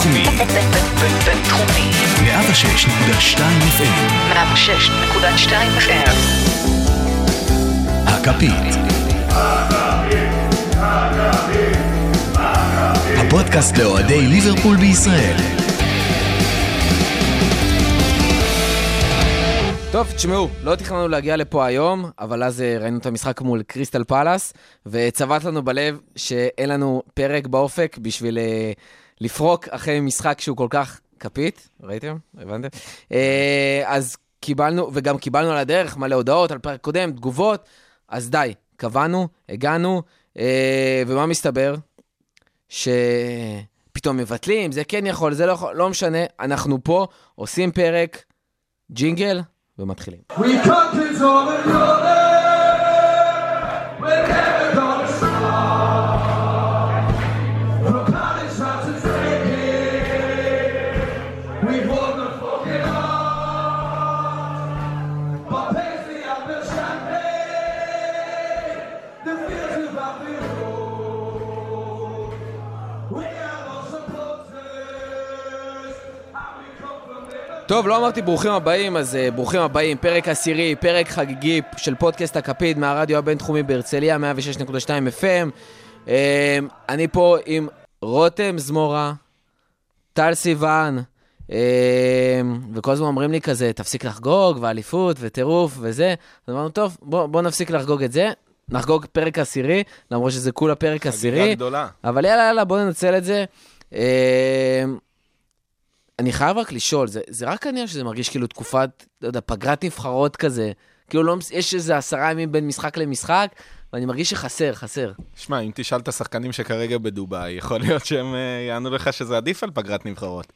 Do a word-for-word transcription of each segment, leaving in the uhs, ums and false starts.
בינתחומי. בינתחומי. מאה ושש נקודה שתיים אף אם. מאה ושש נקודה שתיים אף אם. הכפית. הפודקאסט לאוהדי ליברפול בישראל. טוב, תשמעו, לא תכננו להגיע לפה היום, אבל אז ראינו את המשחק מול קריסטל פלאס, וצבט לנו בלב שאין לנו פרק באופק בשביל לפרוק אחרי משחק שהוא כל כך כפית, ראיתם? הבנתם? אז קיבלנו, וגם קיבלנו על הדרך מלא הודעות על פרק קודם, תגובות, אז די, קבענו, הגענו, ומה מסתבר? שפתאום מבטלים, זה כן יכול, זה לא יכול, לא משנה, אנחנו פה, עושים פרק, ג'ינגל, ומתחילים. We countries over your land, we're never gonna stop. From Paris out to Turkey, we won the fucking heart. But Paisley up in Champagne, the fields of Abbey Road. We are the supporters, and we come from there. טוב, לא אמרתי ברוכים הבאים, אז uh, ברוכים הבאים, פרק עשירי, פרק חגיגי של פודקאסט הכפית מהרדיו הבינתחומי בהרצליה, מאה ושש נקודה שתיים אף אם. Uh, אני פה עם רותם זמורה, טל סיוון, uh, וכל הזמן אומרים לי כזה, תפסיק לחגוג, ואליפות, וטירוף, וזה. אז אמרנו, טוב, בוא, בוא נפסיק לחגוג את זה, נחגוג פרק עשירי, למרות שזה כולה פרק עשירי. חגיגה גדולה. אבל יאללה, יאללה, בוא ננצל את זה. Uh, אני חייב רק לשאול, זה, זה רק אני שזה מרגיש כאילו תקופת, לא יודע, פגרת נבחרות כזה, כאילו לא, יש איזה עשרה ימים בין משחק למשחק, ואני מרגיש שחסר, חסר. שמע, אם תשאל את השחקנים שכרגע בדובאי, יכול להיות שהם יענו לך שזה עדיף על פגרת נבחרות.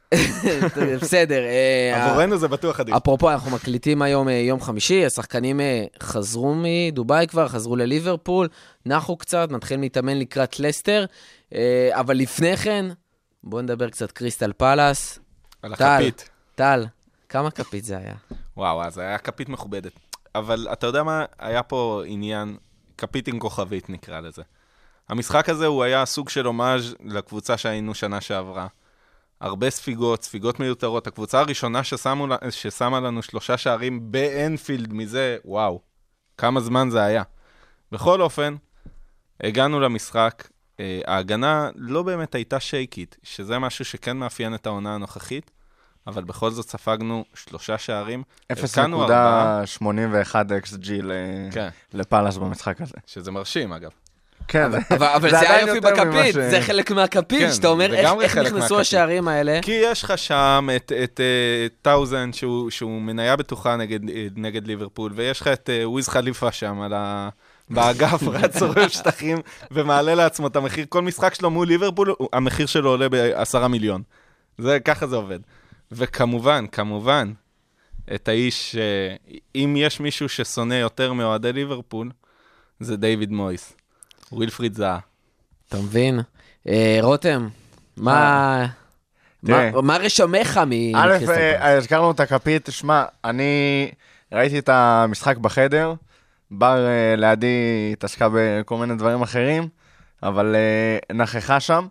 בסדר. עבורנו זה בטוח עדיף. אפרופו, אנחנו מקליטים היום יום חמישי, השחקנים חזרו מדובאי כבר, חזרו לליברפול, נחו קצת, מתחילים להתאמן לקראת לסטר, אבל לפני כן, בואו נדבר קצת קריסטל פלאס. על הכפית. טל, כמה כפית זה היה? וואו, אז היה כפית מכובדת. אבל אתה יודע מה? היה פה עניין, כפית עם כוכבית נקרא לזה. המשחק הזה הוא היה סוג של הומאז' לקבוצה שהיינו שנה שעברה. הרבה ספיגות, ספיגות מיותרות. הקבוצה הראשונה ששמו, ששמה לנו שלושה שערים באנפילד מזה, וואו, כמה זמן זה היה. בכל אופן, הגענו למשחק, ההגנה לא באמת הייתה שייקית, שזה משהו שכן מאפיין את העונה הנוכחית, אבל בכל זאת ספגנו שלושה שערים. אפס נקודה שמונים ואחת אקס ג'י לפלאס במשחק הזה. שזה מרשים, אגב. כן. אבל זה היה יופי בכפית, זה חלק מהכפית, שאתה אומר איך נכנסו השערים האלה. כי יש לך שם את טאוזן, שהוא מניה בטוחה נגד ליברפול, ויש לך את וויז חליפה שם על ה... באגף רץ עורף שטחים ומעלה לעצמו את המחיר. כל משחק שלו מול ליברפול, המחיר שלו עולה בעשרה מיליון. זה, ככה זה עובד. וכמובן, כמובן, את האיש, אם יש מישהו ששונא יותר מאוהדי ליברפול, זה דיוויד מויס. ווילפריד זהה. אתה מבין? רותם, מה... מה רשמך מ... א', הזכרנו את הכפית, שמע, אני ראיתי את המשחק בחדר, בר לידי התעסקה בכל מיני דברים אחרים, אבל נכחה שם.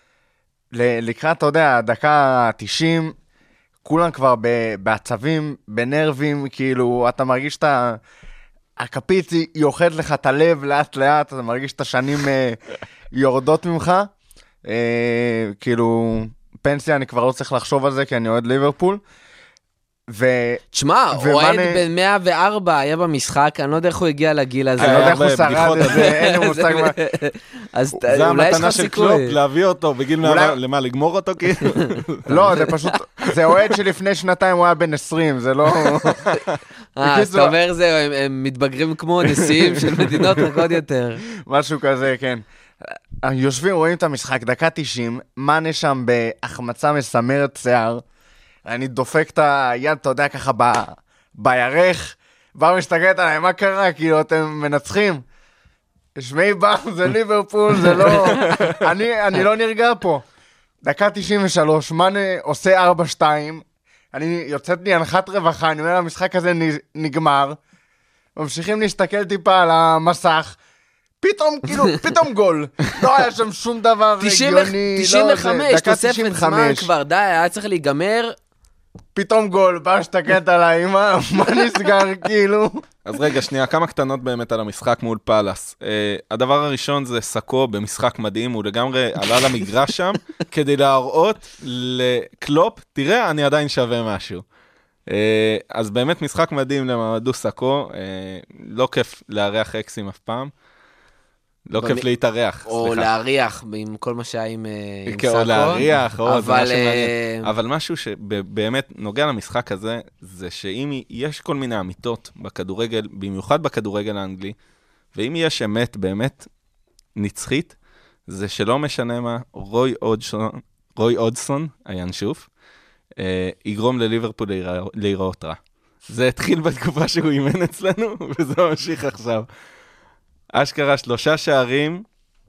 לקראת, אתה יודע, דקה תשעים, כולם כבר בעצבים, בנרבים, כאילו, אתה מרגיש את ה... הכפית היא אוכלת לך את הלב לאט לאט, אתה מרגיש את השנים יורדות ממך. כאילו, פנסיה, אני כבר לא צריך לחשוב על זה, כי אני אוהד ליברפול. תשמע, אוהד בן מאה וארבע היה במשחק, אני לא יודע איך הוא הגיע לגיל הזה. אני לא יודע איך הוא שרד את זה, אין לי מושג מה. זה המתנה של קלופ, להביא אותו בגיל מאה, למה, לגמור אותו? לא, זה פשוט, זה אוהד שלפני שנתיים הוא היה בן עשרים, זה לא... אה, אז אתה אומר זה, הם מתבגרים כמו נשיאים של מדינות עוד יותר. משהו כזה, כן. יושבים, רואים את המשחק, דקה תשעים, מנה שם בהחמצה מסמרת שיער, אני דופק את היד, אתה יודע, ככה ב... בירך, בא מסתכלת עליי, מה קרה? כאילו, אתם מנצחים. שמי בא, זה ליברפול, זה לא... אני, אני לא נרגע פה. דקה תשעים ושלוש, מנה עושה ארבע שתיים, אני יוצאת לי הנחת רווחה, אני אומר, המשחק הזה נגמר, ממשיכים להסתכל טיפה על המסך, פתאום, כאילו, פתאום גול. לא היה שם שום דבר הגיוני. תשעים וחמש, תוספת זמן כבר, די, היה צריך להיגמר. פתאום גול, בא שתקט עליי, מה נסגר, כאילו? אז רגע, שנייה, כמה קטנות באמת על המשחק מול פלאס. Uh, הדבר הראשון זה סקו במשחק מדהים, הוא לגמרי עלה למגרש שם, כדי להראות לקלופ, תראה, אני עדיין שווה משהו. Uh, אז באמת משחק מדהים למעמדו סקו, uh, לא כיף להריח אקסים אף פעם. לא כיף להתארח, סליחה. או להריח, עם כל מה שהיה עם סאקו. או להריח, או זה משהו מעניין. אבל משהו שבאמת נוגע למשחק הזה, זה שאם יש כל מיני אמיתות בכדורגל, במיוחד בכדורגל האנגלי, ואם יש אמת באמת נצחית, זה שלא משנה מה, רוי אודסון, רוי אודסון, הינשוף, יגרום לליברפול להיראות רע. זה התחיל בתקופה שהוא אימן אצלנו, וזה ממשיך עכשיו. אשכרה שלושה שערים,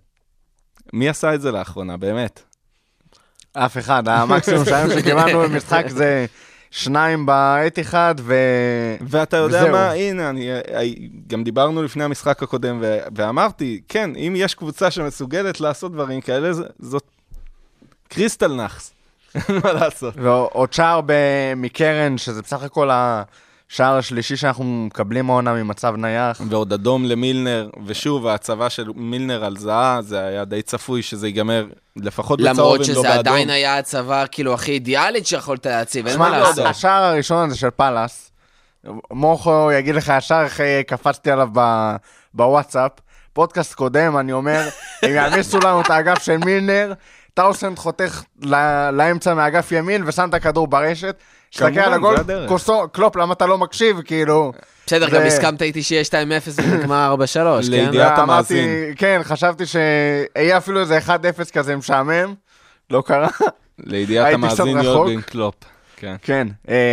מי עשה את זה לאחרונה, באמת? אף אחד, המקסימום שערים שקיבלנו במשחק זה שניים בעת אחד, ו... ואתה יודע וזהו. מה, הנה, אני, גם דיברנו לפני המשחק הקודם, ו... ואמרתי, כן, אם יש קבוצה שמסוגלת לעשות דברים כאלה, זאת קריסטל נחס, מה לעשות? ועוד שער מקרן, שזה בסך הכל ה... שער השלישי שאנחנו מקבלים העונה ממצב נייח. ועוד אדום למילנר, ושוב, ההצבה של מילנר על זהה, זה היה די צפוי שזה ייגמר לפחות בצהוב, אם לא באדום. למרות שזה עדיין היה הצבה כאילו הכי אידיאלית שיכולת להציב, אין מה לעשות. השער הראשון הזה של פלאס, מוחו יגיד לך, השער אחרי קפצתי עליו בוואטסאפ, פודקאסט קודם, אני אומר, הם יעמיסו לנו את האגף של מילנר, טאוסנד חותך לאמצע מאגף ימין, ושם את הכדור ברשת, שתקע על הגול, קלופ, למה אתה לא מקשיב, כאילו... בסדר, גם הסכמת איתי שיהיה שתיים אפס ונגמר ארבע שלוש, כן? לידיעת המאזין. כן, חשבתי שיהיה אפילו איזה אחד אפס כזה משעמם, לא קרה. לידיעת המאזין יורגן קלופ. כן.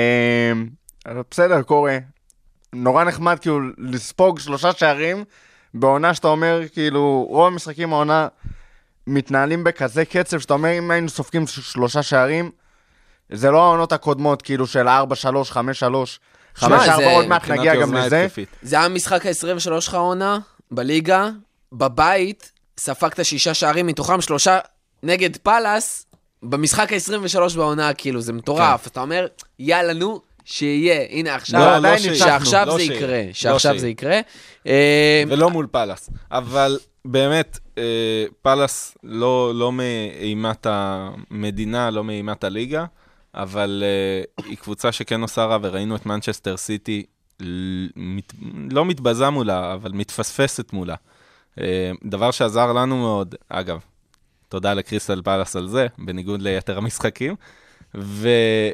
בסדר, קורה. נורא נחמד, כאילו, לספוג שלושה שערים, בעונה שאתה אומר, כאילו, רוב המשחקים העונה מתנהלים בכזה קצב, שאתה אומר, אם היינו סופגים שלושה שערים, זה לא העונות הקודמות, כאילו של ארבע שלוש, חמש שלוש, חמש ארבע, עוד מעט נגיע גם לזה. זה היה משחק ה-עשרים ושלוש שלך העונה, בליגה, בבית, ספגת שישה שערים, מתוכם שלושה נגד פלאס, במשחק ה-עשרים ושלוש בעונה, כאילו, זה מטורף. אתה אומר, יאללה, נו, שיהיה, הנה עכשיו, שעכשיו זה יקרה, שעכשיו זה יקרה. ולא מול פלאס, אבל באמת, פלאס לא מאימת המדינה, לא מאימת הליגה, אבל uh, היא קבוצה שכן עושה רע, וראינו את מנצ'סטר סיטי, מת, לא מתבזה מולה, אבל מתפספסת מולה. Uh, דבר שעזר לנו מאוד, אגב, תודה לקריסטל פלאס על זה, בניגוד ליתר המשחקים, והנה,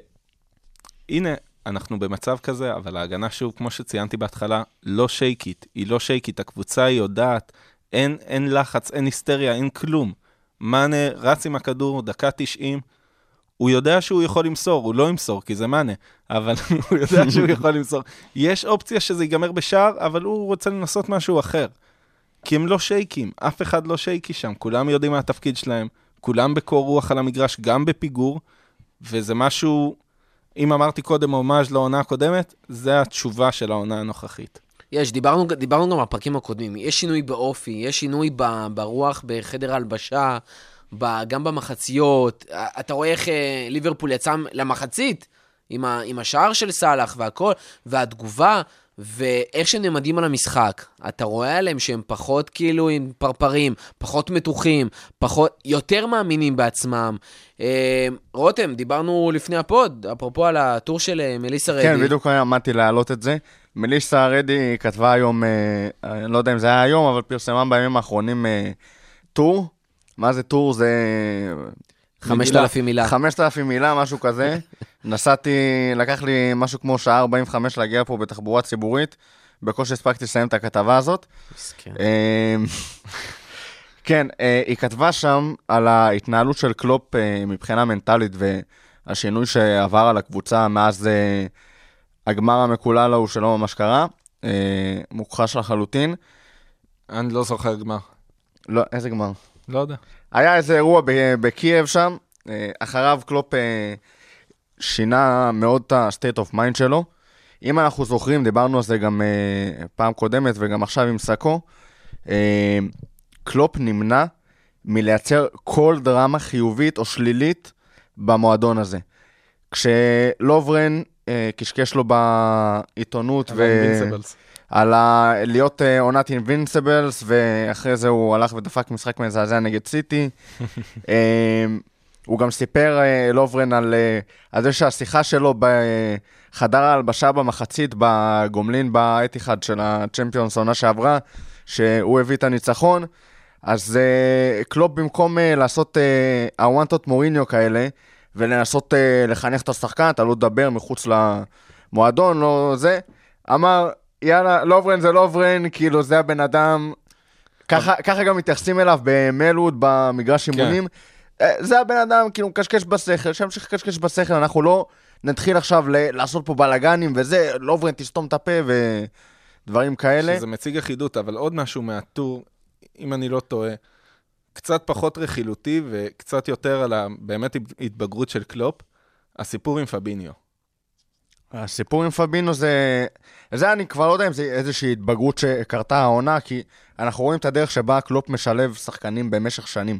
אנחנו במצב כזה, אבל ההגנה שוב, כמו שציינתי בהתחלה, לא שייקית, היא לא שייקית, הקבוצה היא יודעת, אין, אין לחץ, אין היסטריה, אין כלום. מנה רץ עם הכדור, דקה תשעים, הוא יודע שהוא יכול למסור, הוא לא ימסור, כי זה מנה, אבל הוא יודע שהוא יכול למסור. יש אופציה שזה ייגמר בשער, אבל הוא רוצה לנסות משהו אחר. כי הם לא שייקים, אף אחד לא שייקי שם, כולם יודעים מה התפקיד שלהם, כולם בקור רוח על המגרש, גם בפיגור, וזה משהו, אם אמרתי קודם הומאז' לעונה הקודמת, זה התשובה של העונה הנוכחית. יש, דיברנו, דיברנו גם על הפרקים הקודמים, יש שינוי באופי, יש שינוי ברוח, בחדר הלבשה, גם במחציות, אתה רואה איך ליברפול יצא למחצית, עם, ה, עם השער של סלאח והכל, והתגובה, ואיך שנעמדים על המשחק, אתה רואה עליהם שהם פחות כאילו עם פרפרים, פחות מתוחים, פחות, יותר מאמינים בעצמם. רותם, דיברנו לפני הפוד, אפרופו על הטור של מליסה רדי. כן, בדיוק עמדתי להעלות את זה. מליסה רדי כתבה היום, אני לא יודע אם זה היה היום, אבל פרסמה בימים האחרונים טור. מה זה טור? זה... חמשת אלפים מילה. חמשת אלפים מילה, משהו כזה. נסעתי, לקח לי משהו כמו שעה ארבעים וחמש להגיע פה בתחבורה ציבורית. בקושי הספקתי לסיים את הכתבה הזאת. כן, היא כתבה שם על ההתנהלות של קלופ מבחינה מנטלית, והשינוי שעבר על הקבוצה מאז הגמר המקולל הוא שלא ממש קרה. מוכחש לחלוטין. אני לא זוכר גמר. לא, איזה גמר? לא יודע. היה איזה אירוע בקייב שם, אחריו קלופ שינה מאוד את ה-state of mind שלו. אם אנחנו זוכרים, דיברנו על זה גם פעם קודמת וגם עכשיו עם סאקו, קלופ נמנע מלייצר כל דרמה חיובית או שלילית במועדון הזה. כשלוברן קשקש לו בעיתונות על להיות עונת אינבינסיבלס, ואחרי זה הוא הלך ודפק משחק מזעזע נגד סיטי. הוא גם סיפר לוברן על זה שהשיחה שלו בחדר ההלבשה במחצית בגומלין באתיחד של הצ'מפיונס העונה שעברה, שהוא הביא את הניצחון. אז קלופ במקום לעשות הוואנטות מוריניו כאלה, ולנסות לחנך את השחקן, אתה לא לדבר מחוץ למועדון, לא זה, אמר, יאללה, לוברן זה לוברן, כאילו זה הבן אדם, ככה, ככה גם מתייחסים אליו במלוד, במגרש אימונים, זה הבן אדם, כאילו, קשקש בשכל, שהמשיך קשקש בשכל, אנחנו לא נתחיל עכשיו לעשות פה בלגנים וזה, לוברן תסתום את הפה ודברים כאלה. שזה מציג אחידות, אבל עוד משהו מהטור, אם אני לא טועה, קצת פחות רכילותי וקצת יותר על באמת התבגרות של קלופ, הסיפור עם פביניו. הסיפור עם פביניו זה, זה אני כבר לא יודע אם זה איזושהי התבגרות שקרתה העונה, כי אנחנו רואים את הדרך שבה קלופ משלב שחקנים במשך שנים.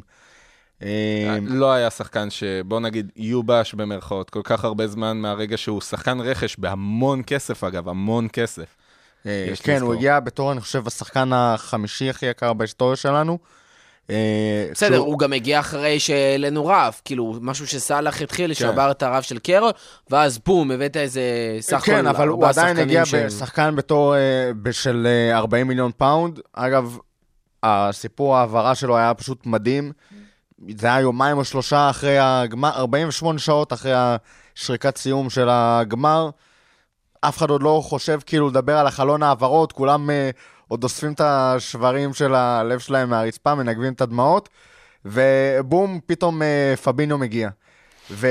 לא היה שחקן שבוא נגיד יובש במרכאות, כל כך הרבה זמן מהרגע שהוא שחקן רכש בהמון כסף אגב, המון כסף. כן, הוא הגיע בתור, אני חושב, השחקן החמישי הכי יקר בהיסטוריה שלנו. בסדר, הוא גם הגיע אחרי שלנו רב, כאילו, משהו שסלח התחיל, שעבר את הרב של קרו, ואז בום, הבאת איזה סך כן, אבל הוא עדיין הגיע בשחקן בתור של ארבעים מיליון פאונד. אגב, הסיפור העברה שלו היה פשוט מדהים. זה היה יומיים או שלושה אחרי הגמר, ארבעים ושמונה שעות אחרי השריקת סיום של הגמר. אף אחד עוד לא חושב כאילו לדבר על החלון העברות, כולם uh, עוד אוספים את השברים של הלב שלהם מהרצפה, מנגבים את הדמעות, ובום, פתאום uh, פביניו מגיע. ו...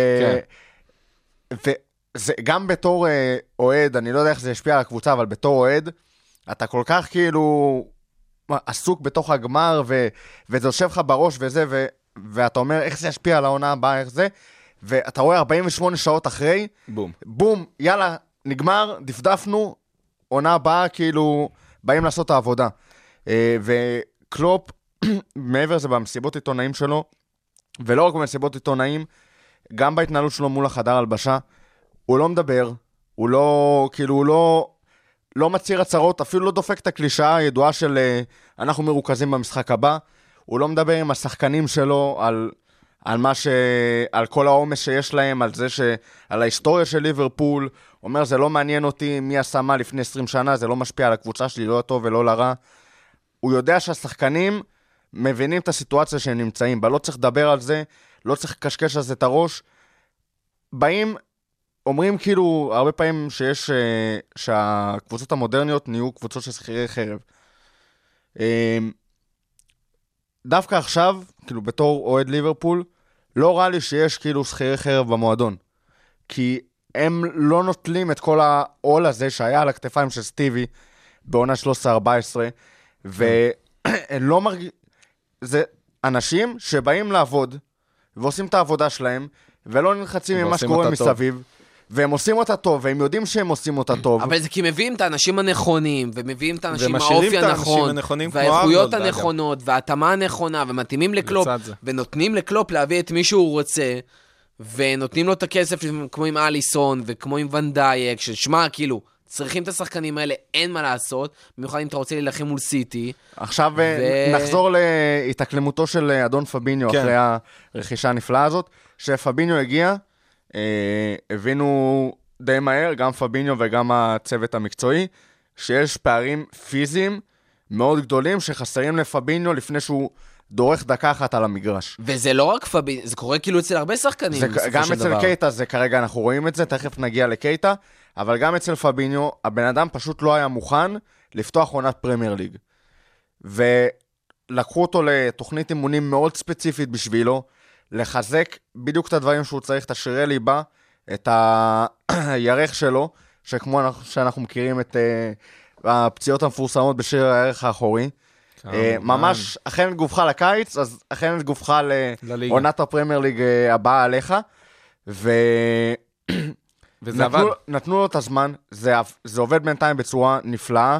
כן. וזה גם בתור uh, אוהד, אני לא יודע איך זה ישפיע על הקבוצה, אבל בתור אוהד, אתה כל כך כאילו עסוק בתוך הגמר, ו... וזה יושב לך בראש וזה, ו... ואתה אומר איך זה ישפיע על העונה הבאה, איך זה, ואתה רואה ארבעים ושמונה שעות אחרי, בום, בום, יאללה, נגמר, דפדפנו, עונה הבאה, כאילו, באים לעשות את העבודה. וקלופ, מעבר זה במסיבות עיתונאים שלו, ולא רק במסיבות עיתונאים, גם בהתנהלות שלו מול החדר הלבשה, הוא לא מדבר, הוא לא, כאילו, הוא לא, לא מצהיר הצהרות, אפילו לא דופק את הקלישאה הידועה של אנחנו מרוכזים במשחק הבא, הוא לא מדבר עם השחקנים שלו על... על מה ש... על כל העומס שיש להם, על זה ש... על ההיסטוריה של ליברפול, הוא אומר, זה לא מעניין אותי מי עשה מה לפני עשרים שנה, זה לא משפיע על הקבוצה שלי, לא טוב ולא לרע. הוא יודע שהשחקנים מבינים את הסיטואציה שהם נמצאים בה, לא צריך לדבר על זה, לא צריך לקשקש על זה את הראש. באים, אומרים כאילו, הרבה פעמים שיש, שהקבוצות המודרניות נהיו קבוצות של שכירי חרב. דווקא עכשיו, כאילו בתור אוהד ליברפול, לא רע לי שיש כאילו שכירי חרב במועדון. כי הם לא נוטלים את כל העול הזה שהיה על הכתפיים של סטיבי בעונה שלוש עשרה ארבע עשרה, והם לא מרגיש... זה אנשים שבאים לעבוד, ועושים את העבודה שלהם, ולא נלחצים ממה שקורה מסביב, והם עושים אותה טוב, והם יודעים שהם עושים אותה טוב. אבל זה כי מביאים את האנשים הנכונים, ומביאים את האנשים האופי הנכון, והאיכויות הנכונות, וההתאמה הנכונה, ומתאימים לקלופ, ונותנים לקלופ להביא את מי שהוא רוצה, ונותנים לו את הכסף כמו עם אליסון, וכמו עם ונדייק, ששמע, כאילו, צריכים את השחקנים האלה, אין מה לעשות, במיוחד אם אתה רוצה להילחם מול סיטי. עכשיו נחזור להתאקלמותו של אדון פביניו, אחרי הרכישה הנפלאה הזאת, שפביניו הגיע, הבינו די מהר, גם פביניו וגם הצוות המקצועי, שיש פערים פיזיים מאוד גדולים שחסרים לפביניו לפני שהוא דורך דקה אחת על המגרש. וזה לא רק פביניו, זה קורה כאילו אצל הרבה שחקנים. גם אצל קייטה זה כרגע, אנחנו רואים את זה, תכף נגיע לקייטה, אבל גם אצל פביניו, הבן אדם פשוט לא היה מוכן לפתוח עונת פרמייר ליג. ולקחו אותו לתוכנית אימונים מאוד ספציפית בשבילו, לחזק בדיוק את הדברים שהוא צריך, את השירי ליבה, את הירך שלו, שכמו שאנחנו מכירים את uh, הפציעות המפורסמות בשיר הירך האחורי. Uh, ממש, אכן את גופך לקיץ, אז אכן את גופך לעונת הפרמייר ליג uh, הבאה עליך, ו... וזה עבד. נתנו לו את הזמן, זה, זה עובד בינתיים בצורה נפלאה,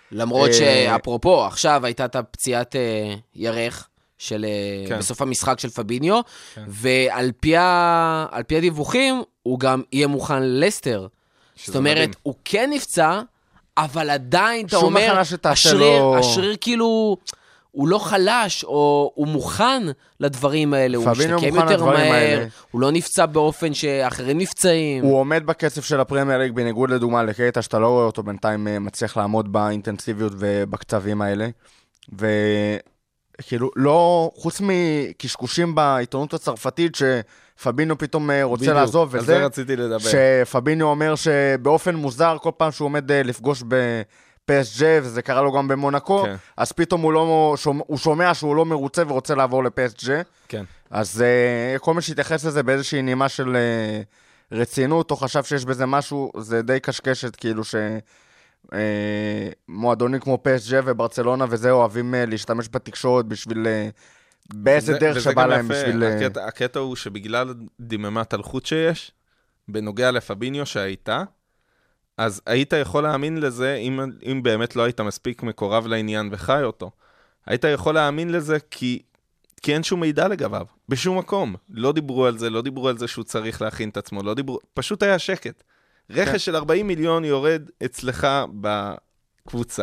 למרות שאפרופו, עכשיו הייתה את הפציעת ירך, של, כן. בסוף המשחק של פביניו, כן. ועל פי, ה, על פי הדיווחים, הוא גם יהיה מוכן ללסטר. זאת אומרת, מדהים. הוא כן נפצע, אבל עדיין, אתה אומר, השריר, לו... השריר כאילו, הוא לא חלש, או הוא מוכן לדברים האלה, הוא משתקם יותר מהר, האלה. הוא לא נפצע באופן שאחרים נפצעים. הוא עומד בקצב של הפרמייר ליג, בניגוד לדוגמה לקייטה, שאתה לא רואה אותו בינתיים מצליח לעמוד באינטנסיביות ובקצבים האלה, ו... כאילו, לא, חוץ מקשקושים בעיתונות הצרפתית, שפביניו פתאום רוצה בדיוק, לעזוב, וזה, על זה רציתי לדבר. שפביניו אומר שבאופן מוזר, כל פעם שהוא עומד לפגוש ב-פי אס ג'י, וזה קרה לו גם במונקו, כן. אז פתאום הוא, לא, הוא שומע שהוא לא מרוצה ורוצה לעבור ל-פי אס ג'י. כן. אז uh, כל מי שהתייחס לזה באיזושהי נימה של uh, רצינות, או חשב שיש בזה משהו, זה די קשקשת, כאילו ש... מועדונים כמו פי אס ג'י וברצלונה וזה אוהבים להשתמש בתקשורת בשביל באיזה דרך שבא להם בשביל... הקטע הוא שבגלל דיממת הלכות שיש, בנוגע לפביניו שהייתה, אז היית יכול להאמין לזה, אם, אם באמת לא היית מספיק מקורב לעניין וחי אותו, היית יכול להאמין לזה כי, כי אין שום מידע לגביו, בשום מקום. לא דיברו על זה, לא דיברו על זה שהוא צריך להכין את עצמו, לא דיברו, פשוט היה שקט. רכש של ארבעים מיליון יורד אצלך בקבוצה.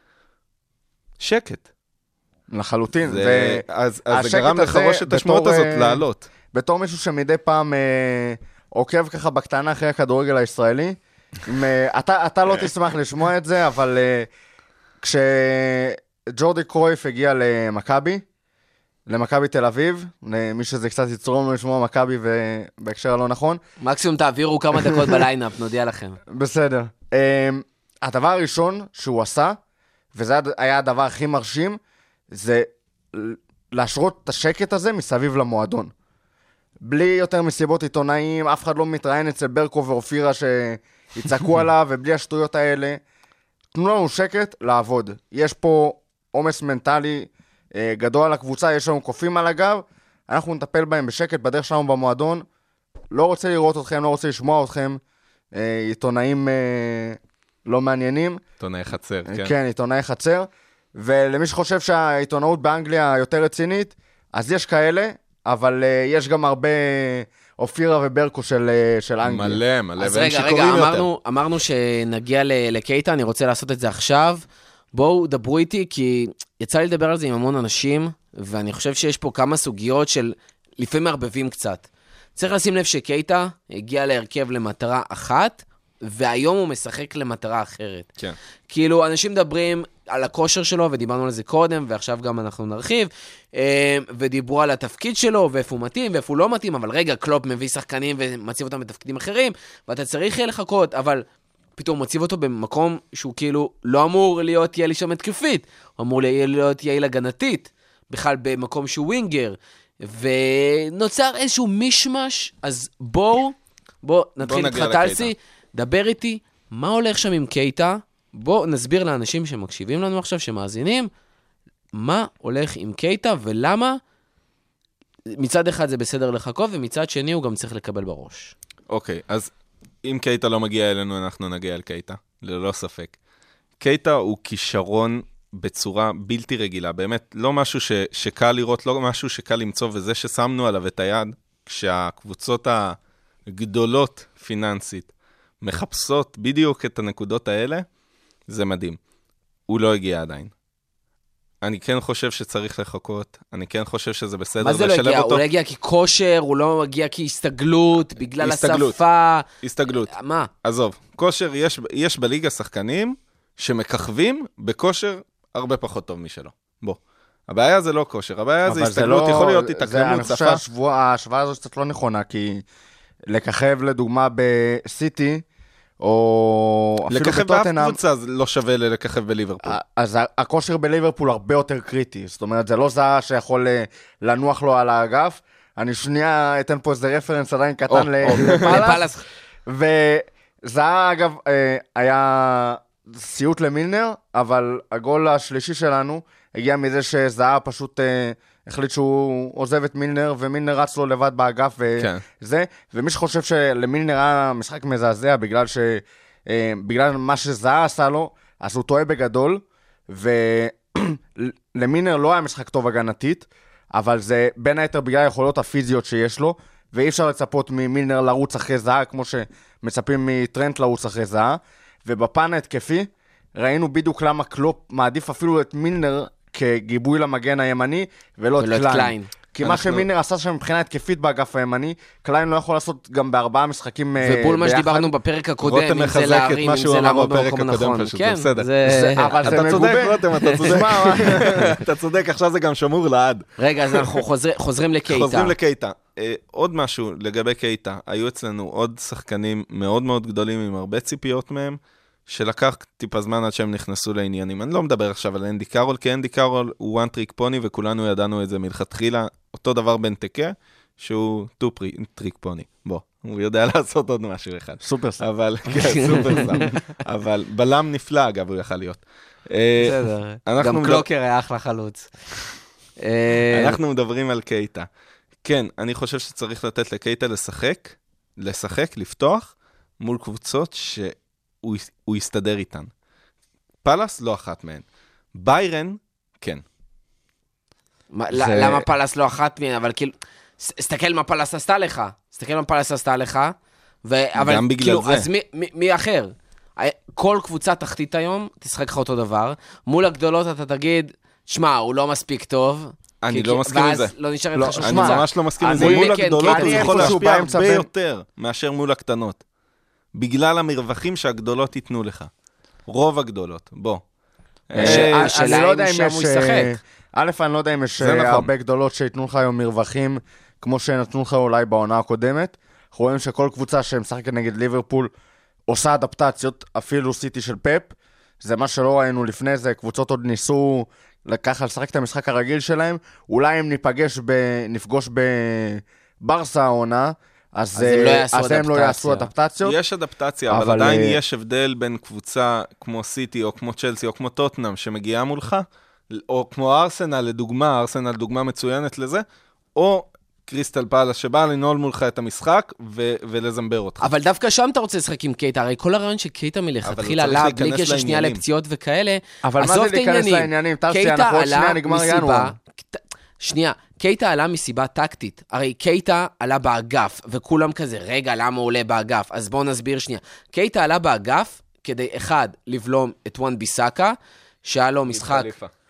שקט. לחלוטין. זה, ו... אז, אז זה גרם לחרוש את השמועות הזאת לעלות. בתור מישהו שמדי פעם אה, עוקב ככה בקטנה אחרי הכדורגל הישראלי, עם, אה, אתה, אתה לא תשמח לשמוע את זה, אבל אה, כשג'ורדי קרויף הגיע למכבי, למכבי תל אביב, למי שזה קצת יצרום לשמוע מכבי ובהקשר הלא נכון. מקסימום תעבירו כמה דקות בליינאפ, נודיע לכם. בסדר. הדבר הראשון שהוא עשה, וזה היה הדבר הכי מרשים, זה להשרות את השקט הזה מסביב למועדון. בלי יותר מסיבות עיתונאים, אף אחד לא מתראיין אצל ברקו ואופירה שיצעקו עליו, ובלי השטויות האלה. תנו לנו שקט לעבוד. יש פה עומס מנטלי גדול על הקבוצה, יש לנו קופים על הגב, אנחנו נטפל בהם בשקט בדרך שלנו במועדון, לא רוצה לראות אתכם, לא רוצה לשמוע אתכם, עיתונאים לא מעניינים. עיתונאי חצר, כן. כן, עיתונאי חצר, ולמי שחושב שהעיתונאות באנגליה יותר רצינית, אז יש כאלה, אבל יש גם הרבה אופירה וברקו של, של אנגליה. מלא, מלא, אז רגע, רגע, אמרנו, אמרנו שנגיע לקייטה, אני רוצה לעשות את זה עכשיו, בואו דברו איתי, כי יצא לי לדבר על זה עם המון אנשים, ואני חושב שיש פה כמה סוגיות של לפעמים מערבבים קצת. צריך לשים לב שקייטה הגיע להרכב למטרה אחת, והיום הוא משחק למטרה אחרת. כן. כאילו, אנשים מדברים על הכושר שלו, ודיברנו על זה קודם, ועכשיו גם אנחנו נרחיב, ודיברו על התפקיד שלו, ואיפה הוא מתאים, ואיפה הוא לא מתאים, אבל רגע, קלופ מביא שחקנים ומציב אותם בתפקידים אחרים, ואתה צריך לחכות, אבל פתאום מציב אותו במקום שהוא כאילו לא אמור להיות יעיל שם התקפית, הוא אמור להיות יעיל הגנתית, בכלל במקום שהוא ווינגר, ונוצר איזשהו מישמש, אז בואו, בואו נתחיל איתך טלסי, דבר איתי, מה הולך שם עם קייטה? בואו נסביר לאנשים שמקשיבים לנו עכשיו, שמאזינים, מה הולך עם קייטה ולמה מצד אחד זה בסדר לחכות, ומצד שני הוא גם צריך לקבל בראש. אוקיי, אז אם קייטה לא מגיע אלינו, אנחנו נגיע אל קייטה, ללא ספק. קייטה הוא כישרון בצורה בלתי רגילה, באמת לא משהו ש, שקל לראות, לא משהו שקל למצוא, וזה ששמנו עליו את היד, כשהקבוצות הגדולות פיננסית מחפשות בדיוק את הנקודות האלה, זה מדהים. הוא לא הגיע עדיין. אני כן חושב שצריך לחכות, אני כן חושב שזה בסדר. מה זה לא הגיע? אותו. הוא לא הגיע ככושר, הוא לא הגיע כהסתגלות, בגלל הסתגלות, השפה. הסתגלות. מה? עזוב, כושר, יש, יש בליגה שחקנים שמככבים בכושר הרבה פחות טוב משלו. בוא. הבעיה זה לא כושר, הבעיה זה הסתגלות, לא, יכול להיות התאקלמות, שפה. אני חושב שהשוואה הזו קצת לא נכונה, כי לככב לדוגמה בסיטי, או אפילו בטוטנהאם. לככב באף קבוצה לא שווה לככב בליברפול. אז הכושר בליברפול הרבה יותר קריטי, זאת אומרת, זה לא זהה שיכול לנוח לו על האגף. אני שנייה אתן פה איזה רפרנס עדיין קטן לפלס. וזה אגב היה סיוט למילנר, אבל הגול השלישי שלנו הגיע מזה שזהה פשוט החליט שהוא עוזב את מילנר, ומילנר רץ לו לבד באגף וזה, ומי שחושב שלמילנר היה משחק מזעזע בגלל ש... בגלל מה שזהה עשה לו, אז הוא טועה בגדול, ולמינר לא היה משחק טוב הגנתית, אבל זה בין היתר בגלל היכולות הפיזיות שיש לו, ואי אפשר לצפות ממינר לרוץ אחרי זהה, כמו שמצפים מטרנט לרוץ אחרי זהה, ובפן ההתקפי, ראינו בדיוק למה קלופ מעדיף אפילו את מילנר כגיבוי למגן הימני, ולא את קליין. קליין. כי מה שמילנר עשה שם מבחינה התקפית באגף הימני, קליין לא יכול לעשות גם בארבעה משחקים ביחד. ובול מה שדיברנו בפרק הקודם, אם זה להרים, אם זה לעמוד במקום נכון. כן, זה אבל זה מגובה. אתה צודק, רותם, אתה צודק. אתה צודק, עכשיו זה גם שמור לעד. רגע, אז אנחנו חוזרים לקייטה. חוזרים לקייטה. עוד משהו לגבי קייטה, היו אצלנו עוד שחקנים מאוד מאוד גדולים עם הרבה ציפיות מהם, שלקח טיפה זמן עד שהם נכנסו לעניינים. אני לא מדבר עכשיו על אנדי קארול, כי אנדי קארול הוא one trick pony, וכולנו ידענו את זה מלכתחילה, אותו דבר בנטקה, שהוא two trick pony. בוא, הוא יודע לעשות עוד משהו אחד. סופר סאם. אבל, כן, סופר סאם. אבל בלם נפלא, אגב, הוא יכל להיות. בסדר. גם קלוקר היה אחלה חלוץ. אנחנו מדברים על קייטה. כן, אני חושב שצריך לתת לקייטה לשחק, לשחק, לפתוח, מול קבוצות ש... הוא, הוא יסתדר איתן. פלס לא אחת מהן. ביירן, כן. ما, זה... למה פלס לא אחת מהן? אבל כאילו, סתכל מה פלס עשתה לך. סתכל מה פלס עשתה לך. ו... אבל, גם בגלל כאילו, זה. אז מי, מי, מי אחר? כל קבוצה תחתית היום, תשחק לך אותו דבר. מול הגדולות אתה תגיד, שמה, הוא לא מספיק טוב. אני לא מסכים עם זה. ואז לא נשאר איתך שום קבוצה. אני ממש לא מסכים עם זה. מול הגדולות הוא יכול להשפיע הרבה יותר מאשר מול הקטנות. בגלל המרווחים שהגדולות ייתנו לך. רוב הגדולות, בוא. אני לא יודע אם יש... א', אני לא יודע אם יש הרבה גדולות שיתנו לך היום מרווחים, כמו שנתנו לך אולי בעונה הקודמת. אנחנו רואים שכל קבוצה שמשחקת נגד ליברפול עושה אדפטציות, אפילו סיטי של פפ. זה מה שלא ראינו לפני זה, קבוצות עוד ניסו לקחת לשחק את המשחק הרגיל שלהם. אולי אם ניפגש, נפגוש בברסה העונה, אז הם לא יעשו אדפטציות. יש אדפטציה, אבל עדיין יש הבדל בין קבוצה כמו סיטי או כמו צ'לסי או כמו טוטנאם שמגיעה מולך, או כמו ארסנל לדוגמה, ארסנל דוגמה מצוינת לזה, או קריסטל פאלאס שבא לנעול מולך את המשחק ולזמבר אותך. אבל דווקא שם אתה רוצה לשחק עם קייטה, הרי כל הרעיון שקייטה מלכתחילה עלה בלי קשר שנייה לפציעות וכאלה, אבל מה זה להיכנס לעניינים? תרסי, אנחנו עוד שנייה נגמר ינואר. שנייה, קייטה עלה מסיבה טקטית. הרי קייטה עלה באגף, וכולם כזה, רגע, למה הוא עולה באגף? אז בואו נסביר שנייה. קייטה עלה באגף כדי, אחד, לבלום את וואן ביסאקה, שהיה לו משחק,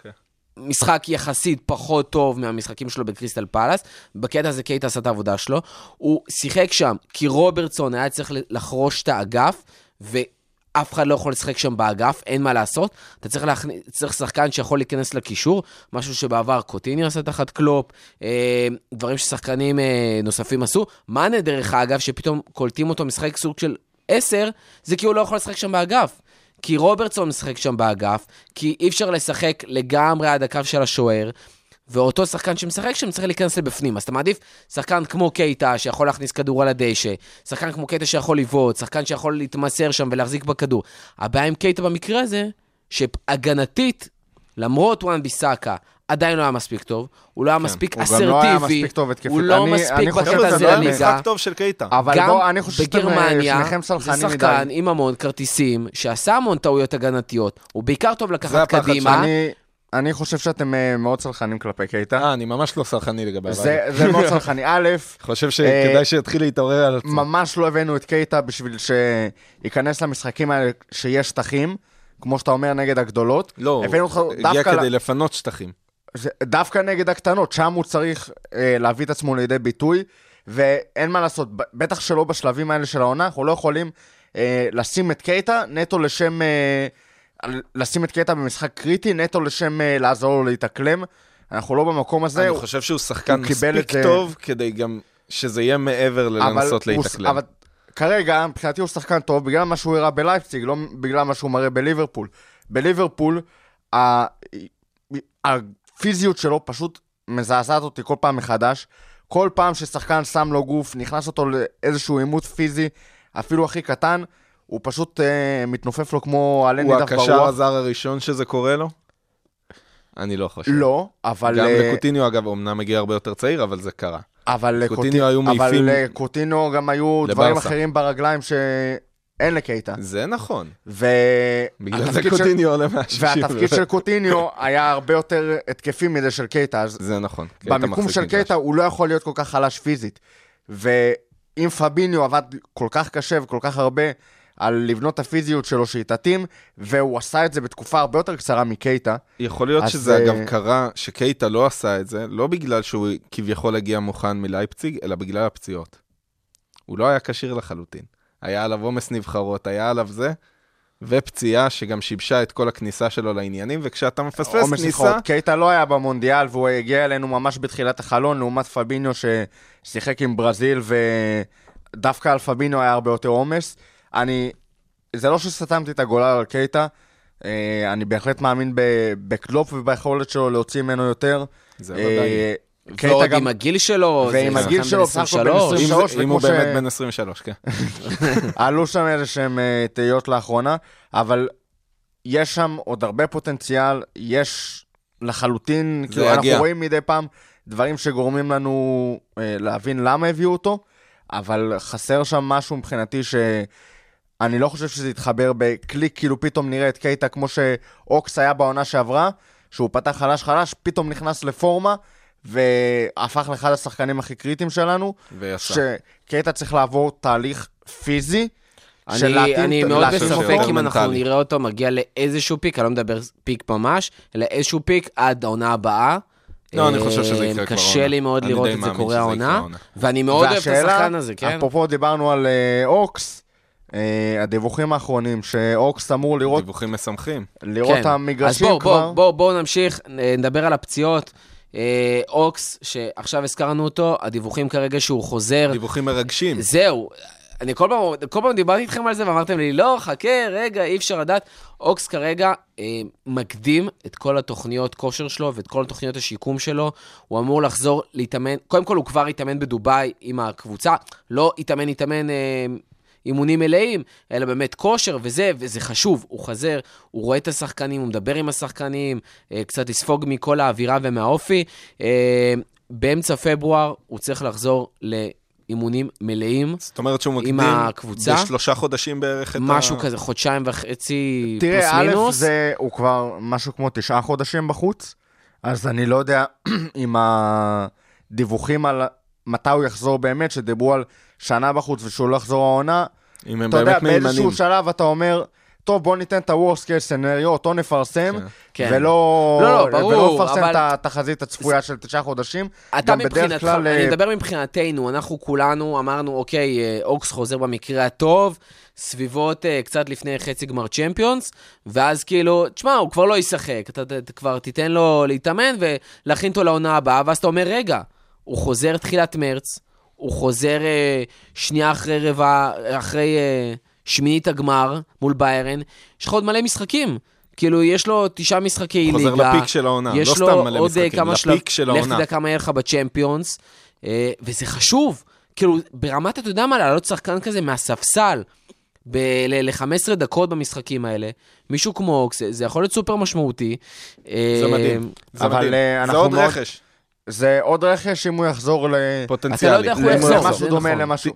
משחק יחסית פחות טוב מהמשחקים שלו בקריסטל פאלאס. בקטע הזה קייטה עשה את העבודה שלו. הוא שיחק שם, כי רוברטסון היה צריך לחרוש את האגף, ו... אף אחד לא יכול לשחק שם באגף, אין מה לעשות. אתה צריך, להכניס, צריך שחקן שיכול להיכנס לקישור, משהו שבעבר קוטיני עשה תחת קלופ, אה, דברים ששחקנים אה, נוספים עשו. מאנה דרך האגף, שפתאום קולטים אותו משחק סוג של עשר, זה כי הוא לא יכול לשחק שם באגף. כי רוברטסון משחק שם באגף, כי אי אפשר לשחק לגמרי עד הקו של השוער, ואותו שחקן שמשחק שם צריך להיכנס לבפנים. אז אתה מעדיף שחקן כמו קייטה שיכול להכניס כדור על הדשא, שחקן כמו קייטה שיכול לבעוט, שחקן שיכול להתמסר שם ולהחזיק בכדור. הבעיה עם קייטה במקרה הזה, שהגנתית, למרות וואן ביסאקה, עדיין לא היה מספיק טוב, הוא לא היה מספיק אסרטיבי, הוא לא מספיק בקטע הזה לליגה. משחק טוב של קייטה. גם בגרמניה, זה שחקן עם המון כרטיסים, שעשה המון טעויות הגנתיות, הוא בעיקר טוב לקחת קדימה. אני חושב שאתם מאוד סלחנים כלפי קייטה. אה, אני ממש לא סלחני לגבי. זה מאוד סלחני. א', חושב שכדאי שיתחיל להתעורר על עצמו. ממש לא הבאנו את קייטה בשביל שייכנס למשחקים האלה שיש שטחים, כמו שאתה אומר נגד הגדולות. לא, הגיע כדי לפנות שטחים. דווקא נגד הקטנות, שם הוא צריך להביא את עצמו לידי ביטוי, ואין מה לעשות, בטח שלא בשלבים האלה של העונה, אנחנו לא יכולים לשים את קייטה נטו לשם... לשים את קייטה במשחק קריטי, נטו לשם לעזור לו להתאקלם. אנחנו לא במקום הזה. אני חושב שהוא שחקן מספיק טוב, כדי גם שזה יהיה מעבר ללנסות להתאקלם. אבל כרגע, מבחינתי הוא שחקן טוב, בגלל מה שהוא הראה בלייפציג, לא בגלל מה שהוא מראה בליברפול. בליברפול, הפיזיות שלו פשוט מזעזעת אותי כל פעם מחדש. כל פעם ששחקן שם לו גוף, נכנס אותו לאיזשהו עימות פיזי, אפילו הכי קטן, הוא פשוט uh, מתנופף לו כמו עלה נידף ברוח. הוא הקשר הזר הראשון שזה קורה לו? אני לא חושב. לא, אבל... גם uh... לקוטיניו, אגב, אמנם מגיע הרבה יותר צעיר, אבל זה קרה. אבל לקוטיניו היו מעיפים... אבל לקוטיניו גם היו דברים אחרים ברגליים אין לקייטה. זה נכון. ו... בגלל זה קוטיניו עולה מה-שישים. והתפקיד של קוטיניו היה הרבה יותר התקפי מזה של קייטה. זה נכון. במיקום של קייטה הוא לא יכול להיות כל כך חלש פיזית. ואם פביניו עבד כל כך קשה וכל כך הרבה על לבנות את הפיזיות שלו שהיא תתאים, והוא עשה את זה בתקופה הרבה יותר קצרה מקייטה. יכול להיות שזה אגב קרה שקייטה לא עשה את זה, לא בגלל שהוא כביכול הגיע מוכן מלייפציג, אלא בגלל הפציעות. הוא לא היה קשיר לחלוטין. היה עליו עומס נבחרות, היה עליו זה, ופציעה שגם שיבשה את כל הכניסה שלו לעניינים, וכשאתה מפספס כניסה... עומס נבחרות, קייטה לא היה במונדיאל, והוא הגיע אלינו ממש בתחילת החלון, לעומת פביניו ששיחק עם ברזיל, ודווקא על פביניו היה הרבה יותר עומס. אני... זה לא שסתמתי את הגולל על קייטה, אני בהחלט מאמין בקלופ וביכולת שלו להוציא ממנו יותר. זה ודאי. ועוד עם הגיל שלו, ועם הגיל שלו, בסך הכל בן עשרים ושלוש, אם הוא באמת בן עשרים ושלוש, כן. עלו שם איזה שהם תהיות לאחרונה, אבל יש שם עוד הרבה פוטנציאל, יש לחלוטין, כאילו אנחנו רואים מדי פעם דברים שגורמים לנו להבין למה הביאו אותו, אבל חסר שם משהו מבחינתי שאני לא חושב שזה יתחבר בקליק, כאילו פתאום נראה את קייטה כמו שאוקס היה בעונה שעברה, שהוא פתח חלש חלש, פתאום נכנס לפורמה, והפך לאחד השחקנים הכי קריטיים שלנו, שקייטה צריך לעבור תהליך פיזי, אני מאוד בספק אם אנחנו נראה אותו מגיע לאיזשהו פיק, אני לא מדבר פיק ממש, אלא איזשהו פיק עד העונה הבאה. לא, אני חושב שזה יקרה כבר עונה. קשה לי מאוד לראות את זה קורה העונה, ואני מאוד אוהב את השחקן הזה, כן? אפרופו דיברנו על אוקס, הדיווחים האחרונים, שאוקס אמור לראות... דיווחים משמחים. לראות המגרשים כבר. אז בואו נמשיך, נדבר על הפציעות. אוקס, שעכשיו הזכרנו אותו, הדיווחים כרגע שהוא חוזר. דיווחים מרגשים. זהו. אני כל פעם, כל פעם דיברתי איתכם על זה, ואמרתם לי, לא, חכה, רגע, אי אפשר לדעת. אוקס כרגע אה, מקדים את כל התוכניות כושר שלו, ואת כל התוכניות השיקום שלו. הוא אמור לחזור להתאמן, קודם כל הוא כבר התאמן בדוביי עם הקבוצה, לא התאמן, התאמן... אה, אימונים מלאים, אלא באמת כושר וזה, וזה חשוב, הוא חזר, הוא רואה את השחקנים, הוא מדבר עם השחקנים, קצת יספוג מכל האווירה ומהאופי. באמצע פברואר הוא צריך לחזור לאימונים מלאים. זאת אומרת שהוא מקדים בשלושה חודשים בערך את ה... משהו כזה, חודשיים וחצי פלוס תראה, מינוס. א', זה, הוא כבר משהו כמו תשעה חודשים בחוץ, אז אני לא יודע אם הדיווחים על מתי הוא יחזור באמת, שדיברו על שנה בחוץ ושהוא לא יחזור העונה, אתה יודע, באיזשהו שלב אתה אומר, טוב, בוא ניתן את ה-worst case scenario, אותו נפרסם, ולא נפרסם את התחזית הצפויה של תשעה חודשים. אתה מבחינתך, אני מדבר מבחינתנו, אנחנו כולנו אמרנו, אוקיי, אוקס חוזר במקרה הטוב, סביבות קצת לפני חצי גמר צ'מפיונס, ואז כאילו, תשמע, הוא כבר לא ישחק, אתה כבר תיתן לו להתאמן ולהכין אותו לעונה הבאה, ואז אתה אומר, רגע, הוא חוזר תחילת מרץ, הוא חוזר אה, שנייה אחרי רבע, אחרי אה, שמינית הגמר מול ביירן, יש לך עוד מלא משחקים, כאילו יש לו תשעה משחקי ליגה, חוזר לפיק של העונה, לא סתם מלא משחקים, לפיק של העונה. לך תדע כמה יהיה לך בצ'מפיונס, אה, וזה חשוב, כאילו ברמת אתה יודע מה, לעלות שחקן כזה מהספסל, ל-חמש עשרה דקות במשחקים האלה, מישהו כמו אוקס, זה יכול להיות סופר משמעותי. זה מדהים, זה מדהים, זה עוד רכש. זה עוד רכש אם הוא יחזור לפוטנציאלי. אתה לא יודע איך הוא יחזור. משהו דומה למשהו.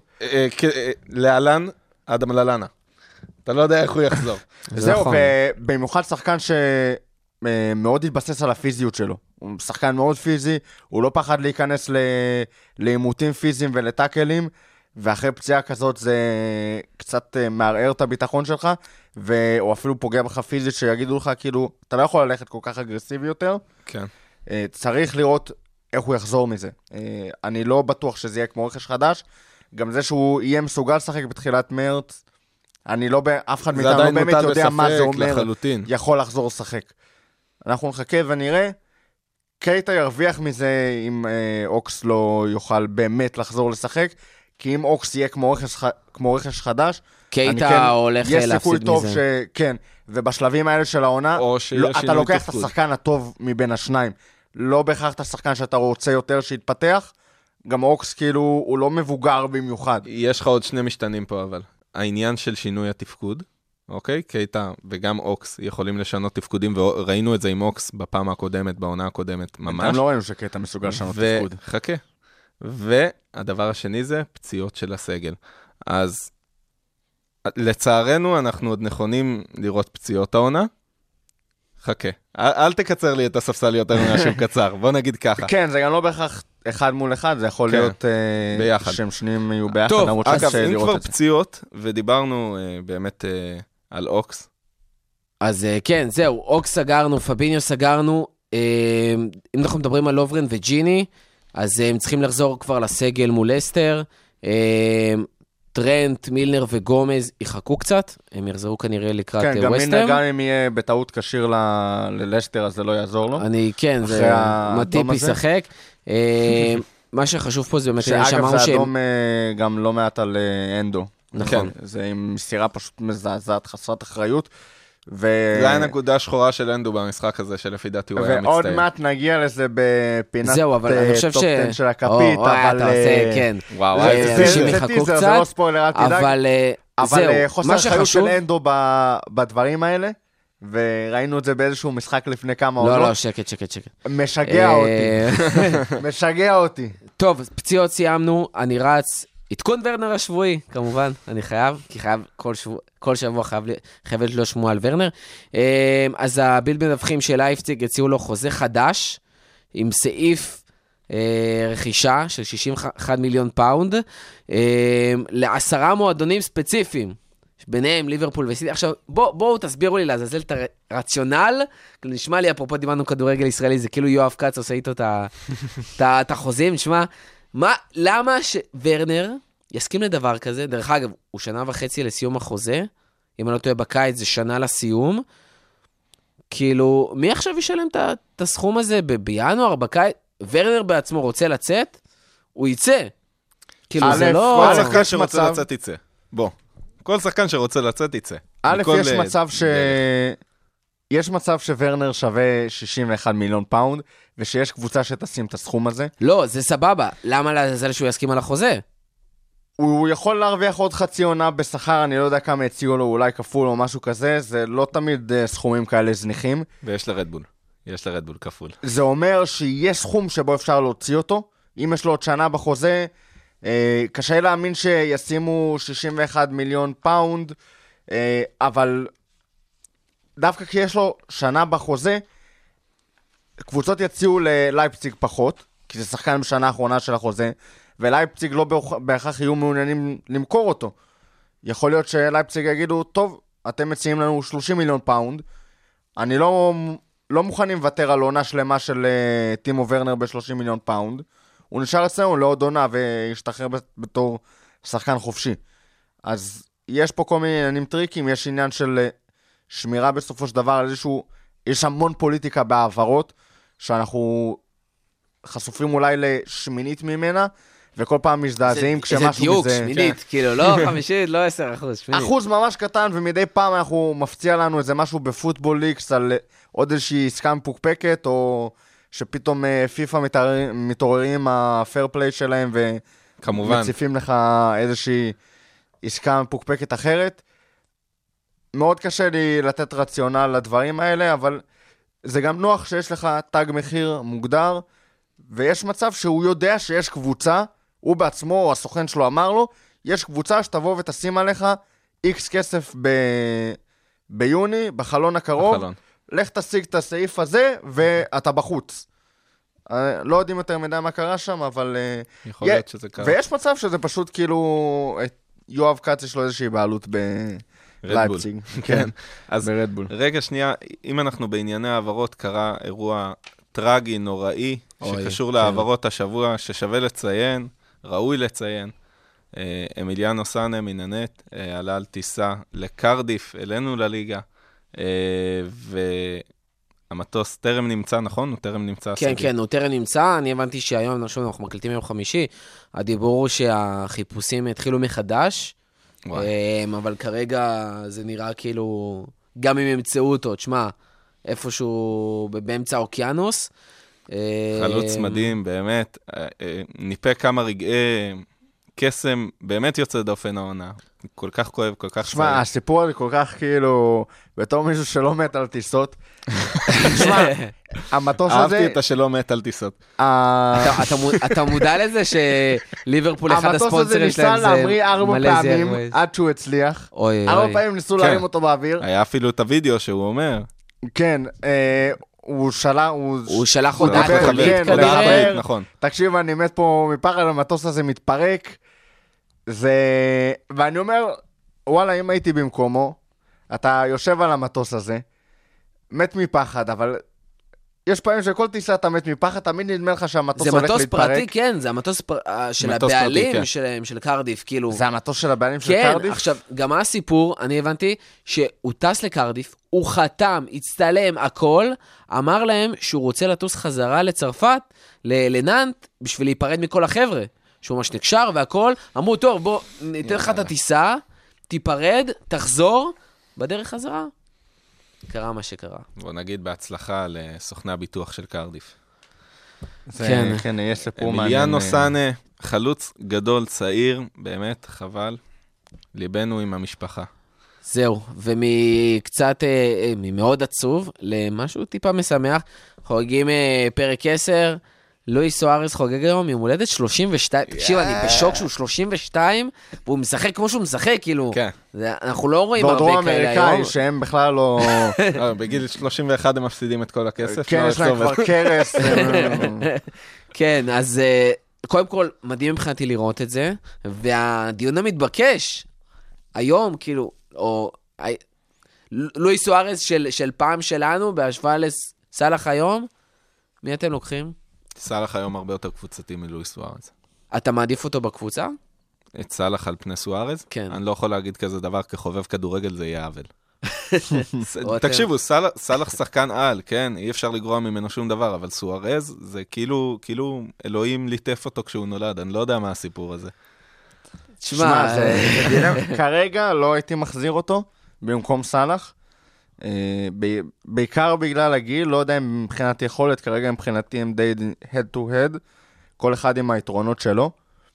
לאלן, אדם ללנה. אתה לא יודע איך הוא יחזור. זהו, ובמיוחד שחקן שמאוד התבסס על הפיזיות שלו. הוא שחקן מאוד פיזי, הוא לא פחד להיכנס לאימותים פיזיים ולטאקלים, ואחרי פציעה כזאת זה קצת מערער את הביטחון שלך, והוא אפילו פוגע בך פיזית שיגידו לך, כאילו, אתה לא יכול ללכת כל כך אגרסיבי יותר. כן. צריך לראות איך הוא יחזור מזה. אני לא בטוח שזה יהיה כמו רכש חדש, גם זה שהוא יהיה מסוגל לשחק בתחילת מרץ, אני לא, אף אחד מאיתנו לא באמת יודע מה זה אומר, לחלוטין. יכול לחזור לשחק. אנחנו נחכה ונראה, קייטה ירוויח מזה אם אוקס לא יוכל באמת לחזור לשחק, כי אם אוקס יהיה כמו רכש, כמו רכש חדש, קייטה כן, הולך להפסיד מזה. יש סיכוי טוב ש... כן, ובשלבים האלה של העונה, לא, אתה לוקח תפקוד. את השחקן הטוב מבין השניים. לא בהכרח את השחקן שאתה רוצה יותר שיתפתח, גם אוקס כאילו הוא לא מבוגר במיוחד. יש לך עוד שני משתנים פה אבל. העניין של שינוי התפקוד, אוקיי? קייטה וגם אוקס יכולים לשנות תפקודים, וראינו את זה עם אוקס בפעם הקודמת, בעונה הקודמת ממש. הם לא ראינו שקייטה מסוגל לשנות ו... תפקוד. חכה. והדבר השני זה פציעות של הסגל. אז לצערנו, אנחנו עוד נכונים לראות פציעות העונה. חכה, אל, אל תקצר לי את הספסל יותר מהשם קצר, בוא נגיד ככה. כן, זה גם לא בהכרח אחד מול אחד, זה יכול כן, להיות ביחד. שהם שניים יהיו ביחד. טוב, אגב, אם כבר פציעות, ודיברנו uh, באמת uh, על אוקס. אז uh, כן, זהו, אוקס סגרנו, פביניו סגרנו, uh, אם אנחנו מדברים על לוברן וג'יני, אז uh, הם צריכים לחזור כבר לסגל מול אסטר, uh, טרנט, מילנר וגומז יחכו קצת, הם יחזרו כנראה לקראת ווסטר. כן, גם מילנר גם אם יהיה בטעות קשיר ללסטר, אז זה לא יעזור לו. אני, כן, זה מטיפ ישחק. מה שחשוב פה זה באמת, שאגב זה אדום גם לא מעט על אנדו. נכון. זה עם מסירה פשוט מזעזעת, חסרת אחריות. זה היה נקודה שחורה של אנדו במשחק הזה, שלפי דעתי הוא היה מצטער. ועוד מעט נגיע לזה בפינת טופ עשר של הכפית, אבל... כן, וואו, אנשים יחכו קצת, זה לא ספוילר, אל תדאג. אבל חוסר אחריות של אנדו בדברים האלה, וראינו את זה באיזשהו משחק לפני כמה עונות. לא, לא, שקט, שקט, שקט. משגע אותי. משגע אותי. טוב, פציעות סיימנו, אני רץ... עדכון ורנר השבועי, כמובן, אני חייב, כי חייב, כל שבוע, כל שבוע חייב, חייבת לו שמוע על ורנר. אז הבילד מדווחים של לייפציג הציעו לו חוזה חדש, עם סעיף רכישה של שישים ואחד מיליון פאונד, לעשרה מועדונים ספציפיים, ביניהם ליברפול וסיטי. עכשיו, בואו בוא, תסבירו לי לעזאזל את הרציונל, נשמע לי, אפרופו דיברנו כדורגל ישראלי, זה כאילו יואב קץ עושה איתו את החוזים, נשמע... מה, למה שוורנר יסכים לדבר כזה? דרך אגב, הוא שנה וחצי לסיום החוזה, אם אני לא טועה בקיץ זה שנה לסיום, כאילו, מי עכשיו ישלם את הסכום הזה בינואר, בקיץ? ורנר בעצמו רוצה לצאת, הוא יצא. כאילו, זה לא... כל שחקן שרוצה לצאת יצא. בוא, כל שחקן שרוצה לצאת יצא. א', יש מצב ש... יש מצב שוורנר שווה שישים ואחד מיליון פאונד, ושיש קבוצה שתשים את הסכום הזה. לא, זה סבבה. למה לזה שהוא יסכים על החוזה? הוא יכול להרוויח עוד חצי עונה בשכר, אני לא יודע כמה הציעו לו, אולי כפול או משהו כזה, זה לא תמיד סכומים כאלה זניחים. ויש לרדבול, יש לרדבול כפול. זה אומר שיש סכום שבו אפשר להוציא אותו, אם יש לו עוד שנה בחוזה, אה, קשה להאמין שישימו שישים ואחד מיליון פאונד, אה, אבל... דווקא כי יש לו שנה בחוזה, קבוצות יציעו ללייפציג פחות, כי זה שחקן בשנה האחרונה של החוזה, ולייפציג לא בהכרח יהיו מעוניינים למכור אותו. יכול להיות שלייפציג יגידו, טוב, אתם מציעים לנו שלושים מיליון פאונד, אני לא, לא מוכנים לוותר על עונה שלמה של uh, טימו ורנר ב-שלושים מיליון פאונד, הוא נשאר אצלנו לעוד עונה וישתחרר בתור שחקן חופשי. אז יש פה כל מיני עניינים טריקים, יש עניין של... שמירה בסופו של דבר על איזשהו, יש המון פוליטיקה בעברות, שאנחנו חשופים אולי לשמינית ממנה, וכל פעם מזדעזעים כשמשהו מזה... זה דיוק, שמינית, כאילו, לא חמישית, לא עשר אחוז, שמינית. אחוז ממש קטן, ומדי פעם אנחנו מפציע לנו איזה משהו בפוטבול ליקס, על עוד איזושהי עסקה מפוקפקת, או שפתאום פיפה מתעוררים עם הפייר פליי שלהם, ומציפים לך איזושהי עסקה מפוקפקת אחרת. מאוד קשה לי לתת רציונל לדברים האלה, אבל זה גם נוח שיש לך תג מחיר מוגדר, ויש מצב שהוא יודע שיש קבוצה, הוא בעצמו או הסוכן שלו אמר לו, יש קבוצה שתבוא ותשים עליך איקס כסף ב... ביוני, בחלון הקרוב, בחלון. לך תשיג את הסעיף הזה, ואתה בחוץ. לא יודעים יותר מדי מה קרה שם, אבל... יכול להיות שזה קרה. ויש מצב שזה פשוט כאילו... יואב קץ יש לו איזושהי בעלות ב... לייפציג, כן, אז ברדבול. רגע שנייה, אם אנחנו בענייני העברות, קרה אירוע טרגי, נוראי, שקשור לעברות השבוע, ששווה לציין, ראוי לציין. אמיליאנו סאנה מננט, עלה על טיסה לקרדיף, אלינו לליגה, והמטוס טרם נמצא, נכון? הוא טרם נמצא. כן, כן, הוא טרם נמצא, אני הבנתי שהיום, אנחנו מקליטים יום חמישי, הדיבור הוא שהחיפושים התחילו מחדש, אבל כרגע זה נראה כאילו, גם אם ימצאו אותו, תשמע, איפשהו באמצע האוקיינוס. חלוץ מדהים, באמת. ניפה כמה רגעי קסם באמת יוצא דופן העונה. כל כך כואב, כל כך שמע, הסיפור הזה כל כך כאילו, בתור מישהו שלא מת על טיסות, שמע, המטוס הזה... אהבתי את השלא מת על טיסות. אתה מודע לזה שליברפול אחד הספונסרים שלהם זה... המטוס הזה ניסה להמריא ארבע פעמים עד שהוא הצליח. ארבע פעמים ניסו להרים אותו באוויר. היה אפילו את הוידאו שהוא אומר. כן, הוא שלח... הוא שלח הודעה קולית כנראה. נכון. תקשיב, אני מת פה מפחד, המטוס הזה מתפרק. זה... ואני אומר, וואלה, אם הייתי במקומו, אתה יושב על המטוס הזה, מת מפחד, אבל יש פעמים שכל טיסה אתה מת מפחד, תמיד נדמה לך שהמטוס הולך להתפרק. זה מטוס פרטי, כן, זה המטוס פר... של הבעלים שלהם, של קרדיף, כאילו. זה המטוס של הבעלים של כן, קרדיף? כן, עכשיו, גם מה הסיפור, אני הבנתי, שהוא טס לקרדיף, הוא חתם, הצטלם, הכל, אמר להם שהוא רוצה לטוס חזרה לצרפת, לננט, בשביל להיפרד מכל החבר'ה. שהוא ממש נקשר והכל, אמרו, טוב, בוא, ניתן לך את הטיסה, תיפרד, תחזור, בדרך חזרה. קרה מה שקרה. בוא נגיד בהצלחה לסוכני הביטוח של קרדיף. כן, כן, יש סיפור מעניין. אמיליאנו סאנה, חלוץ גדול, צעיר, באמת, חבל. ליבנו עם המשפחה. זהו, ומקצת, ממאוד עצוב, למשהו טיפה משמח, חוגגים פרק עשר, לואיס סוארז חוגג היום יום הולדת שלושים ושתיים, תקשיב, אני בשוק שהוא שלושים ושתיים, והוא משחק כמו שהוא משחק, כאילו, אנחנו לא רואים הרבה כאלה היום. ועוד אמריקאי שהם בכלל לא... בגיל שלושים ואחת הם מפסידים את כל הכסף. כן, יש להם כבר קרס. כן, אז קודם כל, מדהים מבחינתי לראות את זה, והדיון המתבקש, היום, כאילו, או... לואיס סוארז של פעם שלנו, בהשוואה לסלח היום, מי אתם לוקחים? סלח היום הרבה יותר קבוצתי מלואיס סוארז. אתה מעדיף אותו בקבוצה? את סלח על פני סוארז? כן. אני לא יכול להגיד כזה דבר, כחובב כדורגל זה יהיה עוול. תקשיבו, סלח שחקן על, כן? אי אפשר לגרוע ממנו שום דבר, אבל סוארז זה כאילו, כאילו אלוהים ליטף אותו כשהוא נולד, אני לא יודע מה הסיפור הזה. תשמע, כרגע לא הייתי מחזיר אותו במקום סלח. בעיקר בגלל הגיל, לא יודע אם מבחינת יכולת, כרגע מבחינתי הם די head to head, כל אחד עם היתרונות שלו.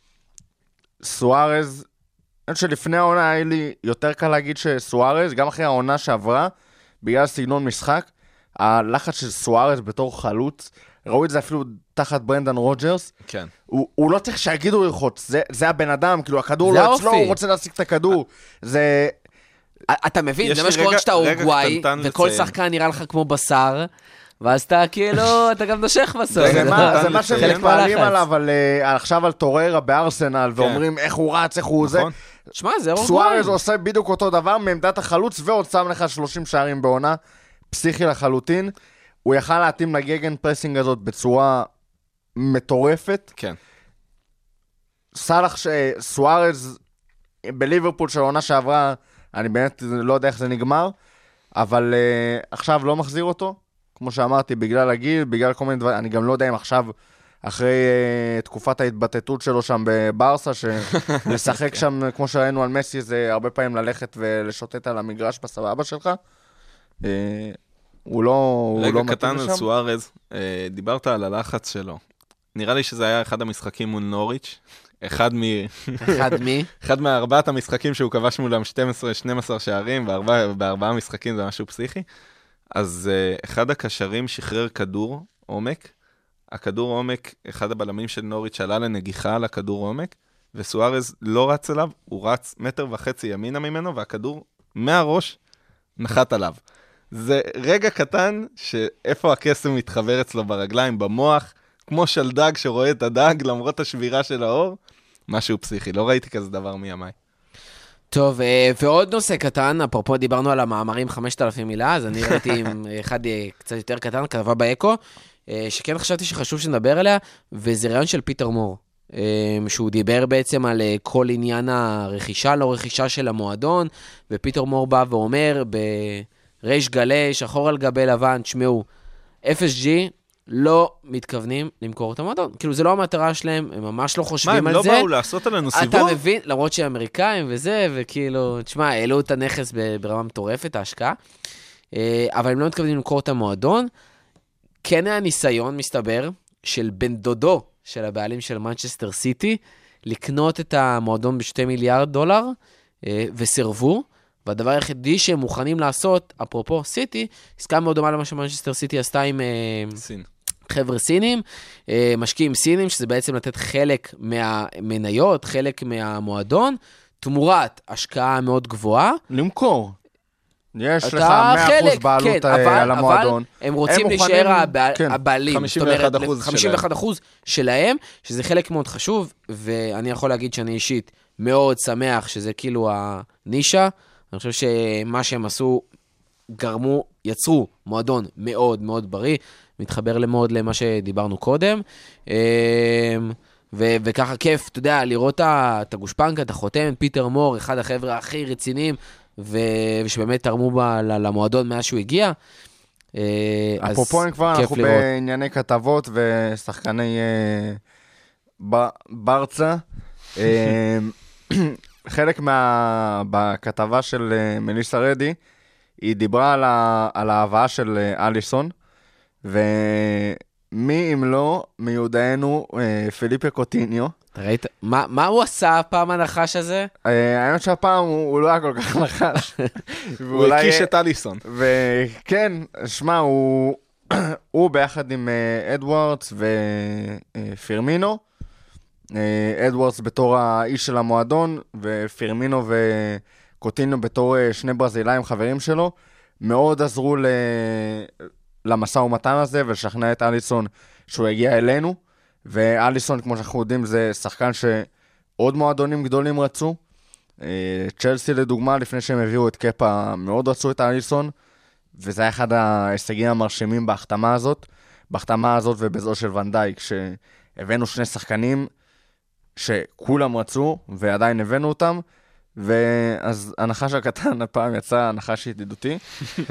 סוארז, אני חושב שלפני העונה היה לי יותר קל להגיד שסוארז, גם אחרי העונה שעברה, בגלל סגנון משחק, הלחץ של סוארז בתור חלוץ, ראו את זה אפילו תחת ברנדן רוג'רס, כן. הוא, הוא לא צריך שהגידו ללחוץ, זה, זה הבן אדם, כאילו הכדור לא אצלו, הוא רוצה להשיג את הכדור, זה... אתה מבין, זה מה שקורה כשאתה אורוגוואי, וכל שחקן נראה לך כמו בשר, ואז אתה כאילו, אתה גם נושך בסוף. זה מה שמתפעלים עליו, עכשיו על טוררה בארסנל, ואומרים איך הוא רץ, איך הוא זה. שמע, זה אורוגוואי. סוארז עושה בדיוק אותו דבר, מעמדת החלוץ, ועוד שם לך שלושים שערים בעונה, פסיכי לחלוטין. הוא יכל להתאים לגגן פרסינג הזאת בצורה מטורפת. כן. סלח סוארז בליברפול של העונה שעברה, אני באמת לא יודע איך זה נגמר, אבל uh, עכשיו לא מחזיר אותו, כמו שאמרתי, בגלל הגיל, בגלל כל מיני דברים, אני גם לא יודע אם עכשיו, אחרי uh, תקופת ההתבטטות שלו שם בברסה, שלשחק שם, כמו שראינו על מסי, זה הרבה פעמים ללכת ולשוטט על המגרש בסבבה שלך. Uh, הוא לא... רגע קטן על סוארז, uh, דיברת על הלחץ שלו. נראה לי שזה היה אחד המשחקים מול נוריץ', אחד מ... אחד מי? אחד מארבעת המשחקים שהוא כבש מולם שתים עשרה שתים עשרה שערים, בארבע, בארבעה משחקים זה משהו פסיכי. אז uh, אחד הקשרים שחרר כדור עומק, הכדור עומק, אחד הבלמים של נוריץ' עלה לנגיחה על הכדור עומק, וסוארז לא רץ אליו, הוא רץ מטר וחצי ימינה ממנו, והכדור מהראש נחת עליו. זה רגע קטן שאיפה הקסם מתחבר אצלו ברגליים, במוח, כמו של דג שרואה את הדג למרות השבירה של האור, משהו פסיכי, לא ראיתי כזה דבר מימי. טוב, ועוד נושא קטן, אפרופו דיברנו על המאמרים חמשת אלפים מילה, אז אני ראיתי עם אחד קצת יותר קטן, כתבה באקו, שכן חשבתי שחשוב שנדבר עליה, וזה רעיון של פיטר מור, שהוא דיבר בעצם על כל עניין הרכישה, לא רכישה של המועדון, ופיטר מור בא ואומר בריש גלי, שחור על גבי לבן, תשמעו, אף אס ג'י, לא מתכוונים למכור את המועדון. כאילו, זה לא המטרה שלהם, הם ממש לא חושבים מה, על זה. מה, הם לא באו לעשות עלינו סיבוב? אתה מבין, למרות שהאמריקאים וזה, וכאילו, תשמע, העלו את הנכס ברמה מטורפת, ההשקעה, אבל הם לא מתכוונים למכור את המועדון. כן היה ניסיון, מסתבר, של בן דודו של הבעלים של מנצ'סטר סיטי, לקנות את המועדון בשתי מיליארד דולר, וסרבו, והדבר היחידי שהם מוכנים לעשות, אפרופו סיטי, עסקה מאוד דומה למה שמנצ'סטר סיטי עשתה עם סין. חבר'ה סינים, משקיעים סינים, שזה בעצם לתת חלק מהמניות, חלק מהמועדון, תמורת השקעה מאוד גבוהה. למכור. יש לך מאה אחוז בעלות על המועדון. הם רוצים להישאר הבעלים. חמישים ואחד אחוז חמישים ואחד אחוז שלהם, שזה חלק מאוד חשוב, ואני יכול להגיד שאני אישית מאוד שמח שזה כאילו הנישה. אני חושב שמה שהם עשו, גרמו, יצרו מועדון מאוד מאוד בריא, מתחבר למאוד למה שדיברנו קודם, ו- וככה כיף, אתה יודע, לראות את הגושפנקה, את החותם, פיטר מור, אחד החבר'ה הכי רציניים, ו- ושבאמת תרמו בה למועדון מאז שהוא הגיע. אפרופו כבר, אנחנו לראות. בענייני כתבות ושחקני ב- ברצה, חלק מה... בכתבה של מליסה רדי, היא דיברה על, ה... על ההבאה של אליסון, ומי אם לא מיודענו פיליפה קוטיניו. ראית? מה, מה הוא עשה הפעם הנחש הזה? האמת שהפעם הוא, הוא לא היה כל כך נחש. הוא הקיש את אליסון. וכן, שמע, הוא, הוא ביחד עם אדוורדס ופירמינו, אדוורדס בתור האיש של המועדון, ופירמינו וקוטיניו בתור שני ברזילאים חברים שלו, מאוד עזרו ל... למסע ומתן הזה, ולשכנע את אליסון שהוא הגיע אלינו, ואליסון, כמו שאנחנו יודעים, זה שחקן שעוד מועדונים גדולים רצו. צ'לסי לדוגמה, לפני שהם הביאו את קפה, מאוד רצו את אליסון, וזה היה אחד ההישגים המרשימים בהחתמה הזאת, בהחתמה הזאת ובזו של ונדייק, שהבאנו שני שחקנים שכולם רצו, ועדיין הבאנו אותם, ואז הנחש הקטן הפעם יצא הנחש ידידותי.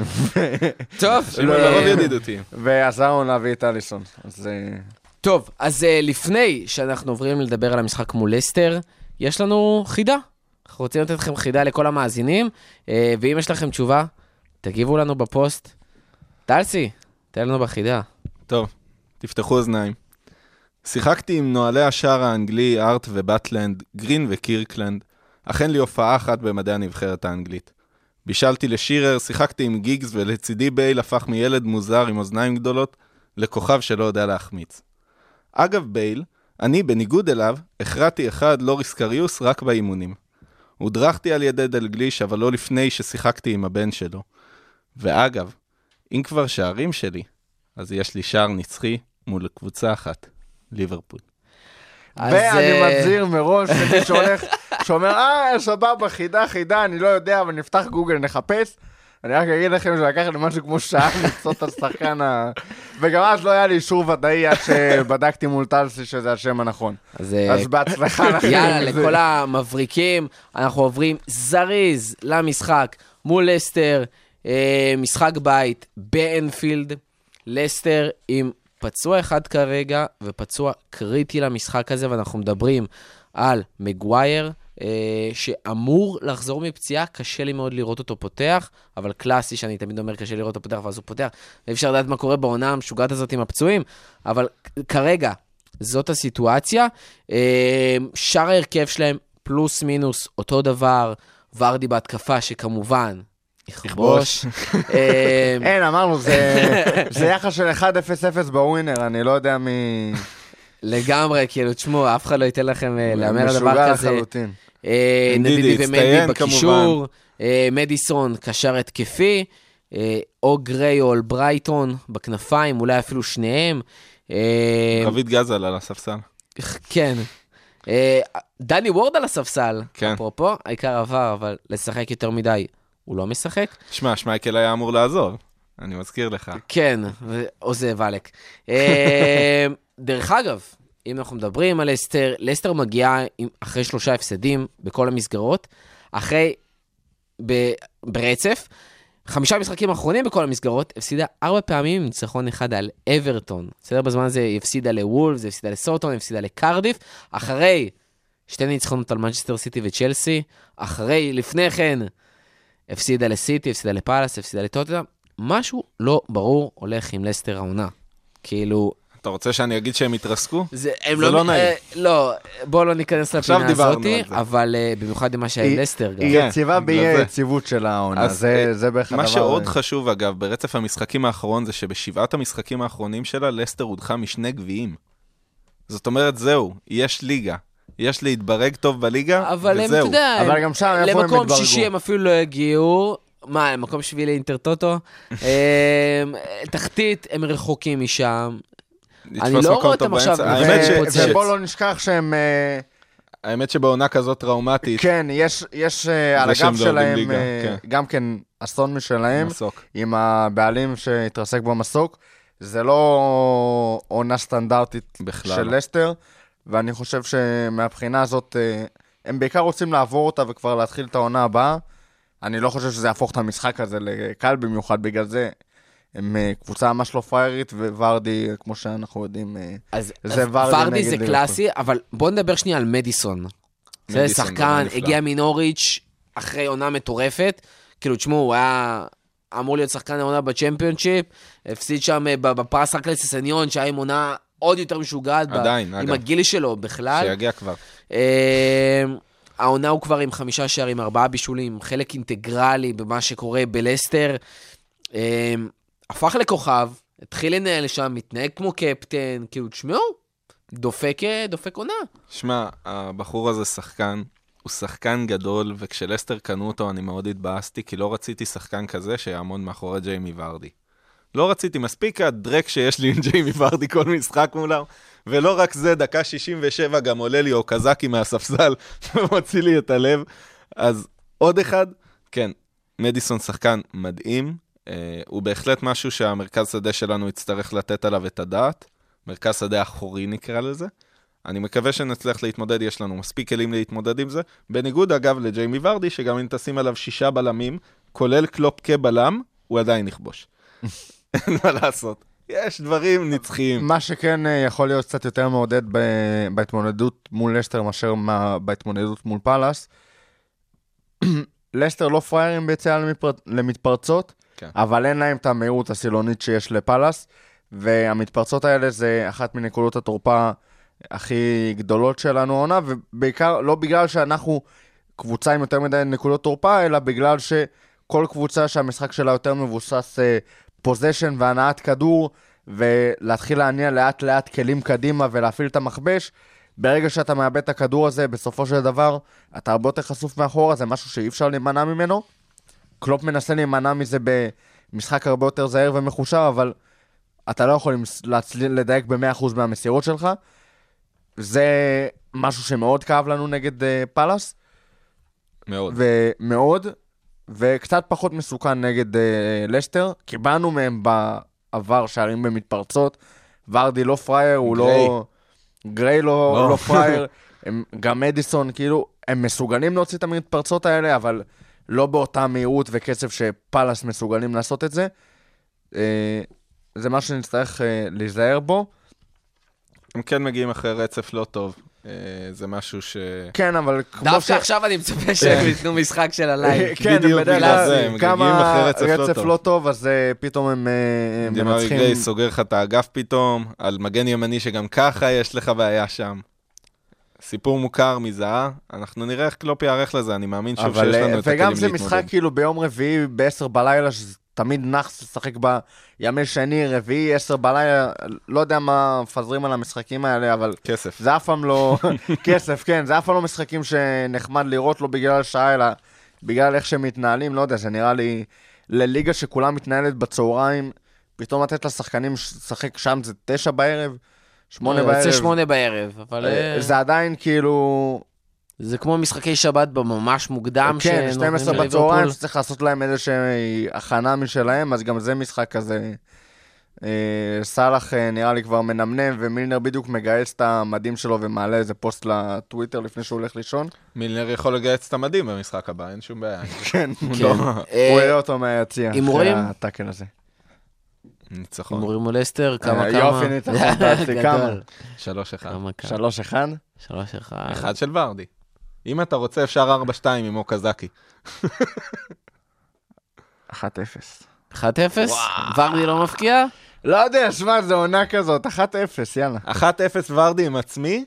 טוב. לרוב ידידותי. ועזרנו להביא את אליסון. טוב, אז לפני שאנחנו עוברים לדבר על המשחק מול לסטר, יש לנו חידה. אנחנו רוצים לתת לכם חידה לכל המאזינים, ואם יש לכם תשובה, תגיבו לנו בפוסט. טלסי, תן לנו בחידה. טוב, תפתחו אוזניים. שיחקתי עם נועלי השער האנגלי, ארט ובטלנד, גרין וקירקלנד, אכן לי הופעה אחת במדעי הנבחרת האנגלית. בישלתי לשירר, שיחקתי עם גיגס, ולצידי בייל הפך מילד מוזר עם אוזניים גדולות, לכוכב שלא יודע להחמיץ. אגב בייל, אני בניגוד אליו, הכרעתי אחד לוריס קריוס רק באימונים. הודרכתי על ידי דלגליש, אבל לא לפני ששיחקתי עם הבן שלו. ואגב, אם כבר שערים שלי, אז יש לי שער נצחי מול קבוצה אחת, ליברפול. ואני מזהיר מראש שמי שהולך, שאומר, אה, סבבה, חידה, חידה, אני לא יודע, אבל נפתח גוגל, נחפש. אני רק אגיד לכם שלקח לי משהו כמו שעה למצוא את השחקן ה... וגם אז לא היה לי אישור ודאי עד שבדקתי מול טלסי שזה השם הנכון. אז בהצלחה לכם. יאללה, לכל המבריקים, אנחנו עוברים זריז למשחק מול לסטר, משחק בית באנפילד, לסטר עם פצוע אחד כרגע, ופצוע קריטי למשחק הזה, ואנחנו מדברים על מגווייר, שאמור לחזור מפציעה, קשה לי מאוד לראות אותו פותח, אבל קלאסי שאני תמיד אומר קשה לראות אותו פותח, ואז הוא פותח, ואפשר לדעת מה קורה בעונה המשוגעת הזאת עם הפצועים, אבל כרגע זאת הסיטואציה, שאר ההרכב שלהם פלוס מינוס אותו דבר, ורדי בהתקפה שכמובן יכבוש. אין, אמרנו, זה יחס של אחד אפס אפס בווינר, אני לא יודע מי... לגמרי, כאילו, תשמעו, אף אחד לא ייתן לכם לאמר הדבר כזה. משוגע לחלוטין. נדידי ומדי בקישור, מדיסון קשר התקפי, או גריי או ברייטון בכנפיים, אולי אפילו שניהם. רביד גזל על הספסל. כן. דני וורד על הספסל, כן. אפרופו, העיקר עבר, אבל לשחק יותר מדי, הוא לא משחק. שמע, שמייקל היה אמור לעזור, אני מזכיר לך. כן, עוזב אלק. דרך אגב, אם אנחנו מדברים על לסטר, לסטר מגיעה אחרי שלושה הפסדים בכל המסגרות, אחרי, ב, ברצף, חמישה משחקים האחרונים בכל המסגרות, הפסידה ארבע פעמים עם ניצחון אחד על אברטון. בסדר, בזמן הזה היא הפסידה לוולפס, היא הפסידה לסוטון, היא הפסידה לקרדיף, אחרי שתי ניצחונות על מנצ'סטר סיטי וצ'לסי, אחרי, לפני כן, הפסידה לסיטי, הפסידה לפאלאס, הפסידה לטוטנהאם, משהו לא ברור הולך עם לסטר העונה. כאילו... אתה רוצה שאני אגיד שהם התרסקו? זה, הם זה לא, לא נעים. אה, לא, בואו לא ניכנס עכשיו לפינה דיברנו הזאתי, על זה. אבל אה, במיוחד עם מה שהיה היא- לסטר גם. היא כן, יציבה בגלל באי זה. היציבות של העונה, אז, זה אה, זה בערך הדבר. מה שעוד חשוב, אגב, ברצף המשחקים האחרון, זה שבשבעת המשחקים האחרונים שלה, לסטר הודחה משני גביעים. זאת אומרת, זהו, יש ליגה. יש להתברג טוב בליגה, אבל הם, אתה וזהו. יודע, אבל הם- גם שם, איפה הם למקום התברגו? שישי הם אפילו לא הגיעו. מה, למקום שביעי לאינטר טוטו? אה, תחתית, הם רחוקים משם. אני לתפוס לא מקום רואה טוב אותם עכשיו, באמצע. ו- האמת ש- ו- ש- ובוא לא נשכח שהם... אה, האמת שבעונה כזאת טראומטית, כן, יש, יש אה, על שהם הגב לא יורדים שלהם ליגה, אה, כן. גם כן אסון משלהם, מסוק. עם הבעלים שהתרסק במסוק. זה לא עונה סטנדרטית בכלל של לא. לסטר, ואני חושב שמהבחינה הזאת, אה, הם בעיקר רוצים לעבור אותה וכבר להתחיל את העונה הבאה. אני לא חושב שזה יהפוך את המשחק הזה לקל במיוחד, בגלל זה הם אה, קבוצה ממש לא פריירית, וורדי, כמו שאנחנו יודעים, אה, אז זה אז ורדי ורדי נגד זה ליברפול. קלאסי, אבל בוא נדבר שנייה על מדיסון. זה מדיסון, שחקן, דבר נפלא. הגיע מנוריץ' אחרי עונה מטורפת. כאילו, תשמעו, הוא היה אמור להיות שחקן העונה בצ'מפיונשיפ, הפסיד שם ב- בפרס רק לססניון, שהיה עם עונה עוד יותר משוגעת. ב- עדיין, עם אגב. הגיל שלו בכלל. שיגיע כבר. אה, העונה הוא כבר עם חמישה שערים, ארבעה בישולים, חלק אינטגרלי במה שקורה בלסטר. אה, הפך לכוכב, התחיל לנהל שם, מתנהג כמו קפטן, כאילו, תשמעו, דופק, דופק עונה. שמע, הבחור הזה שחקן, הוא שחקן גדול, וכשלסטר קנו אותו אני מאוד התבאסתי, כי לא רציתי שחקן כזה שיעמוד מאחורי ג'יימי ורדי. לא רציתי, מספיק הדרק שיש לי עם ג'יימי ורדי כל משחק מולם, ולא רק זה, דקה שישים ושבע גם עולה לי אוקזקי מהספסל, ומוציא לי את הלב. אז עוד אחד, כן, מדיסון שחקן מדהים, אה, הוא בהחלט משהו שהמרכז שדה שלנו יצטרך לתת עליו את הדעת, מרכז שדה אחורי נקרא לזה. אני מקווה שנצליח להתמודד, יש לנו מספיק כלים להתמודד עם זה, בניגוד אגב לג'יימי ורדי, שגם אם תשים עליו שישה בלמים, כולל קלופ כבלם, הוא עדיין נכבוש. אין מה לעשות. יש דברים נצחיים. מה שכן אה, יכול להיות קצת יותר מעודד ב- בהתמודדות מול לסטר מאשר מה- בהתמודדות מול פלאס. לסטר לא פריירים ביציאה למתפר... למתפרצות, כן. אבל אין להם את המהירות הסילונית שיש לפלאס, והמתפרצות האלה זה אחת מנקודות התורפה הכי גדולות שלנו עונה, ובעיקר לא בגלל שאנחנו קבוצה עם יותר מדי נקודות תורפה, אלא בגלל שכל קבוצה שהמשחק שלה יותר מבוסס פוזיישן והנעת כדור, ולהתחיל להניע לאט לאט כלים קדימה ולהפעיל את המכבש, ברגע שאתה מאבד את הכדור הזה, בסופו של דבר, אתה הרבה יותר חשוף מאחורה, זה משהו שאי אפשר להימנע ממנו. קלופ מנסה להימנע מזה במשחק הרבה יותר זהיר ומחושב, אבל אתה לא יכול להצליח לדייק ב-מאה אחוז מהמסירות שלך. זה משהו שמאוד כאב לנו נגד uh, פלאס. מאוד. ומאוד, וקצת פחות מסוכן נגד uh, לסטר. קיבלנו מהם בעבר שערים במתפרצות. ורדי לא פרייר, הוא גריי. לא... גריי לא, לא. לא פרייר. הם, גם מדיסון, כאילו, הם מסוגלים להוציא את המתפרצות האלה, אבל לא באותה מהירות וקצב שפלאס מסוגלים לעשות את זה. Uh, זה מה שנצטרך uh, להיזהר בו. הם כן מגיעים אחרי רצף לא טוב. אה, זה משהו ש... כן, אבל כמו דווקא עכשיו אני מצפה שהם ייתנו משחק של הלייב. כן, בדיוק בדרך בגלל כלל, זה, הם מגיעים כמה אחרי רצף לא רצף טוב. לא טוב, אז אה, פתאום הם אה, דמרי מנצחים. גריי סוגר לך את האגף פתאום, על מגן ימני שגם ככה יש לך בעיה שם. סיפור מוכר מזהה, אנחנו נראה איך קלופ יערך לזה, אני מאמין שוב אבל, שיש אה, לנו את הכלים וגם להתמודד. זה משחק כאילו ביום רביעי בעשר בלילה, שזה תמיד נח לשחק בימי שני, רביעי, עשר בלילה, לא יודע מה מפזרים על המשחקים האלה, אבל כסף. זה אף פעם לא... כסף, כן, זה אף פעם לא משחקים שנחמד לראות, לא בגלל השעה, אלא בגלל איך שהם מתנהלים, לא יודע, זה נראה לי לליגה שכולם מתנהלת בצהריים, פתאום לתת לשחקנים לשחק שם, זה תשע בערב, שמונה בערב. יוצא שמונה בערב, אבל אה, זה עדיין כאילו... זה כמו משחקי שבת בממש מוקדם. כן, שנותנים שתים עשרה לליברפול. בצהריים, שצריך לעשות להם איזושהי הכנה משלהם, אז גם זה משחק כזה. אה, סלאח אה, נראה לי כבר מנמנם, ומילנר בדיוק מגייס את המדים שלו ומעלה איזה פוסט לטוויטר לפני שהוא הולך לישון. מילנר יכול לגייס את המדים במשחק הבא, אין שום בעיה. כן, כן. הוא אה, יראה אותו מהיציע, אחרי הימורים? הטאקל הזה. ניצחון. הימורים מול לסטר, כמה אה, כמה. יופי, ניצחון, תעשי כמה. גדול. שלוש אחד. כמה כמה. שלוש אחד? שלוש אחד. אחד של ורדי. אם אתה רוצה אפשר ארבע שתיים עם אוקזקי. אחת אפס. אחת אפס? ורדי לא מפקיע? לא יודע, שמע, זה עונה כזאת, אחת אפס, יאללה. אחת אפס ורדי עם עצמי?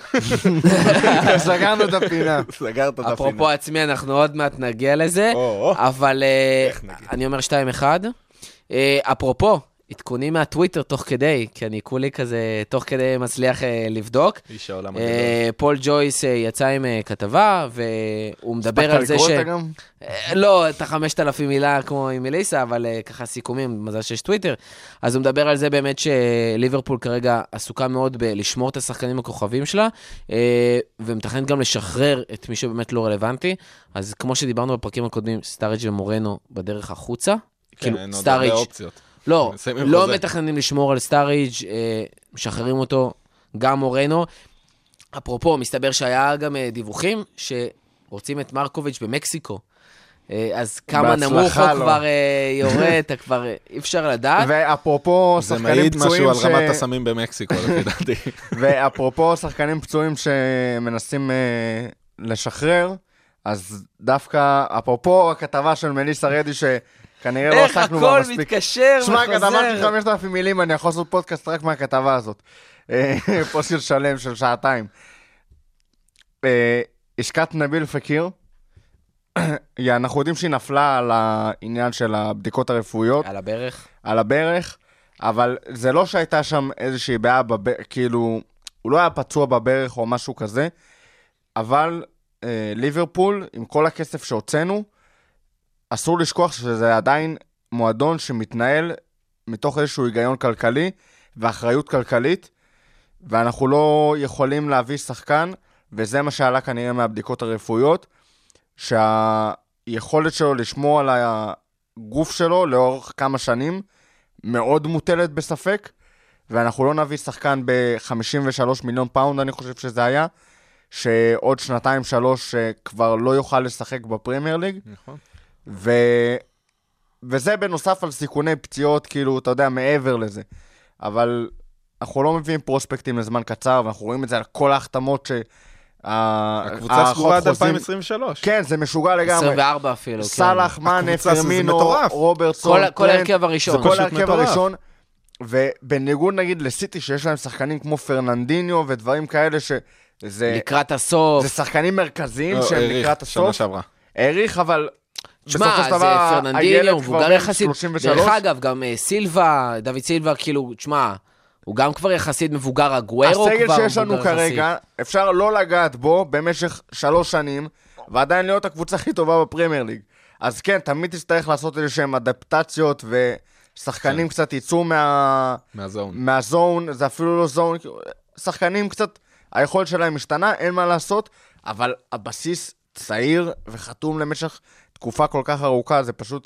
סגרנו את הפינה. סגרת את הפינה. אפרופו עצמי, אנחנו עוד מעט נגיע לזה, אבל אני אומר שתיים אחד. אפרופו, עדכונים מהטוויטר תוך כדי, כי אני כולי כזה תוך כדי מצליח לבדוק. איש העולם הגדול. פול ג'ויס יצא עם כתבה, והוא מדבר על זה ש... הספקת לקרוא אותה גם? לא, את החמשת אלפים מילה כמו עם מליסה, אבל ככה סיכומים, מזל שיש טוויטר. אז הוא מדבר על זה באמת שליברפול כרגע עסוקה מאוד בלשמור את השחקנים הכוכבים שלה, ומתכנת גם לשחרר את מי שבאמת לא רלוונטי. אז כמו שדיברנו בפרקים הקודמים, סטאריג' ומורנו בדרך החוצה. כן, אין עוד הרבה אופציות. לא, לא מתכננים לשמור על סטאריג', משחררים אותו, גם מורנו. אפרופו, מסתבר שהיה גם דיווחים שרוצים את מרקוביץ' במקסיקו. אז כמה נמוך הוא כבר יורד, אתה כבר אי אפשר לדעת. ואפרופו שחקנים פצועים ש... זה מעיד משהו על רמת הסמים במקסיקו, לפי דעתי. ואפרופו שחקנים פצועים שמנסים לשחרר, אז דווקא, אפרופו הכתבה של מליסה רדי ש... כנראה לא עסקנו בה מספיק. איך הכל מתקשר וחוזר. שמע, כתבה של חמשת אלפים מילים, אני יכול לעשות פודקאסט רק מהכתבה הזאת. פוסט שלם של שעתיים. השקת נביל פקיר, אנחנו יודעים שהיא נפלה על העניין של הבדיקות הרפואיות. על הברך. על הברך, אבל זה לא שהייתה שם איזושהי בעיה, כאילו, הוא לא היה פצוע בברך או משהו כזה, אבל ליברפול, עם כל הכסף שהוצאנו, אסור לשכוח שזה עדיין מועדון שמתנהל מתוך איזשהו היגיון כלכלי ואחריות כלכלית, ואנחנו לא יכולים להביא שחקן, וזה מה שעלה כנראה מהבדיקות הרפואיות, שהיכולת שלו לשמור על הגוף שלו לאורך כמה שנים מאוד מוטלת בספק, ואנחנו לא נביא שחקן ב-חמישים ושלושה מיליון פאונד, אני חושב שזה היה, שעוד שנתיים שלוש כבר לא יוכל לשחק בפרמייר ליג. נכון. ו... וזה בנוסף על סיכוני פציעות, כאילו, אתה יודע, מעבר לזה. אבל אנחנו לא מביאים פרוספקטים לזמן קצר, ואנחנו רואים את זה על כל ההחתמות ש... הקבוצה סגורה עד אלפיים עשרים ושלוש. כן, זה משוגע לגמרי. עשרים וארבע אפילו. סלאח, מאנה, פרמינו, רוברטסון. כל ההרכב הראשון. כל ההרכב הראשון. ובניגוד נגיד לסיטי, שיש להם שחקנים כמו פרננדיניו ודברים כאלה שזה... לקראת הסוף. זה שחקנים מרכזיים שהם לקראת הסוף. שנה שעברה. העריך, אבל... תשמע, זה פרננדיניו, מבוגר יחסית. דרך אגב, גם סילבה, דוד סילבה, כאילו, תשמע, הוא גם כבר יחסית מבוגר, הגוארו כבר מבוגר יחסית. הסגל שיש לנו כרגע, אפשר לא לגעת בו במשך שלוש שנים, ועדיין להיות הקבוצה הכי טובה בפרמייר ליג. אז כן, תמיד תצטרך לעשות איזשהם אדפטציות, ושחקנים קצת יצאו מהזון, זה אפילו לא זון, שחקנים קצת, היכולת שלהם משתנה, אין מה לעשות, אבל הבסיס צעיר וחתום למשך תקופה כל כך ארוכה, זה פשוט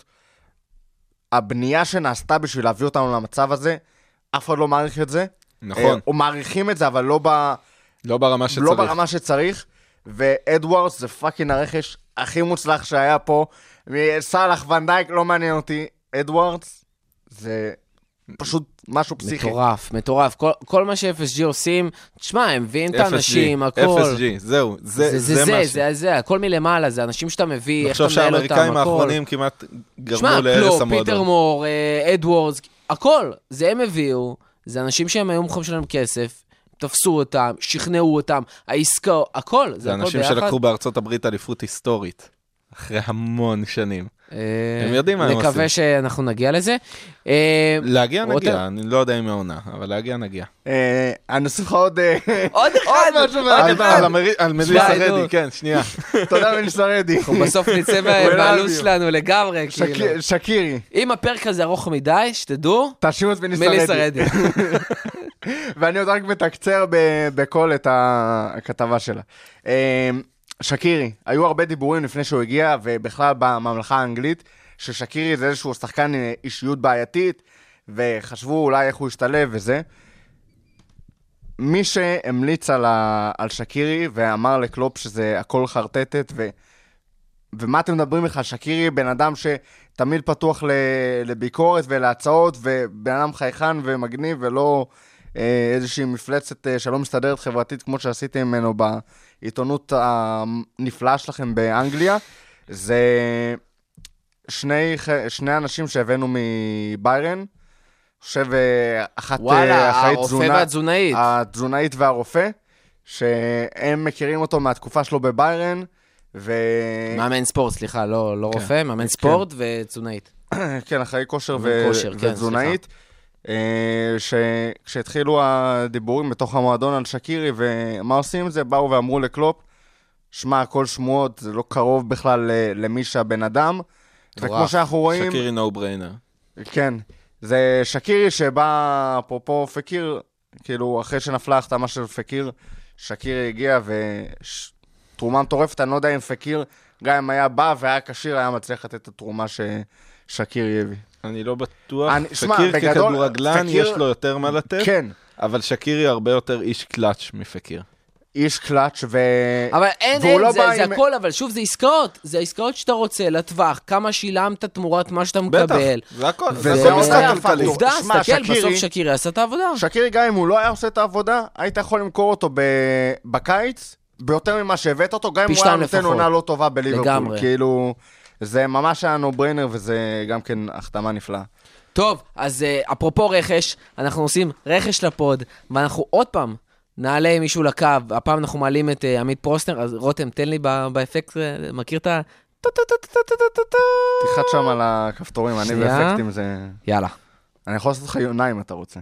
הבנייה שנעשתה בשביל להביא אותנו למצב הזה, אף אחד לא מעריך את זה. נכון. או מעריכים את זה, אבל לא, ב... לא ברמה שצריך. לא ברמה שצריך, ואדוארדס זה פאקינג הרכש הכי מוצלח שהיה פה, סלאח ונדייק לא מעניין אותי, אדוארדס זה פשוט משהו פסיכי. מטורף, מטורף. כל, כל מה ש-אף אס ג'י עושים, תשמע, הם מביאים את האנשים, הכל. אף אס ג'י, זהו, זה, זה, זה, זה, זה, זה, זה, הכל מלמעלה, זה אנשים שאתה מביא, איך אתה מנהל אותם, הכל. לחשוב שהאמריקאים האחרונים כמעט גרמו להרס המועדון. תשמע, פיטר מור, אדוורדס, הכל, זה הם הביאו, זה אנשים שהם היו מוכנים שלהם כסף, תפסו אותם, שכנעו אותם, העסקה, הכל, זה, זה הכל אנשים ביחד. שלקחו בארצות הברית אליפות היסטורית, אחרי המון שנים. הם יודעים מה הם עושים. נקווה שאנחנו נגיע לזה. להגיע נגיע, אני לא יודע אם העונה, אבל להגיע נגיע. אני אוסיף לך עוד... עוד אחד! על מליסה רדי, כן, שנייה. תודה מליסה רדי. אנחנו בסוף נצא מהלו"ז שלנו לגמרי. שקירי. אם הפרק הזה ארוך מדי, שתדעו, תאשימו את מליסה רדי. ואני עוד רק מתקצר בכל את הכתבה שלה. שקירי, היו הרבה דיבורים לפני שהוא הגיע, ובכלל בממלכה האנגלית, ששקירי זה איזשהו שחקן אישיות בעייתית, וחשבו אולי איך הוא ישתלב וזה. מי שהמליץ על, ה... על שקירי, ואמר לקלופ שזה הכל חרטטת, ו... ומה אתם מדברים לך? שקירי בן אדם שתמיד פתוח ל... לביקורת ולהצעות, ובן אדם חייכן ומגניב, ולא איזושהי מפלצת שלא מסתדרת חברתית, כמו שעשיתם ממנו בעיתונות הנפלאה שלכם באנגליה. זה שני, שני אנשים שהבאנו מביירן, חושב אחת וואלה, אחראית הרופא תזונה, והתזונאית. התזונאית והרופא, שהם מכירים אותו מהתקופה שלו בביירן, ו... מאמן ספורט, סליחה, לא, לא כן. רופא, מאמן ספורט ותזונאית. כן, אחראי כושר מאמן ו... כושר, כן, ותזונאית. שכשהתחילו הדיבורים בתוך המועדון על שקירי, ומה עושים עם זה, באו ואמרו לקלופ, שמע, הכל שמועות, זה לא קרוב בכלל למי שהבן אדם, וכמו שאנחנו רואים... שקירי נו בריינר. כן, זה שקירי שבא, אפרופו פקיר, כאילו, אחרי שנפלה החתמה של פקיר, שקירי הגיע ותרומה מטורפת, אני לא יודע אם פקיר, גם אם היה בא והיה קשיר, היה מצליח לתת את התרומה ששקירי יביא. אני לא בטוח. אני- שמע, פקיר בגדול, ככדורגלן פקיר- יש לו יותר מה לתת, כן, אבל שקירי הרבה יותר איש קלאץ' מפקיר. איש קלאץ' ו... אבל אין, והוא אין, לא זה, בא זה עם- הכל, אבל שוב, זה עסקאות. זה עסקאות שאתה רוצה, לטווח, כמה שילמת תמורת מה שאתה בטח, מקבל. זה הכל, זה וזה הכל לא משחק היה כלכלי. פקטור. עובדה, שמע, תסתכל, שקירי- בסוף שקירי עשה את העבודה. שקירי גם אם הוא לא היה עושה את העבודה, היית יכול למכור אותו ב- בקיץ, ביותר ממה שהבאת אותו, גם אם פי הוא היה שתיים נותן לפחות. עונה לא טובה בליברפול. לגמרי. כאילו, זה ממש היה נו בריינר, וזה גם כן החתמה נפלאה. טוב, אז uh, אפרופו רכש, אנחנו עושים רכש לפוד, ואנחנו עוד פעם נעלה מישהו לקו, הפעם אנחנו מעלים את uh, עמית פרוסנר, אז רותם, תן לי ב- באפקט, uh, מכיר את ה... תחת שם על הכפתורים, אני שנייה. באפקטים זה... יאללה. אני יכול לעשות לך יונה אם אתה רוצה.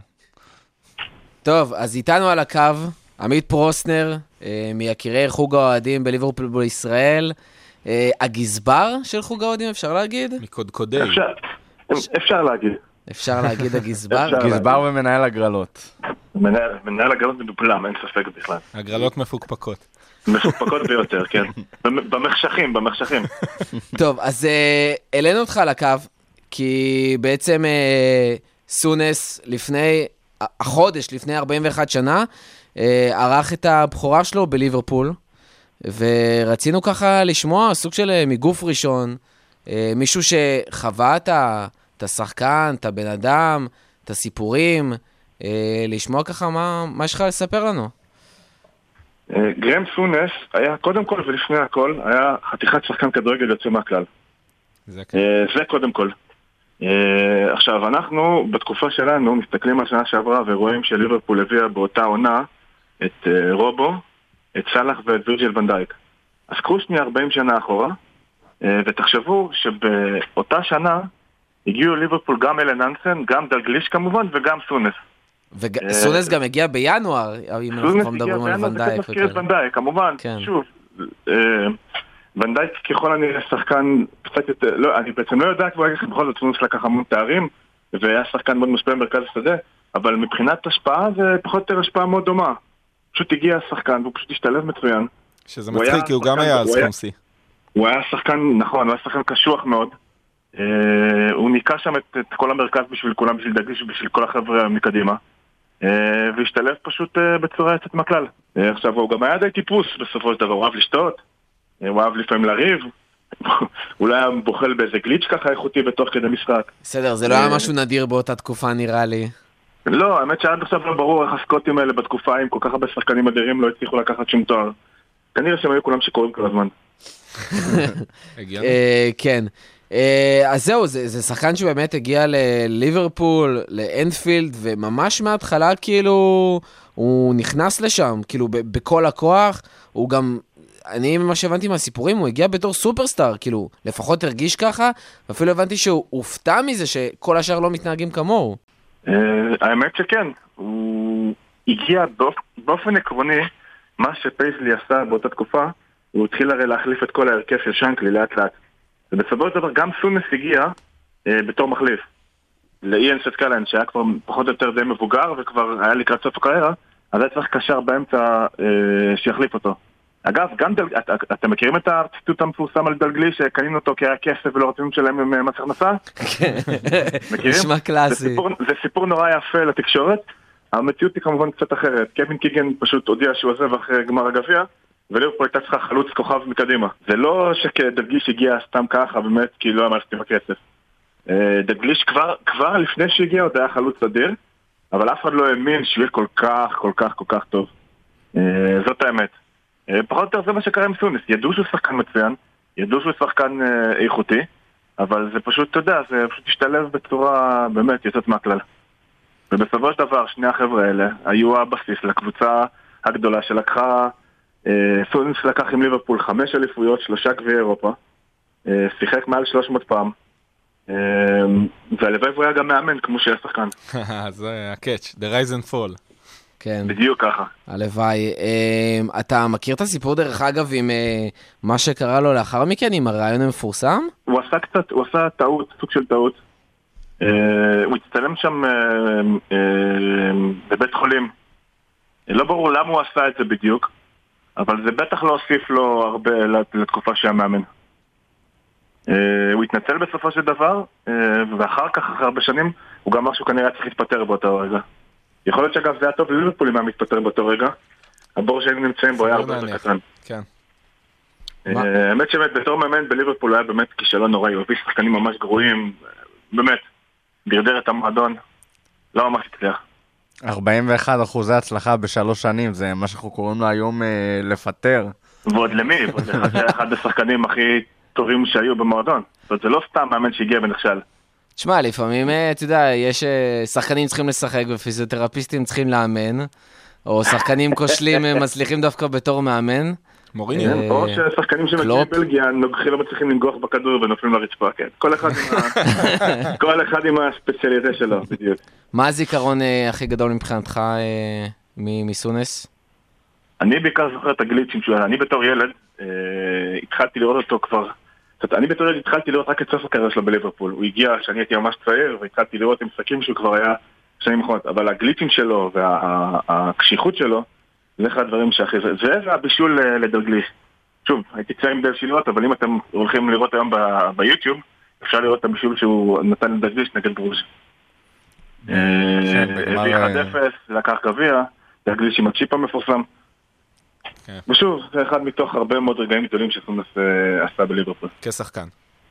טוב, אז איתנו על הקו, עמית פרוסנר, uh, מיקירי חוג האוהדים בליברפול בישראל, uh, הגזבר של חוג האוהדים, אפשר להגיד? מקודקודי. אפשר, אפשר להגיד. אפשר להגיד הגזבר? אפשר. גזבר ומנהל הגרלות. מנהל, מנהל הגלות מדופלם, אין ספק בכלל. הגרלות מפוקפקות. מפוקפקות ביותר, כן. במ- במחשכים, במחשכים. טוב, אז uh, העלינו אותך על הקו, כי בעצם uh, סונס לפני, החודש, לפני ארבעים ואחת שנה, uh, ערך את הבכורה שלו בליברפול, ורצינו ככה לשמוע סוג של uh, מגוף ראשון, uh, מישהו שחווה את ה- את השחקן, את הבן אדם, את הסיפורים, uh, לשמוע ככה מה, מה יש לך לספר לנו. אה, גרם סונס היה קודם כל ולפני הכל, היה חתיכת שחקן כדורגל יוצא מהכלל. זה כן. אה, זה קודם כל. אה, עכשיו, אנחנו בתקופה שלנו מסתכלים על שנה שעברה ורואים שליברפול הביאה באותה עונה את אה, רובו, את סלאח ואת וירג'יל ון דייק. אז קחו שנייה ארבעים שנה אחורה, אה, ותחשבו שבאותה שנה הגיעו ליברפול גם אלן אנסן, גם דלגליש כמובן וגם סונס. וסונס גם הגיע בינואר, אם אנחנו כבר מדברים על ונדייק. מזכיר את ונדייק, כמובן, כן. שוב, ונדייק ככל הנראה שחקן קצת יותר, לא, אני בעצם לא יודע כבר איך בכל זאת סונס לקח המון תארים, והיה שחקן מאוד משפיע במרכז השדה, אבל מבחינת השפעה זה פחות או יותר השפעה מאוד דומה. פשוט הגיע השחקן והוא פשוט השתלב מצוין. שזה הוא מצחיק, היה כי הוא גם שחקן- היה אז הוא היה- חומסי. הוא היה שחקן, נכון, הוא היה שחקן קשוח מאוד. אה, הוא ניקה שם את, את כל המרכז בשביל כולם, בשביל דגליש ובשביל כל החבר'ה מקדימה. אה, והשתלב פשוט אה, בצורה יוצאת מהכלל. אה, עכשיו, הוא גם היה די טיפוס בסופו של דבר, הוא אהב לשתות, אה, הוא אהב לפעמים לריב, אולי היה בוחל באיזה גליץ' ככה איכותי בתוך כדי משחק. בסדר, זה לא היה משהו נדיר באותה תקופה נראה לי. לא, האמת שעד עכשיו לא ברור איך הסקוטים האלה בתקופה עם כל כך הרבה שחקנים אדירים לא הצליחו לקחת שום תואר. כנראה שהם היו כולם שקוראים כל הזמן. הגיוני. אה, כן. אה, אז זהו, זה, זה שחקן שבאמת הגיע לליברפול, לאנפילד, וממש מההתחלה כאילו הוא נכנס לשם, כאילו ב- בכל הכוח, הוא גם, אני ממה שהבנתי מהסיפורים, הוא הגיע בתור סופרסטאר, כאילו לפחות הרגיש ככה, ואפילו הבנתי שהוא הופתע מזה שכל השאר לא מתנהגים כמוהו. אה, האמת שכן, הוא הגיע באופ... באופן עקרוני, מה שפייסלי עשה באותה תקופה, הוא התחיל הרי להחליף את כל ההרכב של שנקלי לאט לאט. ובסופו של דבר גם סונס הגיע אה, בתור מחליף. לאיין סטקלן, שהיה כבר פחות או יותר די מבוגר וכבר היה לקראת סוף הקריירה, אז היה צריך קשר באמצע אה, שיחליף אותו. אגב, גם דל... את, את, אתם מכירים את הציטוט המפורסם על דלגלי שקנינו אותו כי היה כסף ולא רצינו שלהם מס הכנסה? מכירים? נשמע קלאסי. זה סיפור, זה סיפור נורא יפה לתקשורת. המציאות היא כמובן קצת אחרת. קווין קיגן פשוט הודיע שהוא עוזב אחרי גמר הגביע, וליברפול הייתה צריכה חלוץ כוכב מקדימה. זה לא שדגליש הגיע סתם ככה, באמת, כי לא אמרתי בכסף. דגליש כבר, כבר לפני שהגיע עוד היה חלוץ אדיר, אבל אף אחד לא האמין שהוא יהיה כל כך, כל כך, כל כך טוב. זאת האמת. פחות או יותר זה מה שקרה עם סונס. ידעו שהוא שחקן מצוין, ידעו שהוא שחקן איכותי, אבל זה פשוט, אתה יודע, זה פשוט השתלב בצורה באמת יוצאת מהכלל. ובסופו של דבר, שני החבר'ה האלה היו הבסיס לקבוצה הגדולה שלקחה, סונס לקח עם ליברפול חמש אליפויות, שלושה גביעי אירופה, שיחק מעל שלוש מאות פעם, והלוואי הוא היה גם מאמן כמו שהיה שחקן. זה הקאץ', the rise and fall. כן. בדיוק ככה. הלוואי. אתה מכיר את הסיפור דרך אגב עם מה שקרה לו לאחר מכן, עם הרעיון המפורסם? הוא עשה קצת, הוא עשה טעות, סוג של טעות. הוא הצטלם שם בבית חולים. לא ברור למה הוא עשה את זה בדיוק, אבל זה בטח לא הוסיף לו הרבה לתקופה שהיה מאמן. הוא התנצל בסופו של דבר, ואחר כך, אחר הרבה שנים, הוא גם משהו כנראה צריך להתפטר באותו רגע. יכול להיות שאגב זה היה טוב לליברפול אם היה מתפטר באותו רגע, הבור שהיינו נמצאים בו היה הרבה יותר קטן. כן. האמת שבאמת בתור מאמן בליברפול היה באמת כישלון נורא, הוא הביא שחקנים ממש גרועים, באמת, דרדר את המועדון, לא ממש הצליח. ארבעים ואחד אחוזי הצלחה בשלוש שנים, זה מה שאנחנו קוראים לו היום לפטר. ועוד למי? ועוד אחד השחקנים הכי טובים שהיו במועדון. זאת אומרת, זה לא סתם מאמן שהגיע ונכשל. תשמע, לפעמים, אתה יודע, יש שחקנים צריכים לשחק ופיזיותרפיסטים צריכים לאמן, או שחקנים כושלים מצליחים דווקא בתור מאמן. מוריני. או ששחקנים שמגיעים בבלגיה נוגחים לא מצליחים לנגוח בכדור ונופלים לרצפה, כן. כל אחד עם הספציאליטה שלו, בדיוק. מה הזיכרון הכי גדול מבחינתך מסונס? אני בעיקר זוכר את הגליצ'ים שלו. אני בתור ילד התחלתי לראות אותו כבר, אני בתור ילד התחלתי לראות רק את סוף הקריירה שלו בליברפול. הוא הגיע כשאני הייתי ממש צעיר והתחלתי לראות עם משחקים שהוא כבר היה שנים אחרונות, אבל הגליצ'ים שלו והקשיחות שלו זה אחד הדברים שהכי זה, זה והבישול לדרגליש. שוב, הייתי צעיר עם דרך לראות, אבל אם אתם הולכים לראות היום ביוטיוב, אפשר לראות את הבישול שהוא נתן לדרגליש נגד ברוז'. הביא אחד אפס, לקח גביע, דרגליש עם הצ'יפ המפורסם. ושוב, זה אחד מתוך הרבה מאוד רגעים גדולים שסונס עשה בליברפול. כשחקן.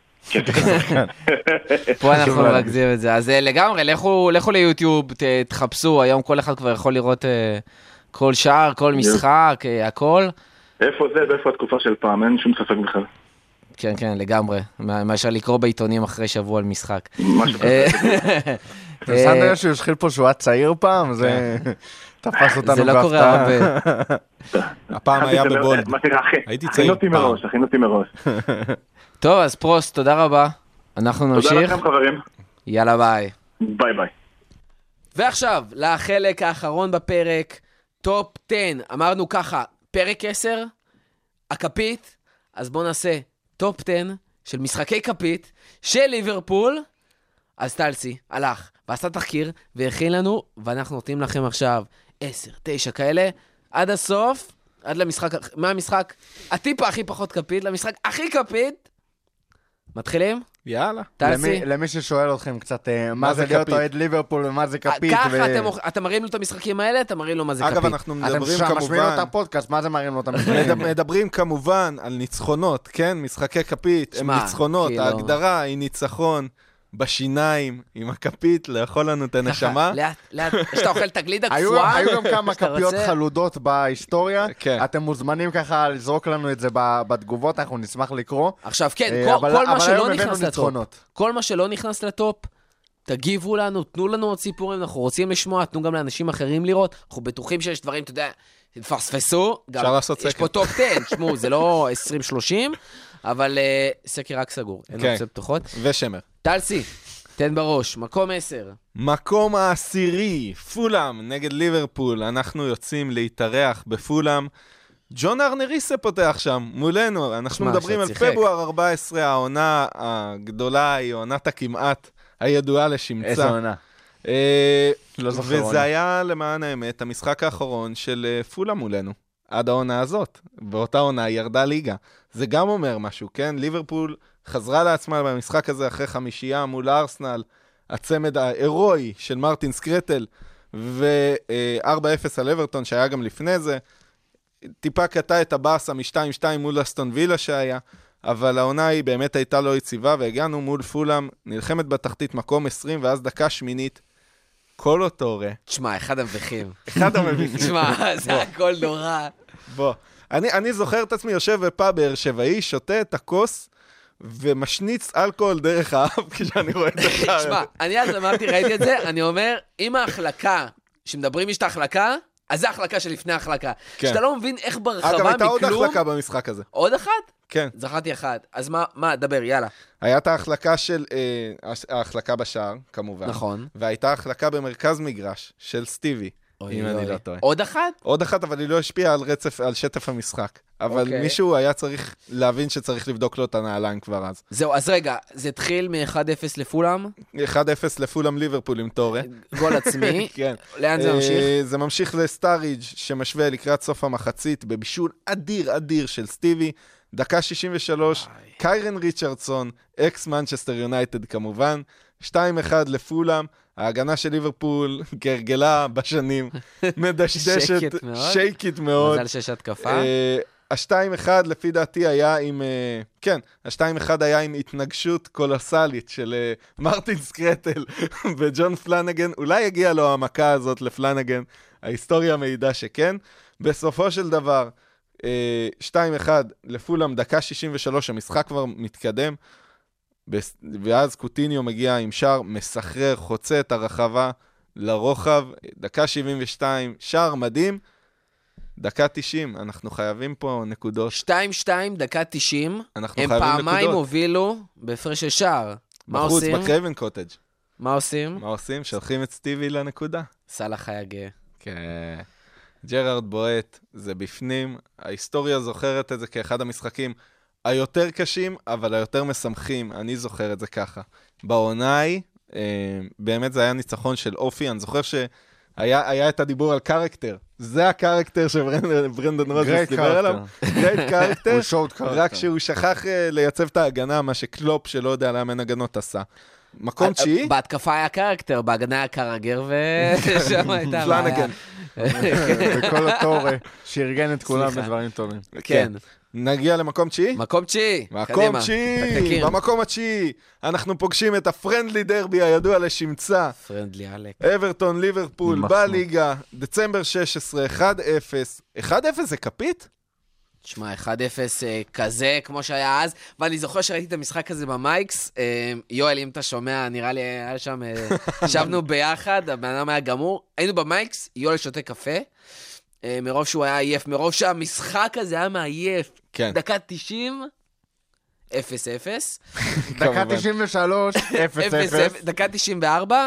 פה אנחנו מרכזים את זה. אז לגמרי, לכו ליוטיוב, תחפשו, היום כל אחד כבר יכול לראות כל שער, כל משחק, הכל. איפה זה ואיפה התקופה של פעם, אין שום ספק בכלל. כן, כן, לגמרי. מאשר לקרוא בעיתונים אחרי שבוע על משחק. משהו כזה. סנדר שיושחיל פה שהוא היה צעיר פעם, זה תפס אותנו בהפתעה. זה לא קורה הרבה. הפעם היה בבולד. הייתי צעיר פעם. הכין אותי מראש. טוב, אז פרוסט, תודה רבה. אנחנו נמשיך. תודה לכם חברים. יאללה ביי. ביי ביי. ועכשיו, לחלק האחרון בפרק, טופ עשר. אמרנו ככה, פרק עשר, הכפית, אז בואו נעשה טופ עשר של משחקי כפית של ליברפול. אז טלסי הלך ועשה תחקיר והכין לנו, ואנחנו נותנים לכם עכשיו עשר, תשע כאלה, עד הסוף, עד למשחק, מהמשחק הטיפה הכי פחות כפית, למשחק הכי כפית. מתחילים? יאללה. טלסי? למי ששואל אתכם קצת, מה זה להיות אוהד ליברפול ומה זה כפית? ככה אתם מראים לו את המשחקים האלה, אתם מראים לו מה זה כפית. אגב, אנחנו מדברים אתם משמיעים לו כמובן... את הפודקאסט, מה זה מראים לו את המשחקים? מדברים כמובן על ניצחונות, כן? משחקי כפית הם ניצחונות, ההגדרה היא ניצחון. בשיניים, עם הכפית, לאכול לנו את הנשמה. לאט, לאט, שאתה אוכל את הגלידה קפואה. היו גם כמה כפיות חלודות בהיסטוריה. אתם מוזמנים ככה לזרוק לנו את זה בתגובות, אנחנו נשמח לקרוא. עכשיו, כן, כל מה שלא נכנס לטופ, כל מה שלא נכנס לטופ, תגיבו לנו, תנו לנו עוד סיפורים, אנחנו רוצים לשמוע, תנו גם לאנשים אחרים לראות, אנחנו בטוחים שיש דברים, אתה יודע, תפספסו. אפשר לעשות סקר. יש פה טופ עשר, תשמעו, זה לא עשרים שלושים, אבל סקר רק סגור, אין אופציות פתוחות. ושמר. טלסי, תן בראש, מקום עשר. מקום העשירי, פולאם נגד ליברפול. אנחנו יוצאים להתארח בפולאם. ג'ון ארנריסה פותח שם, מולנו. אנחנו מדברים על פברואר ארבע עשרה, העונה הגדולה היא עונת הכמעט הידועה לשמצה. איזה עונה? לא זוכר עונה. וזה היה למען האמת המשחק האחרון של פולאם מולנו. עד העונה הזאת. באותה עונה ירדה ליגה. זה גם אומר משהו, כן? ליברפול חזרה לעצמה במשחק הזה אחרי חמישייה מול ארסנל, הצמד ההירואי של מרטין סקרטל, ו-ארבע אפס על אברטון שהיה גם לפני זה. טיפה קטע את הבאסה מ-שתיים שתיים מול אסטון וילה שהיה, אבל העונה היא באמת הייתה לא יציבה, והגענו מול פולאם, נלחמת בתחתית מקום עשרים, ואז דקה שמינית, כל אותו ראה. תשמע, אחד המביכים. אחד המביכים. תשמע, זה הכל נורא. בוא. אני, אני זוכר את עצמי יושב בפאב באר שבעי, שותה את הכוס, ומשניץ אלכוהול דרך האף כשאני רואה את השער. תשמע, אני אז אמרתי, ראיתי את זה, אני אומר, אם ההחלקה, שמדברים יש את ההחלקה, אז זה ההחלקה שלפני ההחלקה. כן. שאתה לא מבין איך ברחבה מכלום... אגב, הייתה עוד החלקה במשחק הזה. עוד אחת? כן. זכרתי אחת. אז מה, מה, דבר, יאללה. הייתה ההחלקה של, אה, ההחלקה בשער, כמובן. נכון. והייתה החלקה במרכז מגרש של סטיבי, אוי, אם אוי. אני לא טועה. עוד אחת? עוד אחת, אבל היא לא השפיעה על רצף, על שטף המשחק. אבל אוקיי. מישהו היה צריך להבין שצריך לבדוק לו את הנעליים כבר אז. זהו, אז רגע, זה התחיל מ-אחד אפס לפולאם, אחד אפס לפולאם ליברפול עם טורה. גול עצמי. כן. לאן זה ממשיך? אה, זה ממשיך לסטאריג' שמשווה לקראת סוף המחצית, בבישול אדיר אדיר של סטיבי. דקה שישים ושלוש, קיירן ריצ'רדסון, אקס מנצ'סטר יונייטד כמובן, שתיים אחד לפולאם, ההגנה של ליברפול גרגלה בשנים, מדשדשת, שקט מאוד. שייקית מאוד. מזל שיש התקפה. אה, ה-שתיים אחד לפי דעתי היה עם, אה, כן, ה-שתיים אחד היה עם התנגשות קולוסלית של אה, מרטין סקרטל וג'ון פלנגן, אולי יגיע לו המכה הזאת לפלנגן, ההיסטוריה מעידה שכן. בסופו של דבר, שתיים אחד לפולאם, דקה שישים ושלוש, המשחק כבר מתקדם, ואז קוטיניו מגיע עם שער מסחרר, חוצה את הרחבה לרוחב, דקה שבעים ושתיים, שער מדהים, דקה תשעים, אנחנו חייבים פה נקודות. שתיים שתיים, דקה תשעים, אנחנו הם חייבים פעמיים נקודות. הובילו בהפרש של שער. מה בחוץ, עושים? בקרייבן קוטג'. מה עושים? מה עושים? שולחים את סטיבי לנקודה. סלאח היה גאה. כן. ג'רארד בועט, זה בפנים, ההיסטוריה זוכרת את זה כאחד המשחקים היותר קשים, אבל היותר משמחים, אני זוכר את זה ככה. בעונה היא, אה, באמת זה היה ניצחון של אופי, אני זוכר שהיה היה את הדיבור על קרקטר, זה הקרקטר שברנדון רוזנס דיבר עליו, גרייט קרקטר, רק שהוא שכח אה, לייצב את ההגנה, מה שקלופ שלא יודע לאמן הגנות עשה. מקום תשיעי? בהתקפה היה קרקטר, בהגנה היה קרגר, ושם הייתה... פלנגן. וכל התור שארגן את כולם בדברים טובים. כן. נגיע למקום תשיעי? מקום תשיעי. מקום תשיעי, במקום התשיעי, אנחנו פוגשים את הפרנדלי דרבי הידוע לשמצה. פרנדלי עלק. אברטון, ליברפול, בליגה, דצמבר שש עשרה, אחד אפס. אחד אפס זה כפית? תשמע, אחד אפס כזה, כמו שהיה אז, ואני זוכר שראיתי את המשחק הזה במייקס, יואל, אם אתה שומע, נראה לי היה שם, ישבנו ביחד, הבן אדם היה גמור, היינו במייקס, יואל שותה קפה, מרוב שהוא היה עייף, מרוב שהמשחק הזה היה מעייף, כן. דקה תשעים, אפס אפס, דקה תשעים ושלוש, אפס אפס. דקה תשעים וארבע,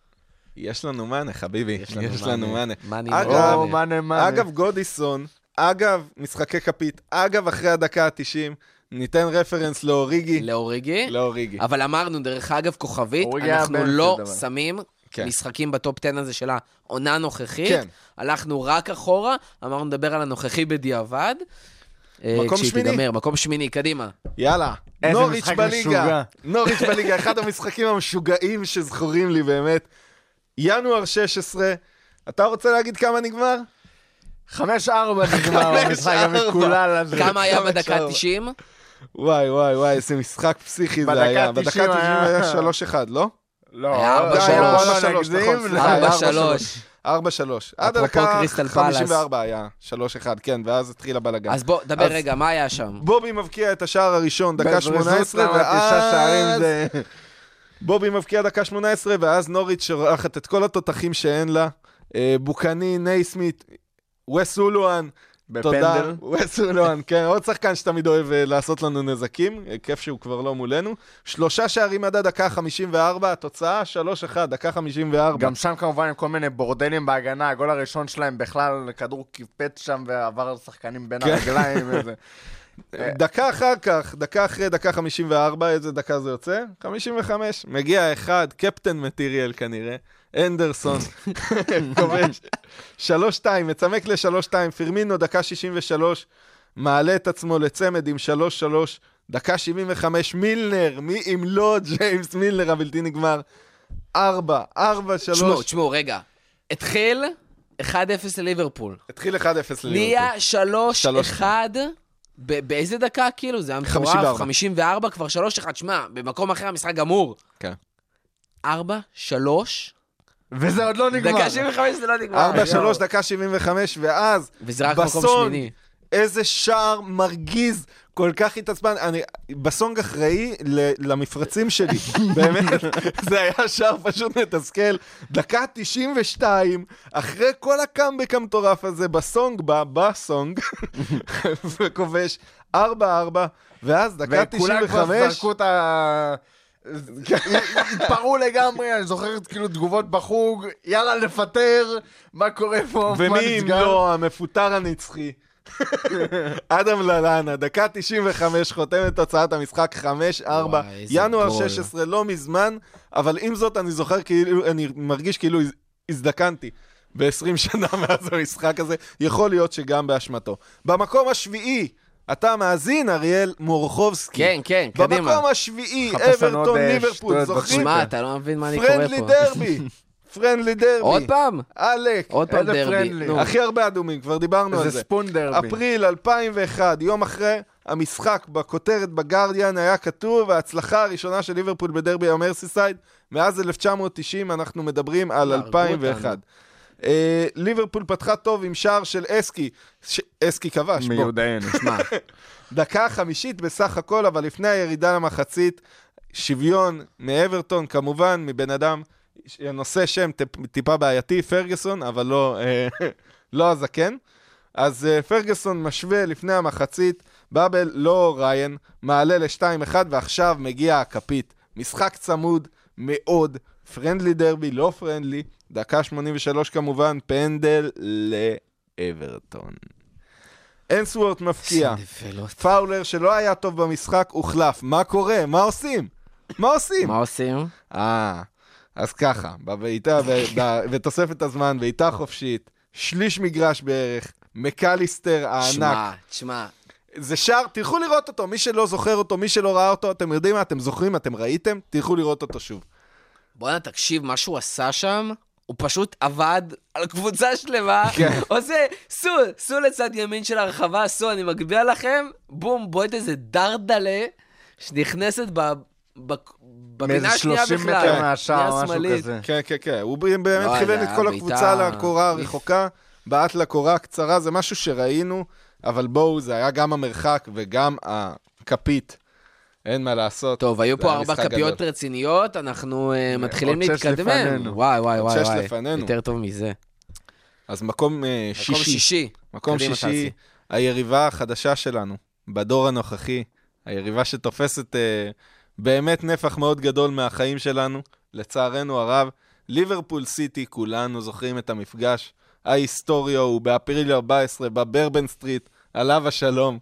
יש לנו מנה, חביבי, יש לנו, יש לנו מנה. מנה. אגב, או, מנה, מנה. אגב, גודיסון, אגב, משחקי כפית, אגב, אחרי הדקה ה-תשעים, ניתן רפרנס לאוריגי. לאוריגי. לאוריגי. אבל אמרנו, דרך אגב, כוכבית, אוריגי אנחנו היה לא באמצע, שמים כן. משחקים בטופ עשר הזה של העונה הנוכחית. כן. הלכנו רק אחורה, אמרנו נדבר על הנוכחי בדיעבד. מקום שמיני. כשהיא תיגמר, מקום שמיני, קדימה. יאללה, איזה נוריץ' משחק בליגה. משוגע. נוריץ' בליגה, אחד המשחקים המשוגעים שזכורים לי באמת. ינואר שש עשרה, אתה רוצה להגיד כמה נגמר? חמש ארבע נגמר המשחק המקולל הזה. כמה היה חמש בדקה ארבע. תשעים? וואי וואי וואי, איזה משחק פסיכי זה בדקה היה. בדקה תשעים תשעים היה- היה שלוש אחד, לא? לא, היה ארבע לא, שלוש. לא, ארבע לא שלוש, נגזים, נכון, זה סליחה, היה ארבע ארבע שלוש. ארבע שלוש. עד אפרופו הדקה קריסטל חמישים פלאס. וארבע היה שלוש אחד, כן, ואז התחיל הבלגן. אז בוא, דבר אז- רגע, מה היה שם? בובי מבקיע את השער הראשון, דקה בזריזות, שמונה עשרה, למה תשעה שערים ואז... זה... בובי מבקיע דקה שמונה עשרה, ואז נוריץ' שורחת את כל התותחים שאין לה. אה, בוקני, נייסמית, ווס אולואן, תודה. בפנדל. ווס אולואן, כן, עוד שחקן שתמיד אוהב אה, לעשות לנו נזקים, אה, כיף שהוא כבר לא מולנו. שלושה שערים עד הדקה חמישים וארבע, התוצאה שלוש אחד, דקה חמישים וארבע. גם שם כמובן עם כל מיני בורדלים בהגנה, הגול הראשון שלהם בכלל, כדור קיפץ שם ועבר על שחקנים בין הרגליים. איזה... דקה אחר כך, דקה אחרי דקה חמישים וארבע, איזה דקה זה יוצא? חמישים וחמש. מגיע אחד, קפטן מטיריאל כנראה, אנדרסון, כובש. שלוש שתיים, מצמק ל-שלוש שתיים, פירמינו דקה שישים ושלוש, מעלה את עצמו לצמד עם שלוש שלוש, דקה שבעים וחמש, מילנר, מי אם לא ג'יימס מילנר הבלתי נגמר, ארבע, ארבע, תשמעו, שלוש. תשמעו, רגע. התחיל אחד אפס לליברפול. התחיל אחד אפס לליברפול. נהיה שלוש שלוש אחד, ב- באיזה דקה כאילו? זה היה חמישים מטורף, וארבע. חמישים וארבע, כבר שלוש אחד, שמע, במקום אחר המשחק גמור. כן. ארבע, שלוש, וזה עוד לא נגמר. דקה שבעים וחמש זה לא נגמר. ארבע שלוש, דקה שבעים וחמש, ואז וזה רק מקום בסון, שמיני. איזה שער מרגיז, כל כך התעצבן. אני בסונג אחראי למפרצים שלי, באמת, זה היה שער פשוט מתסכל. דקה תשעים ושתיים, אחרי כל הקאמבק המטורף הזה, בסונג, בסונג, וכובש ארבע ארבע, ואז דקה תשעים וחמש... וכולם כבר זרקו את ה... התפרעו לגמרי, אני זוכרת כאילו תגובות בחוג, יאללה לפטר, מה קורה פה? ומי אם לא, המפוטר הנצחי. אדם ללנה, דקה תשעים וחמש, חותמת תוצאת המשחק חמש ארבע, ינואר שש עשרה, לא מזמן, אבל עם זאת אני זוכר כאילו, אני מרגיש כאילו הזדקנתי ב-עשרים שנה מאז המשחק הזה, יכול להיות שגם באשמתו. במקום השביעי, אתה מאזין, אריאל מורחובסקי. כן, כן, קדימה. במקום השביעי, אברטון, ליברפול, זוכרים? שמע, אתה לא מבין מה אני קורא פה. פרנדלי דרבי. פרנדלי דרבי. עוד פעם? אלק. עוד פעם דרבי. הכי הרבה אדומים, כבר דיברנו על זה. זה ספון דרבי. אפריל אלפיים ואחת, יום אחרי המשחק בכותרת בגרדיאן היה כתוב, ההצלחה הראשונה של ליברפול בדרבי המרסיסייד, מאז אלף תשע מאות תשעים אנחנו מדברים על אלפיים ואחת. ליברפול פתחה טוב עם שער של אסקי, אסקי כבש. מיודען, שמע. דקה חמישית בסך הכל, אבל לפני הירידה למחצית, שוויון מאברטון, כמובן, מבן אדם, נושא שם טיפה בעייתי, פרגסון, אבל לא, לא הזקן. אז פרגסון משווה לפני המחצית, באבל לא ריין, מעלה ל-שתיים אחד, ועכשיו מגיע הכפית. משחק צמוד מאוד, פרנדלי דרבי, לא פרנדלי, דקה שמונים ושלוש כמובן, פנדל לאברטון. אנסוורט מפקיע. פאולר שלא היה טוב במשחק, הוחלף. מה קורה? מה עושים? מה עושים? מה עושים? אה, אז ככה, בביתה, ותוספת הזמן, ביתה חופשית, שליש מגרש בערך, מקליסטר הענק. שמע, שמע. זה שער, תלכו לראות אותו, מי שלא זוכר אותו, מי שלא ראה אותו, אתם יודעים מה, אתם זוכרים, אתם ראיתם, תלכו לראות אותו שוב. בוא'נה, תקשיב, מה שהוא עשה שם, הוא פשוט עבד על קבוצה שלמה, עושה, סו, סו לצד ימין של הרחבה, סו, אני מגביע לכם, בום, בואית איזה דרדלה, שנכנסת ב... בבינה השנייה בכלל. מאיזה שלושים מטר מהשער, משהו כזה. כן, כן, כן. הוא באמת כיוון את כל הקבוצה לקורה הרחוקה, בעט לקורה הקצרה, זה משהו שראינו, אבל בואו, זה היה גם המרחק וגם הכפית. אין מה לעשות. טוב, היו פה ארבע כפיות רציניות, אנחנו מתחילים להתקדמן. וואי, וואי, וואי. שש לפנינו. יותר טוב מזה. אז מקום שישי. מקום שישי. מקום שישי, היריבה החדשה שלנו, בדור הנוכחי, היריבה שתופסת באמת נפח מאוד גדול מהחיים שלנו, לצערנו הרב, ליברפול סיטי, כולנו זוכרים את המפגש, ההיסטוריה הוא באפריל ארבע עשרה, בברבן סטריט, עליו השלום.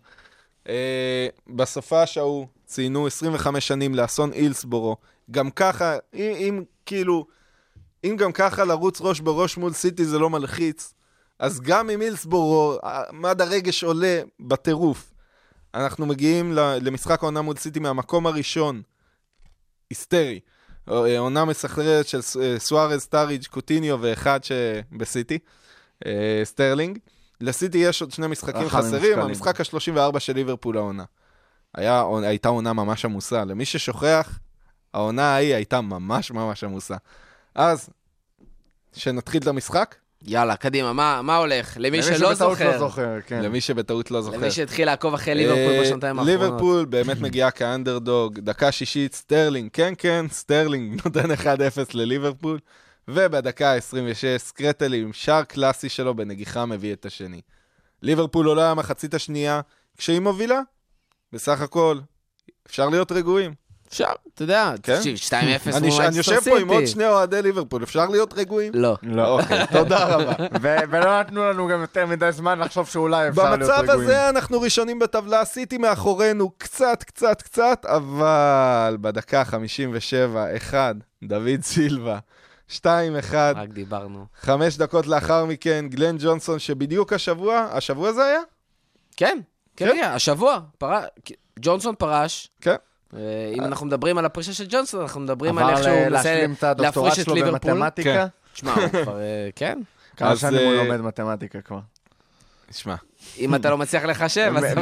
בסופה שהוא ציינו עשרים וחמש שנים לאסון אילסבורו, גם ככה, אם, אם כאילו, אם גם ככה לרוץ ראש בראש מול סיטי זה לא מלחיץ, אז גם עם אילסבורו, מד הרגש עולה בטירוף. אנחנו מגיעים למשחק העונה מול סיטי מהמקום הראשון, היסטרי, עונה מסחררת של סוארז, טאריג', קוטיניו ואחד שבסיטי, סטרלינג. לסיטי יש עוד שני משחקים חסרים, המשחק ה-שלושים וארבע של ליברפול העונה. היה, הייתה עונה ממש עמוסה. למי ששוכח, העונה ההיא הייתה ממש ממש עמוסה. אז, שנתחיל את המשחק? יאללה, קדימה, מה, מה הולך? למי שלא זוכר. לא זוכר כן. למי שבטעות לא זוכר. למי שהתחיל לעקוב אחרי ליברפול בשנתיים האחרונות. ליברפול באמת מגיעה כאנדרדוג, דקה שישית, סטרלינג, כן כן, סטרלינג נותן אחד אפס לליברפול, ובדקה עשרים ושש, סקרטלי עם שער קלאסי שלו בנגיחה מביא את השני. ליברפול עולה המחצית השנייה, כשהיא מובילה, בסך הכל, אפשר להיות רגועים. אפשר, אתה יודע, תקשיב, שתיים אפס מול מנצ'סטר סיטי. אני יושב פה עם עוד שני אוהדי ליברפול, אפשר להיות רגועים? לא. לא, אוקיי, תודה רבה. ולא נתנו לנו גם יותר מדי זמן לחשוב שאולי אפשר להיות רגועים. במצב הזה אנחנו ראשונים בטבלה, סיטי מאחורינו קצת, קצת, קצת, אבל בדקה חמישים ושבע, אחד, דוד סילבה, שתיים אחד. רק דיברנו. חמש דקות לאחר מכן, גלן ג'ונסון, שבדיוק השבוע, השבוע זה היה? כן, כן, השבוע, ג'ונסון פרש. כן. אם אנחנו מדברים על הפרישה של ג'ונסון, אנחנו מדברים על איך שהוא מנסה להשלים את הדוקטורט שלו במתמטיקה. שמע, הוא כבר, כן. כמה שנים הוא לומד מתמטיקה כבר. שמע. אם אתה לא מצליח לחשב, אז...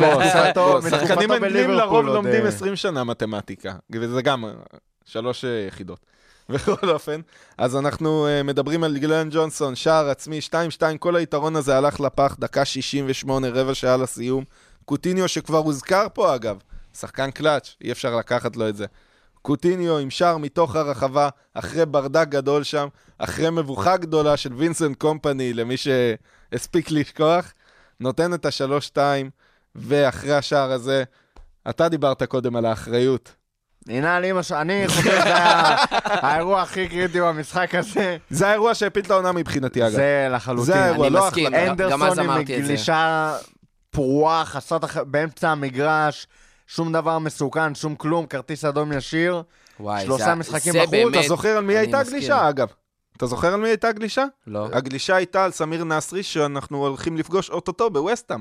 שחקנים אנגלים לרוב לומדים עשרים שנה מתמטיקה, וזה גם שלוש יחידות. בכל אופן, אז אנחנו uh, מדברים על גלן ג'ונסון, שער עצמי, שתיים שתיים, כל היתרון הזה הלך לפח, דקה שישים ושמונה, רבע שעה לסיום. קוטיניו שכבר הוזכר פה אגב, שחקן קלאץ', אי אפשר לקחת לו את זה. קוטיניו עם שער מתוך הרחבה, אחרי ברדק גדול שם, אחרי מבוכה גדולה של וינסנט קומפני, למי שהספיק לשכוח, נותן את השלוש שתיים, ואחרי השער הזה, אתה דיברת קודם על האחריות. הנה על אמא ש... אני חושב שזה האירוע הכי קריטי במשחק הזה. זה האירוע שהפיל את העונה מבחינתי, אגב. זה לחלוטין. זה האירוע, אני לא מסכים, ההחלטה. גם אז אנדרסון עם אמרתי את זה. גלישה פרועה, חסרת אח... באמצע המגרש, שום דבר מסוכן, שום כלום, כרטיס אדום ישיר. וואי, שלושה זה- משחקים זה בחוץ, באמת- אתה זוכר על מי אני הייתה מסכים. הגלישה, אגב? אתה זוכר על מי הייתה הגלישה? לא. הגלישה הייתה על סמיר נסרי, שאנחנו הולכים לפגוש אוטוטו בווסטהאם.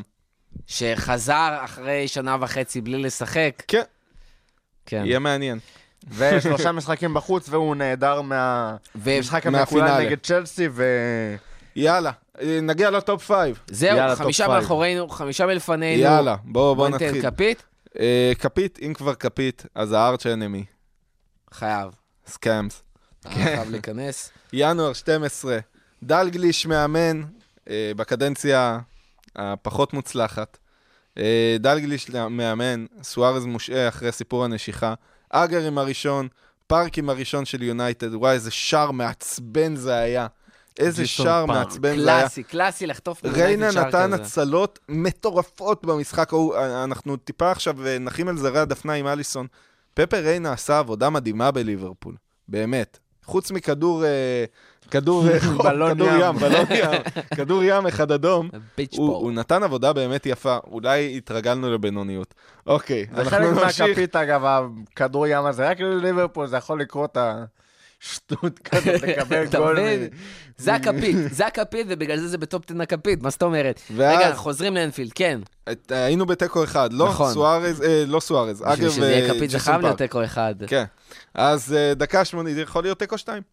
שחזר אחרי שנה וחצי בלי לשחק. כן, כן. יהיה מעניין. ושלושה משחקים בחוץ, והוא נהדר מהמשחק המקולל מהפינאלה. נגד צ'לסי, ו... יאללה, נגיע לטופ פייב. זהו, יאללה, חמישה טופ פייב. מאחורינו, חמישה מלפנינו. יאללה, בואו בוא בוא ניתן נתחיל. כפית? אה, כפית, אם כבר כפית, אז הארץ' אנמי. חייב. סקאמס. חייב להיכנס. ינואר שתים עשרה, דלגליש מאמן אה, בקדנציה הפחות מוצלחת. אה, דלגליש מאמן, סוארז מושעה אחרי סיפור הנשיכה, אגר עם הראשון, פארק עם הראשון של יונייטד, וואי, איזה שער מעצבן זה היה. איזה ג'יסון שער פארק. מעצבן זה היה. קלאסי, קלאסי לחטוף ריינה שער נתן כזה. הצלות מטורפות במשחק ההוא, אנחנו טיפה עכשיו נחים על זרי הדפנה עם אליסון. פפר ריינה עשה עבודה מדהימה בליברפול, באמת. חוץ מכדור, אה, כדור, אה, חום, בלון כדור ים. ים, בלון ים, כדור ים אחד אדום. ביץ' הוא, בול. הוא נתן עבודה באמת יפה, אולי התרגלנו לבינוניות. אוקיי, זה אנחנו חלק נמשיך. מהכפית, אגב, הכדור ים הזה, רק לליברפול, זה יכול לקרות השטות כזאת, לקבל אתה גול. מבין? מ- זה הכפית, זה הכפית, ובגלל זה זה בטופ עשר הכפית, מה זאת אומרת? ואז- רגע, חוזרים לאנפילד, כן. את- היינו בתיקו אחד, לא נכון. סוארז, אה, לא סוארז, אגב בשביל שזה יהיה כפית, זה וג'יסון חייב להיות פארק. תיקו אחד. כן. אז אה, דקה שמונים, זה יכול להיות תיקו שתיים.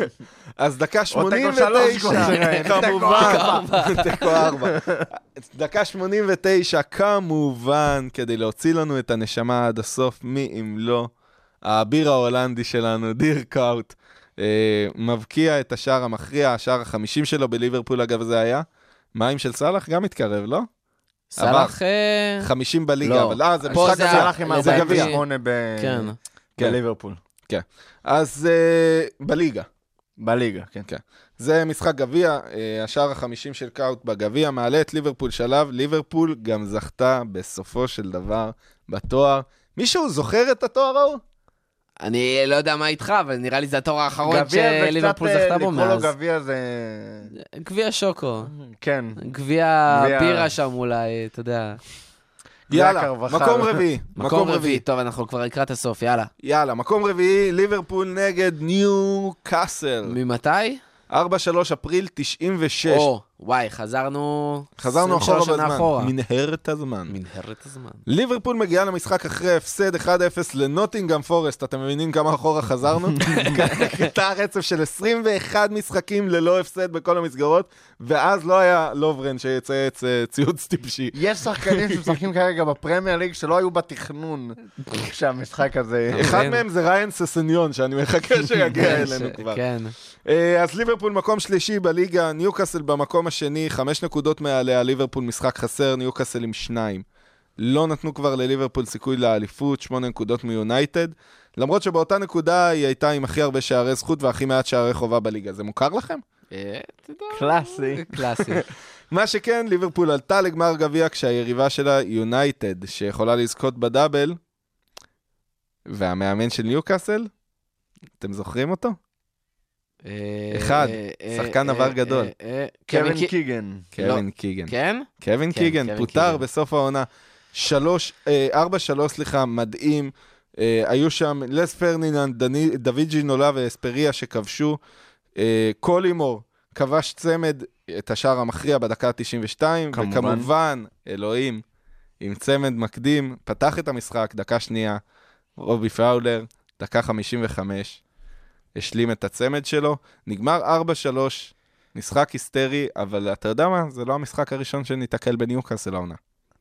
אז דקה או שמונים תיקו שלוש, ותשע, כמו שראינו. כמובן, תיקו ארבע. דקה שמונים ותשע, כמובן, כדי להוציא לנו את הנשמה עד הסוף, מי אם לא, האביר ההולנדי שלנו, דיר קאוט, אה, מבקיע את השער המכריע, השער החמישים שלו בליברפול, אגב זה היה. מים של סלאח גם מתקרב, לא? סלאח... אה, חמישים בליגה, לא. אבל אה, זה פה משחק זה הזה. סלאח עם לדעתי- ארבעים ושמונה ב- כן. בליברפול. כן. אז אה, בליגה. בליגה, כן. כן. זה משחק גביע, אה, השער החמישים של קאוט בגביע, מעלה את ליברפול שלב, ליברפול גם זכתה בסופו של דבר בתואר. מישהו זוכר את התואר ההוא? אני לא יודע מה איתך, אבל נראה לי זה התור האחרון גביע זה שליברפול קצת, זכתה אה, בו לקרוא לו מאז. גביע זה... גביע שוקו. כן. גביע גביע- בירה שם אולי, אתה יודע. יאללה, קרבחל. מקום רביעי. מקום רביעי, טוב, אנחנו כבר לקראת הסוף, יאללה. יאללה, מקום רביעי, ליברפול נגד ניו קאסל. ממתי? ארבעה שלושה אפריל תשעים ושש. או, וואי, חזרנו... חזרנו עשרים ושלוש אחורה שנה בזמן. אחורה. מנהרת הזמן. מנהרת הזמן. ליברפול מגיעה למשחק אחרי הפסד אחד אפס לנוטינגהאם פורסט, אתם מבינים כמה אחורה חזרנו? קטע רצף של עשרים ואחד משחקים ללא הפסד בכל המסגרות, ואז לא היה לוברן שיצייץ אה, ציוץ טיפשי. יש שחקנים שמשחקים כרגע בפרמייר ליג שלא היו בתכנון כשהמשחק הזה... אחד כן. מהם זה ריין ססניון, שאני מחכה שיגיע אלינו כבר. כן. אה, אז ליברפול מקום שלישי בליגה, ניוקאסל במקום השני, חמש נקודות מעליה, ליברפול משחק חסר, ניוקאסל עם שניים. לא נתנו כבר לליברפול סיכוי לאליפות, שמונה נקודות מיונייטד, למרות שבאותה נקודה היא הייתה עם הכי הרבה שערי זכות והכי מעט שערי חובה בליגה. זה מוכר לכם? אה, אתה יודע, קלאסי. קלאסי. מה שכן, ליברפול עלתה לגמר גביע כשהיריבה שלה יונייטד, שיכולה לזכות בדאבל, והמאמן של ניוקאסל, אתם זוכרים אותו? אחד, שחקן עבר גדול. קווין קיגן. קווין קיגן. כן? קווין כן, קיגן קווין פוטר קיגן. בסוף העונה. שלוש, אה, ארבע שלוש, סליחה, מדהים. אה, היו שם לס פרניננד, דני- דוד ג'ינולה ואספריה שכבשו. אה, קולימור כבש צמד את השער המכריע בדקה ה-תשעים ושתיים, כמובן. וכמובן, אלוהים, עם צמד מקדים, פתח את המשחק, דקה שנייה, רובי פאולר, דקה חמישים וחמש, השלים את הצמד שלו, נגמר ארבע שלוש, משחק היסטרי, אבל אתה יודע מה? זה לא המשחק הראשון שניתקל בניוקאסל העונה.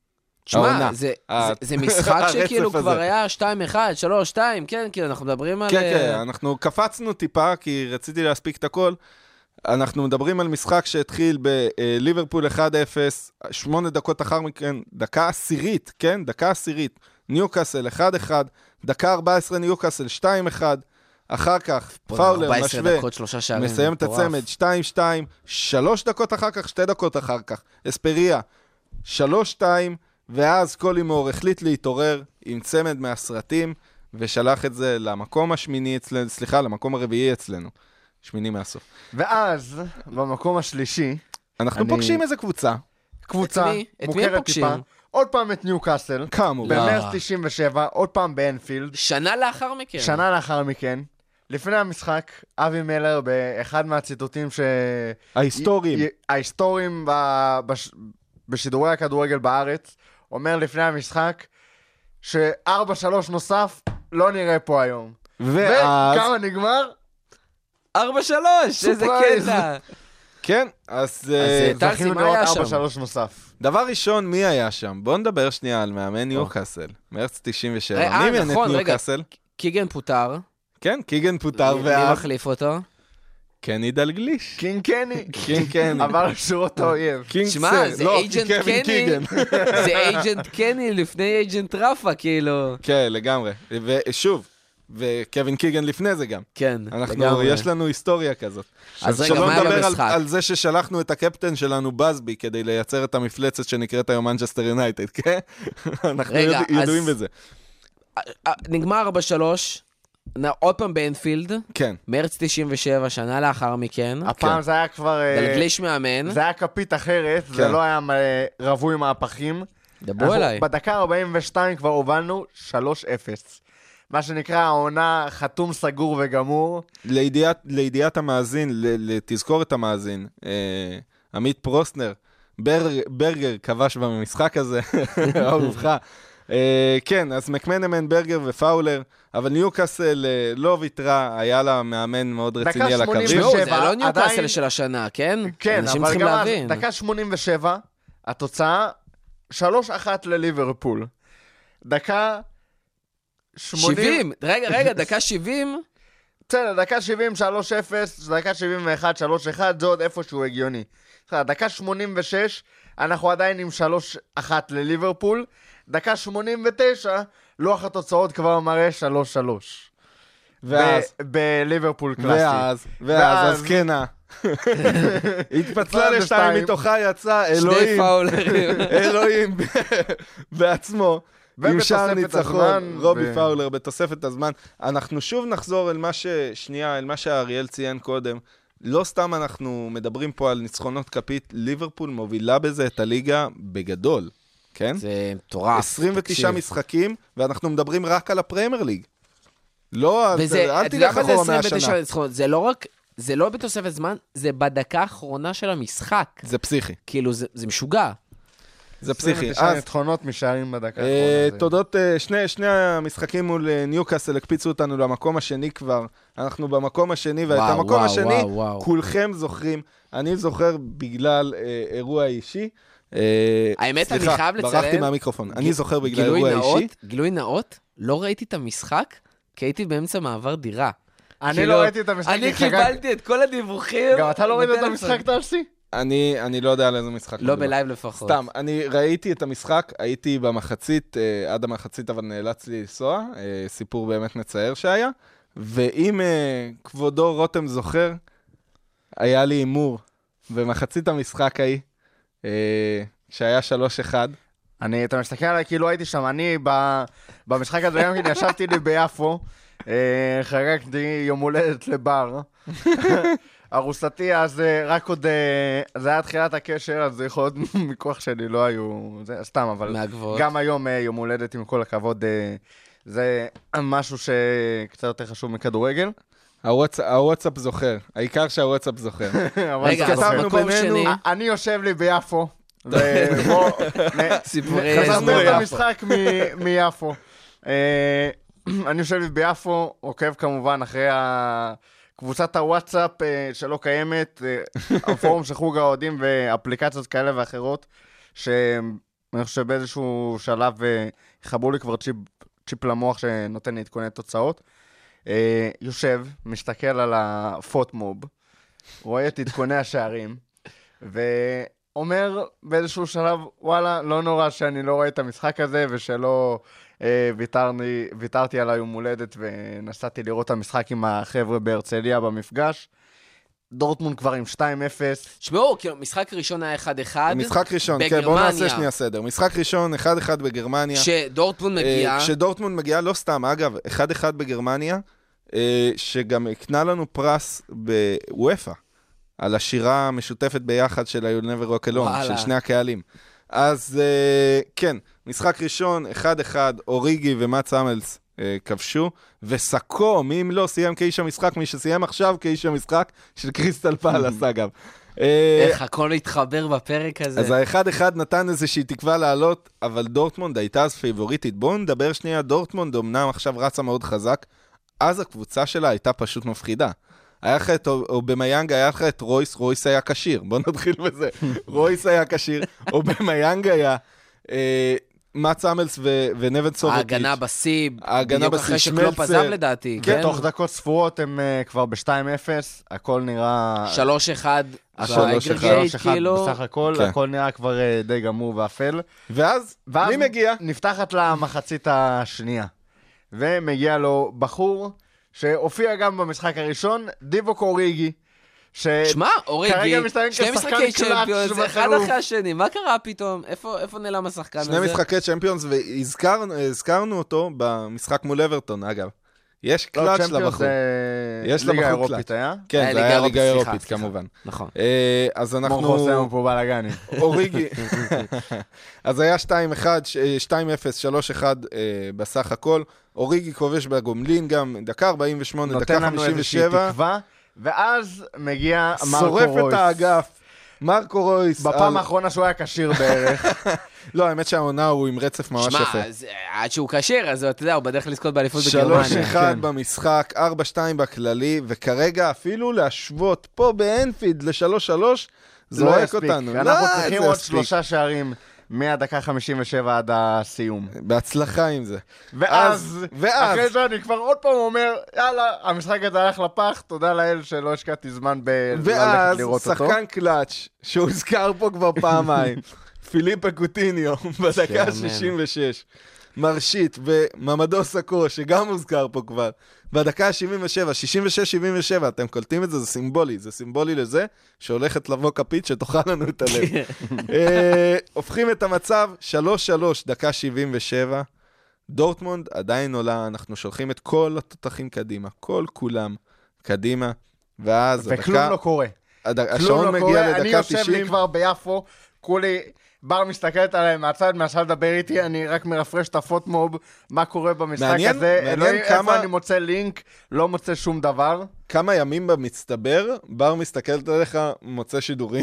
תשמע, זה משחק שכאילו כבר היה שתיים אחת, שלוש שתיים, כן, כאילו אנחנו מדברים על... כן, כן, אנחנו קפצנו טיפה, כי רציתי להספיק את הכל. אנחנו מדברים על משחק שהתחיל בליברפול אחד אפס, שמונה דקות אחר מכן, דקה עשירית, כן? דקה עשירית, ניוקאסל אחד אחד, דקה ארבע עשרה ניוקאסל שתיים אחד, אחר כך פאולר משווה, מסיים את הצמד שתיים שתיים, שלוש דקות אחר כך, שתי דקות אחר כך, אספריה שלוש שתיים, ואז קולימור החליט להתעורר עם צמד מהסרטים, ושלח את זה למקום השמיני אצלנו, סליחה, למקום הרביעי אצלנו. שמיני מהסוף. ואז, במקום השלישי... אנחנו אני... פוגשים איזה קבוצה. קבוצה, מוכרת טיפה. עוד פעם את ניוקאסל. כאמור. במרץ תשעים ושבע, עוד פעם באנפילד. שנה לאחר מכן. שנה לאחר מכן. לפני המשחק, אבי מלר, באחד מהציטוטים ש... ההיסטוריים. ההיסטוריים ב... בש... בשידורי הכדורגל בארץ, אומר לפני המשחק, ש-ארבע שלוש נוסף לא נראה פה היום. ואז... וכמה נגמר? ארבע שלוש, איזה קטע. כן, אז... זכינו לראות ארבע שלוש נוסף. דבר ראשון, מי היה שם? בואו נדבר שנייה על מאמן ניוקאסל. מרץ תשעים ושבע. מי מאמן את ניוקאסל? קיגן פוטר. כן, קיגן פוטר. מי מחליף אותו? קני דלגליש. קינג קני. קינג קני. עבר לשורות האויב. שמע, זה אייג'נט קני. זה אייג'נט קני לפני אייג'נט רפה, כאילו. כן, לגמרי. ושוב, וקווין קיגן לפני זה גם. כן, אנחנו, יש לנו היסטוריה כזאת. אז רגע, מה היה במשחק? על זה ששלחנו את הקפטן שלנו בזבי, כדי לייצר את המפלצת שנקראת היום מנצ'סטר יונייטד, כן? אנחנו ידועים בזה. נגמר ארבע שלוש, עוד פעם באנפילד, כן. מרץ תשעים ושבע, שנה לאחר מכן. הפעם זה היה כבר... דלגליש מאמן. זה היה כפית אחרת, זה לא היה רבוי מהפכים. דברו אליי. בדקה ארבעים ושתיים כבר הובלנו שלוש אפס. מה שנקרא העונה חתום סגור וגמור. לידיעת, לידיעת המאזין, לתזכור את המאזין, אה, עמית פרוסנר, בר, ברגר כבש במשחק הזה, אהובך. אה, כן, אז מקמנמן, ברגר ופאולר, אבל ניוקאסל אה, לא ויתרה, היה לה מאמן מאוד רציני על הקווים. זה לא ניוקאסל עדיין... של השנה, כן? כן, אבל גם אז, דקה שמונים ושבע, התוצאה שלוש אחת לליברפול. דקה... שבעים, רגע, רגע, דקה שבעים. בסדר, דקה שבעים, שלוש אפס, דקה שבעים ואחת, שלוש אחת, זה עוד איפשהו הגיוני. דקה שמונים ושש, אנחנו עדיין עם שלוש אחת לליברפול. דקה שמונים ותשע, לוח התוצאות כבר מראה שלוש שלוש. ואז? בליברפול קלאסי. ואז, ואז, אז כנה. התפצלה לשתיים, מתוכה יצא אלוהים. שני פאולרים. אלוהים בעצמו. עם שער ניצחון, רובי פאולר בתוספת הזמן. אנחנו שוב נחזור אל מה ש... שנייה, אל מה שהאריאל ציין קודם. לא סתם אנחנו מדברים פה על ניצחונות כפית, ליברפול מובילה בזה את הליגה בגדול, כן? זה מטורף. עשרים ותשעה משחקים, ואנחנו מדברים רק על הפרמייר ליג. לא, אל תלך אחורה מהשנה. זה לא רק... זה לא בתוספת זמן, זה בדקה האחרונה של המשחק. זה פסיכי. כאילו, זה, זה משוגע. זה פסיכי. אז נתחונות משערים בדקה האחרונה. תודות, שני, שני המשחקים מול ניוקאסל הקפיצו אותנו למקום השני כבר. אנחנו במקום השני, ואת וואו, המקום וואו, השני, וואו, וואו. כולכם זוכרים. אני זוכר בגלל אה, אירוע אישי. אה, האמת, סליחה, אני חייב לציין. ברחתי מהמיקרופון. אני זוכר בגלל אירוע אישי. גילוי נאות, לא ראיתי את המשחק, כי הייתי באמצע מעבר דירה. אני לא ראיתי את המשחק. אני קיבלתי את כל הדיווחים. גם אתה לא ראית את המשחק, טלסי? אני, אני לא יודע על איזה משחק. לא בלייב לפחות. סתם, אני ראיתי את המשחק, הייתי במחצית, אה, עד המחצית, אבל נאלץ לי לנסוע, אה, סיפור באמת מצער שהיה, ואם אה, כבודו רותם זוכר, היה לי אימור במחצית המשחק ההיא, אה, שהיה שלוש אחד. אני, אתה מסתכל עליי כאילו הייתי שם, אני ב, במשחק הזה גם כן ישבתי לי ביפו, אה, חגגתי יום הולדת לבר, ארוסתי, אז רק עוד, זה היה תחילת הקשר, אז יכול להיות מכוח שלי, לא היו, זה סתם, אבל מהגבוהות. גם היום יום הולדת, עם כל הכבוד, זה משהו שקצת יותר חשוב מכדורגל. הוואטסאפ זוכר, העיקר שהוואטסאפ זוכר. רגע, אז מקום שני. אני יושב לי ביפו, סיפורי חזרנו את המשחק מיפו. אני יושב לי ביפו, עוקב כמובן אחרי ה... קבוצת הוואטסאפ שלא קיימת, הפורום של חוג האוהדים ואפליקציות כאלה ואחרות, אני חושב שבאיזשהו שלב חברו לי כבר צ'יפ, צ'יפ למוח שנותן לי עדכוני תוצאות. יושב, מסתכל על הפוטמוב, רואה את עדכוני השערים, ואומר באיזשהו שלב, וואלה, לא נורא שאני לא רואה את המשחק הזה, ושלא אה, ויתרני, ויתרתי על היום הולדת, ונסעתי לראות את המשחק עם החבר'ה בהרצליה במפגש. דורטמונד כבר עם שתיים אפס. שמעו, כאילו, משחק ראשון היה אחד אחד. משחק ראשון, כן, בואו נעשה שנייה סדר. משחק ראשון, אחד אחד בגרמניה. כשדורטמונד מגיע. כשדורטמונד מגיע, לא סתם, אגב, אחד אחד בגרמניה, שגם הקנה לנו פרס בוופא, על השירה המשותפת ביחד של You'll Never Walk Alone, של שני הקהלים. אז כן, משחק ראשון, אחד אחד, אוריגי ומאץ אמלס כבשו, וסקו, מי אם לא סיים כאיש המשחק, מי שסיים עכשיו כאיש המשחק של קריסטל פאלאס, אגב. איך הכל התחבר בפרק הזה. אז האחד אחד נתן איזושהי תקווה לעלות, אבל דורטמונד הייתה אז פייבוריטית. בואו נדבר שנייה, דורטמונד אמנם עכשיו רצה מאוד חזק, אז הקבוצה שלה הייתה פשוט מפחידה. היה לך את, או במייאנג היה לך את רויס, רויס היה קשיר, בואו נתחיל בזה. רויס היה קשיר, או במייאנג היה אה, מאץ אמלס ונבן סובוטיץ'. ההגנה בסיב, ההגנה בדיוק אחרי שקלופ עזב לדעתי. כן, תוך דקות ספורות הם uh, כבר ב-שתיים אפס, הכל נראה... שלוש אחד, שלוש אחד בסך הכל, כן. הכל נראה כבר uh, די גמור ואפל. ואז, ואז מי מגיע? נפתחת למחצית השנייה, ומגיע לו בחור שהופיע גם במשחק הראשון, דיווק אוריגי. שמע, אוריגי, שני משחקי צ'מפיונס, אחד אחרי השני, מה קרה פתאום? איפה נעלם השחקן הזה? שני משחקי צ'מפיונס, והזכרנו אותו במשחק מול אברטון, אגב. יש קלאץ' לבחור. יש ליגה אירופית, היה? כן, זה היה ליגה אירופית, כמובן. נכון. אז אנחנו... מורחוסם פה בלגני. אוריגי. אז היה שתיים אפס, שלוש אחד בסך הכל. אוריגי כובש בגומלין גם, דקה ארבעים ושמונה, דקה חמישים ושבע. נותן לנו איזושהי תקווה. ואז מגיע מרקו רויס. שורף את האגף. מרקו רויס. בפעם האחרונה שהוא היה קשיר בערך. לא, האמת שהעונה הוא עם רצף ממש יפה. שמע, עד שהוא קשיר, אז אתה יודע, הוא בדרך לזכות באליפות בגרמניה. שלוש אחד במשחק, ארבע שתיים בכללי, וכרגע אפילו להשוות פה באנפילד ל-שלוש שלוש, זורק אותנו. אנחנו צריכים עוד שלושה שערים. מהדקה חמישים ושבע עד הסיום. בהצלחה עם זה. ואז, ואז, אחרי זה אני כבר עוד פעם אומר, יאללה, המשחק הזה הלך לפח, תודה לאל שלא השקעתי זמן בללכת לראות אותו. ואז, שחקן קלאץ' שהוא הזכר פה כבר פעמיים, פיליפה קוטיניו, בדקה שישים ושש, מרשית, וממדו סקו, שגם הוזכר פה כבר, בדקה שבעים ושבע, שישים ושש שבעים ושבע, אתם קולטים את זה, זה סימבולי, זה סימבולי לזה, שהולכת לבוא כפית שתאכל לנו את הלב. הופכים את המצב, שלוש שלוש, דקה שבעים ושבע, דורטמונד עדיין עולה, אנחנו שולחים את כל התותחים קדימה, כל כולם קדימה, ואז הדקה... וכלום לא קורה. השעון מגיע לדקה תשעים. אני יושב לי כבר ביפו, כולי... בר מסתכלת עליי מהצד, מהצד לדבר איתי, אני רק מרפרש את הפוטמוב, מה קורה במשחק מעניין, הזה, מעניין אלוהי, כמה... איפה אני מוצא לינק, לא מוצא שום דבר. כמה ימים במצטבר, בר מסתכלת עליך, מוצא שידורים.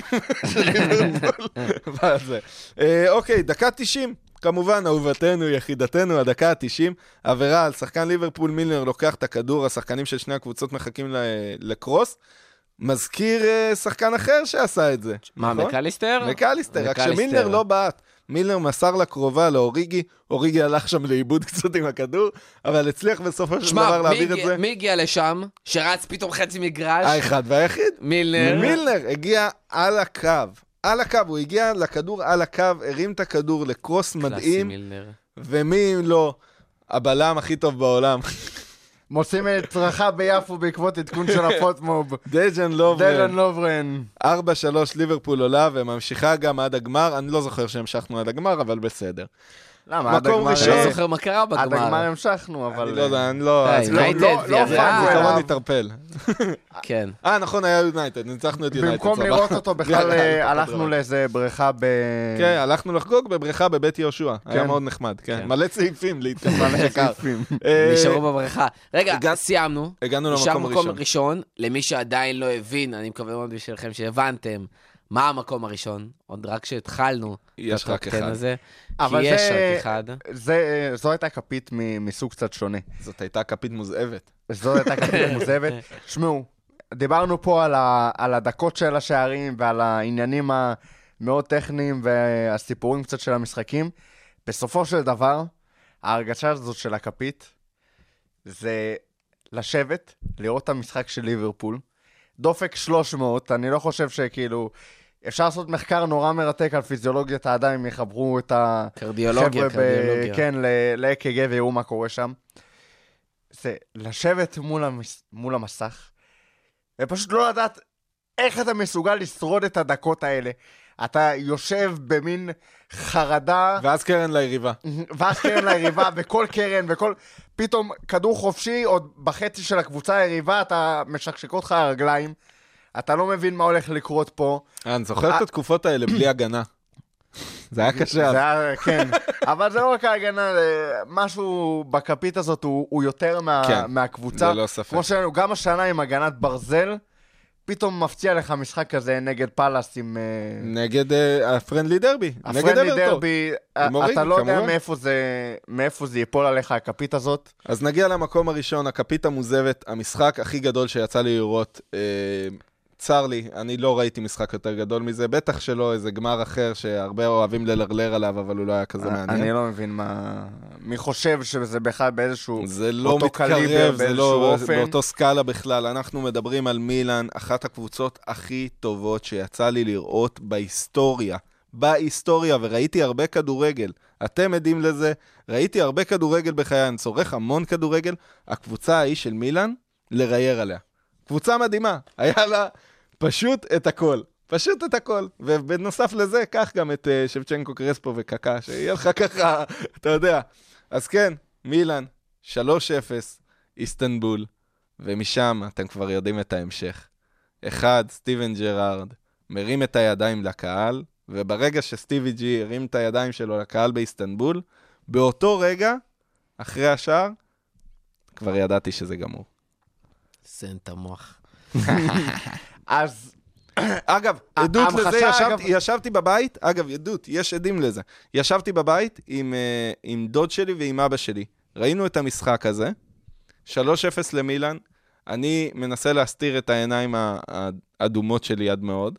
אה, אוקיי, דקה תשעים, כמובן, אהובתנו, יחידתנו, הדקה ה-תשעים, עבירה על שחקן ליברפול, מילנר לוקח את הכדור, השחקנים של שני הקבוצות מחכים לקרוס, מזכיר uh, שחקן אחר שעשה את זה. מה, נכון? מקליסטר? מקליסטר, רק שמילנר לא בעט. מילנר מסר לקרובה לאוריגי, אוריגי הלך שם לאיבוד קצת עם הכדור, אבל הצליח בסופו של דבר להעביר את זה. מי הגיע לשם? שרץ פתאום חצי מגרש? האחד והיחיד. מילנר. מילנר הגיע על הקו. על הקו, הוא הגיע לכדור על הקו, הרים את הכדור לקרוס מדהים. ומי אם לא, הבלם הכי טוב בעולם. מוצאים את צרחה ביפו בעקבות עדכון של הפוטמוב. דז'ן לוברן. דז'ן לוברן. ארבע שלוש ליברפול עולה וממשיכה גם עד הגמר. אני לא זוכר שהמשכנו עד הגמר, אבל בסדר. למה? עד הגמר... אני לא זוכר מה קרה בגמר. עד הגמר המשכנו, אבל... אני לא יודע, אני לא... לא פאנק, זיכרון התערפל. כן. אה, נכון, היה יונייטד, ניצחנו את יונייטד. במקום לראות אותו בכלל, הלכנו לאיזה בריכה ב... כן, הלכנו לחגוג בבריכה בבית יהושע. היה מאוד נחמד, כן. מלא צעיפים להתקבל לשקר. נשארו בבריכה. רגע, סיימנו. הגענו למקום הראשון. למי שעדיין לא הבין, אני מקווה מאוד בשבילכם שהבנתם מה המקום הראשון, עוד רק שהתחלנו. יש רק אחד. כי יש רק אחד. זו הייתה כפית מסוג קצת שונה. זאת הייתה כפית מוזאבת. זאת הייתה כפית מוזאבת. שמעו, דיברנו פה על הדקות של השערים ועל העניינים מאוד טכניים והסיפורים קצת של המשחקים. בסופו של דבר, ההרגשה הזאת של הכפית, זה לשבת, לראות את המשחק של ליברפול, דופק שלוש מאות, אני לא חושב שכאילו, אפשר לעשות מחקר נורא מרתק על פיזיולוגיית האדם, אם יחברו את קרדיולוגיה, קרדיולוגיה. כן, ל-אק ג'י ויראו מה קורה שם. זה לשבת מול, המס... מול המסך, ופשוט לא לדעת איך אתה מסוגל לשרוד את הדקות האלה. אתה יושב במין חרדה... ואז קרן ליריבה. ואז קרן ליריבה, וכל קרן, וכל... פתאום כדור חופשי, עוד בחצי של הקבוצה היריבה, אתה משקשק אותך הרגליים, אתה לא מבין מה הולך לקרות פה. אני זוכר את התקופות האלה בלי הגנה. זה היה קשה. זה היה, כן. אבל זה לא רק ההגנה, משהו בכפית הזאת הוא, הוא יותר מה, כן, מהקבוצה. זה לא ספק. כמו שלנו, גם השנה עם הגנת ברזל, פתאום מפציע לך משחק כזה נגד פלאס עם... נגד הפרנדלי דרבי. הפרנדלי דרבי, אתה לא יודע מאיפה זה, מאיפה זה ייפול עליך הכפית הזאת. אז נגיע למקום הראשון, הכפית המוזבת, המשחק הכי גדול שיצא לי לראות. צר לי, אני לא ראיתי משחק יותר גדול מזה, בטח שלא איזה גמר אחר שהרבה אוהבים ללרלר עליו, אבל הוא לא היה כזה מעניין. אני לא מבין מה... מי חושב שזה בכלל באיזשהו... זה לא מתקרב, זה לא באותו סקאלה בכלל. אנחנו מדברים על מילאן, אחת הקבוצות הכי טובות שיצא לי לראות בהיסטוריה. בהיסטוריה, וראיתי הרבה כדורגל. אתם עדים לזה, ראיתי הרבה כדורגל בחיי, אני צורך המון כדורגל. הקבוצה ההיא של מילאן, לרייר עליה. קבוצה מדהימה, היה לה פשוט את הכל, פשוט את הכל, ובנוסף לזה, קח גם את uh, שבצ'נקו קרספו וקקה, שיהיה לך ככה, אתה יודע. אז כן, מילאן, שלוש אפס, איסטנבול, ומשם אתם כבר יודעים את ההמשך. אחד, סטיבן ג'רארד, מרים את הידיים לקהל, וברגע שסטיבי ג'י הרים את הידיים שלו לקהל באיסטנבול, באותו רגע, אחרי השאר, כבר ידעתי שזה גמור. סנט המוח. אז... אגב, עדות לזה, ישבתי, ישבתי בבית, אגב, עדות, יש עדים לזה. ישבתי בבית עם, עם דוד שלי ועם אבא שלי. ראינו את המשחק הזה, שלוש אפס למילאן, אני מנסה להסתיר את העיניים האדומות שלי עד מאוד,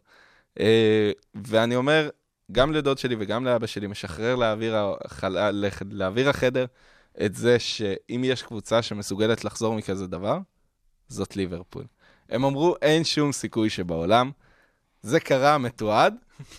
ואני אומר, גם לדוד שלי וגם לאבא שלי, משחרר לאוויר, לאוויר החדר, את זה שאם יש קבוצה שמסוגלת לחזור מכזה דבר, זאת ליברפול. הם אמרו, אין שום סיכוי שבעולם. זה קרה מתועד,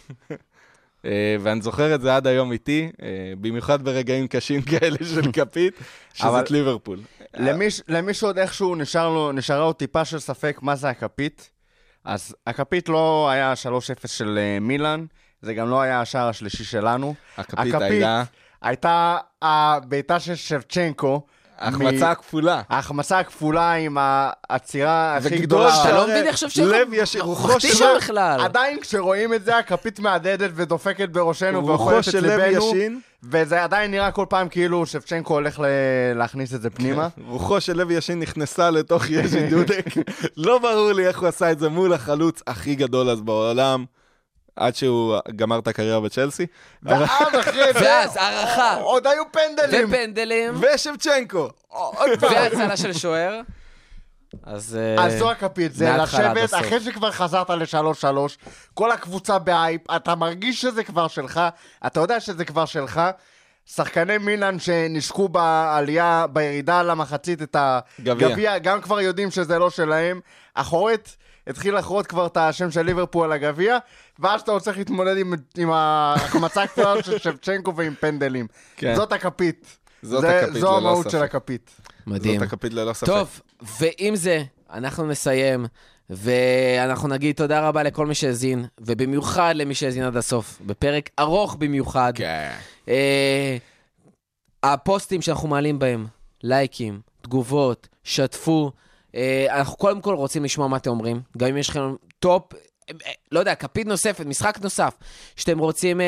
ואני זוכר את זה עד היום איתי, במיוחד ברגעים קשים כאלה של כפית, שזאת ליברפול. למי שעוד איכשהו נשארה עוד טיפה של ספק מה זה הכפית, אז הכפית לא היה שלוש אפס של מילאן, זה גם לא היה השער השלישי שלנו. הכפית היה... הייתה הביתה של שבצ'נקו, ההחמצה הכפולה. ההחמצה הכפולה עם העצירה הכי גדולה. אתה לא מבין עכשיו רוחו של בכלל. עדיין כשרואים את זה, הכפית מעדדת ודופקת בראשנו רוחו של לב ישין. וזה עדיין נראה כל פעם כאילו שבצ'נקו הולך להכניס את זה פנימה. רוחו של לב ישין נכנסה לתוך יז'י דודק. לא ברור לי איך הוא עשה את זה מול החלוץ הכי גדול אז בעולם. עד שהוא גמר את הקריירה בצ'לסי. ואז אחרי זה... ואז, הערכה. עוד היו פנדלים. ופנדלים. ושבצ'נקו. והצלה של שוער. אז... אז זו הכפית, זה לשבת, אחרי שכבר חזרת לשלוש שלוש, כל הקבוצה בהייפ, אתה מרגיש שזה כבר שלך, אתה יודע שזה כבר שלך, שחקני מילאן שנשקו בעלייה, בירידה למחצית את הגביע, גם כבר יודעים שזה לא שלהם, אחורית, התחיל לחרות כבר את השם של ליברפול על הגביע, ואז אתה צריך להתמודד עם, עם ההחמצה הכפולה של שבצ'נקו ועם פנדלים. כן. זאת הכפית. זאת זה, הכפית זו המהות ספק. של הכפית. מדהים. זאת הכפית ללא ספק. טוב, ועם זה אנחנו נסיים, ואנחנו נגיד תודה רבה לכל מי שהזין, ובמיוחד למי שהזין עד הסוף, בפרק ארוך במיוחד. כן. אה, הפוסטים שאנחנו מעלים בהם, לייקים, תגובות, שתפו, אנחנו קודם כל רוצים לשמוע מה אתם אומרים, גם אם יש לכם טופ, לא יודע, כפית נוספת, משחק נוסף, שאתם רוצים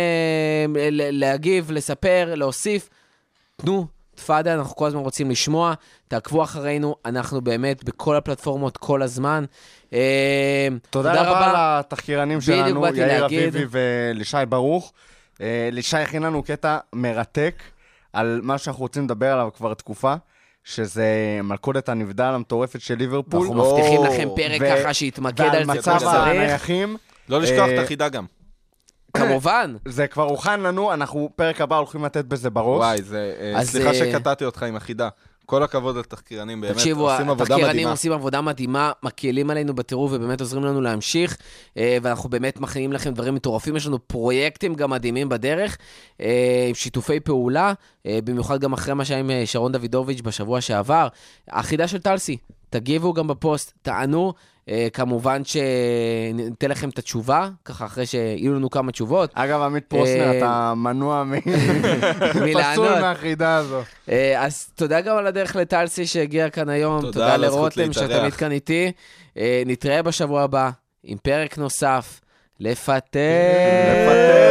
להגיב, לספר, להוסיף, תנו, תפאדה, אנחנו כל הזמן רוצים לשמוע, תעקבו אחרינו, אנחנו באמת בכל הפלטפורמות כל הזמן. תודה רבה לתחקירנים שלנו, יאיר אביבי ולישי ברוך. לישי הכין לנו קטע מרתק על מה שאנחנו רוצים לדבר עליו כבר תקופה. שזה מלכודת הנבדל המטורפת של ליברפול. אנחנו מבטיחים לכם פרק ככה שיתמקד על זה מצב הנייחים. לא לשכוח את החידה גם. כמובן. זה כבר הוכן לנו, אנחנו פרק הבא הולכים לתת בזה בראש. וואי, זה... סליחה שקטעתי אותך עם החידה. כל הכבוד לתחקירנים, באמת עושים עבודה מדהימה. תקשיבו, התחקירנים עושים עבודה מדהימה, מקלים עלינו בטירוף ובאמת עוזרים לנו להמשיך, ואנחנו באמת מכינים לכם דברים מטורפים, יש לנו פרויקטים גם מדהימים בדרך, עם שיתופי פעולה, במיוחד גם אחרי מה שהיה עם שרון דוידוביץ' בשבוע שעבר. החידה של טלסי, תגיבו גם בפוסט, תענו, כמובן שניתן לכם את התשובה, ככה אחרי שיהיו לנו כמה תשובות. אגב, עמית פרוסנר, אתה מנוע פסול מהחידה הזו. אז תודה גם על הדרך לטלסי שהגיע כאן היום, תודה לרותם שתמיד כאן איתי. נתראה בשבוע הבא עם פרק נוסף, לפטר.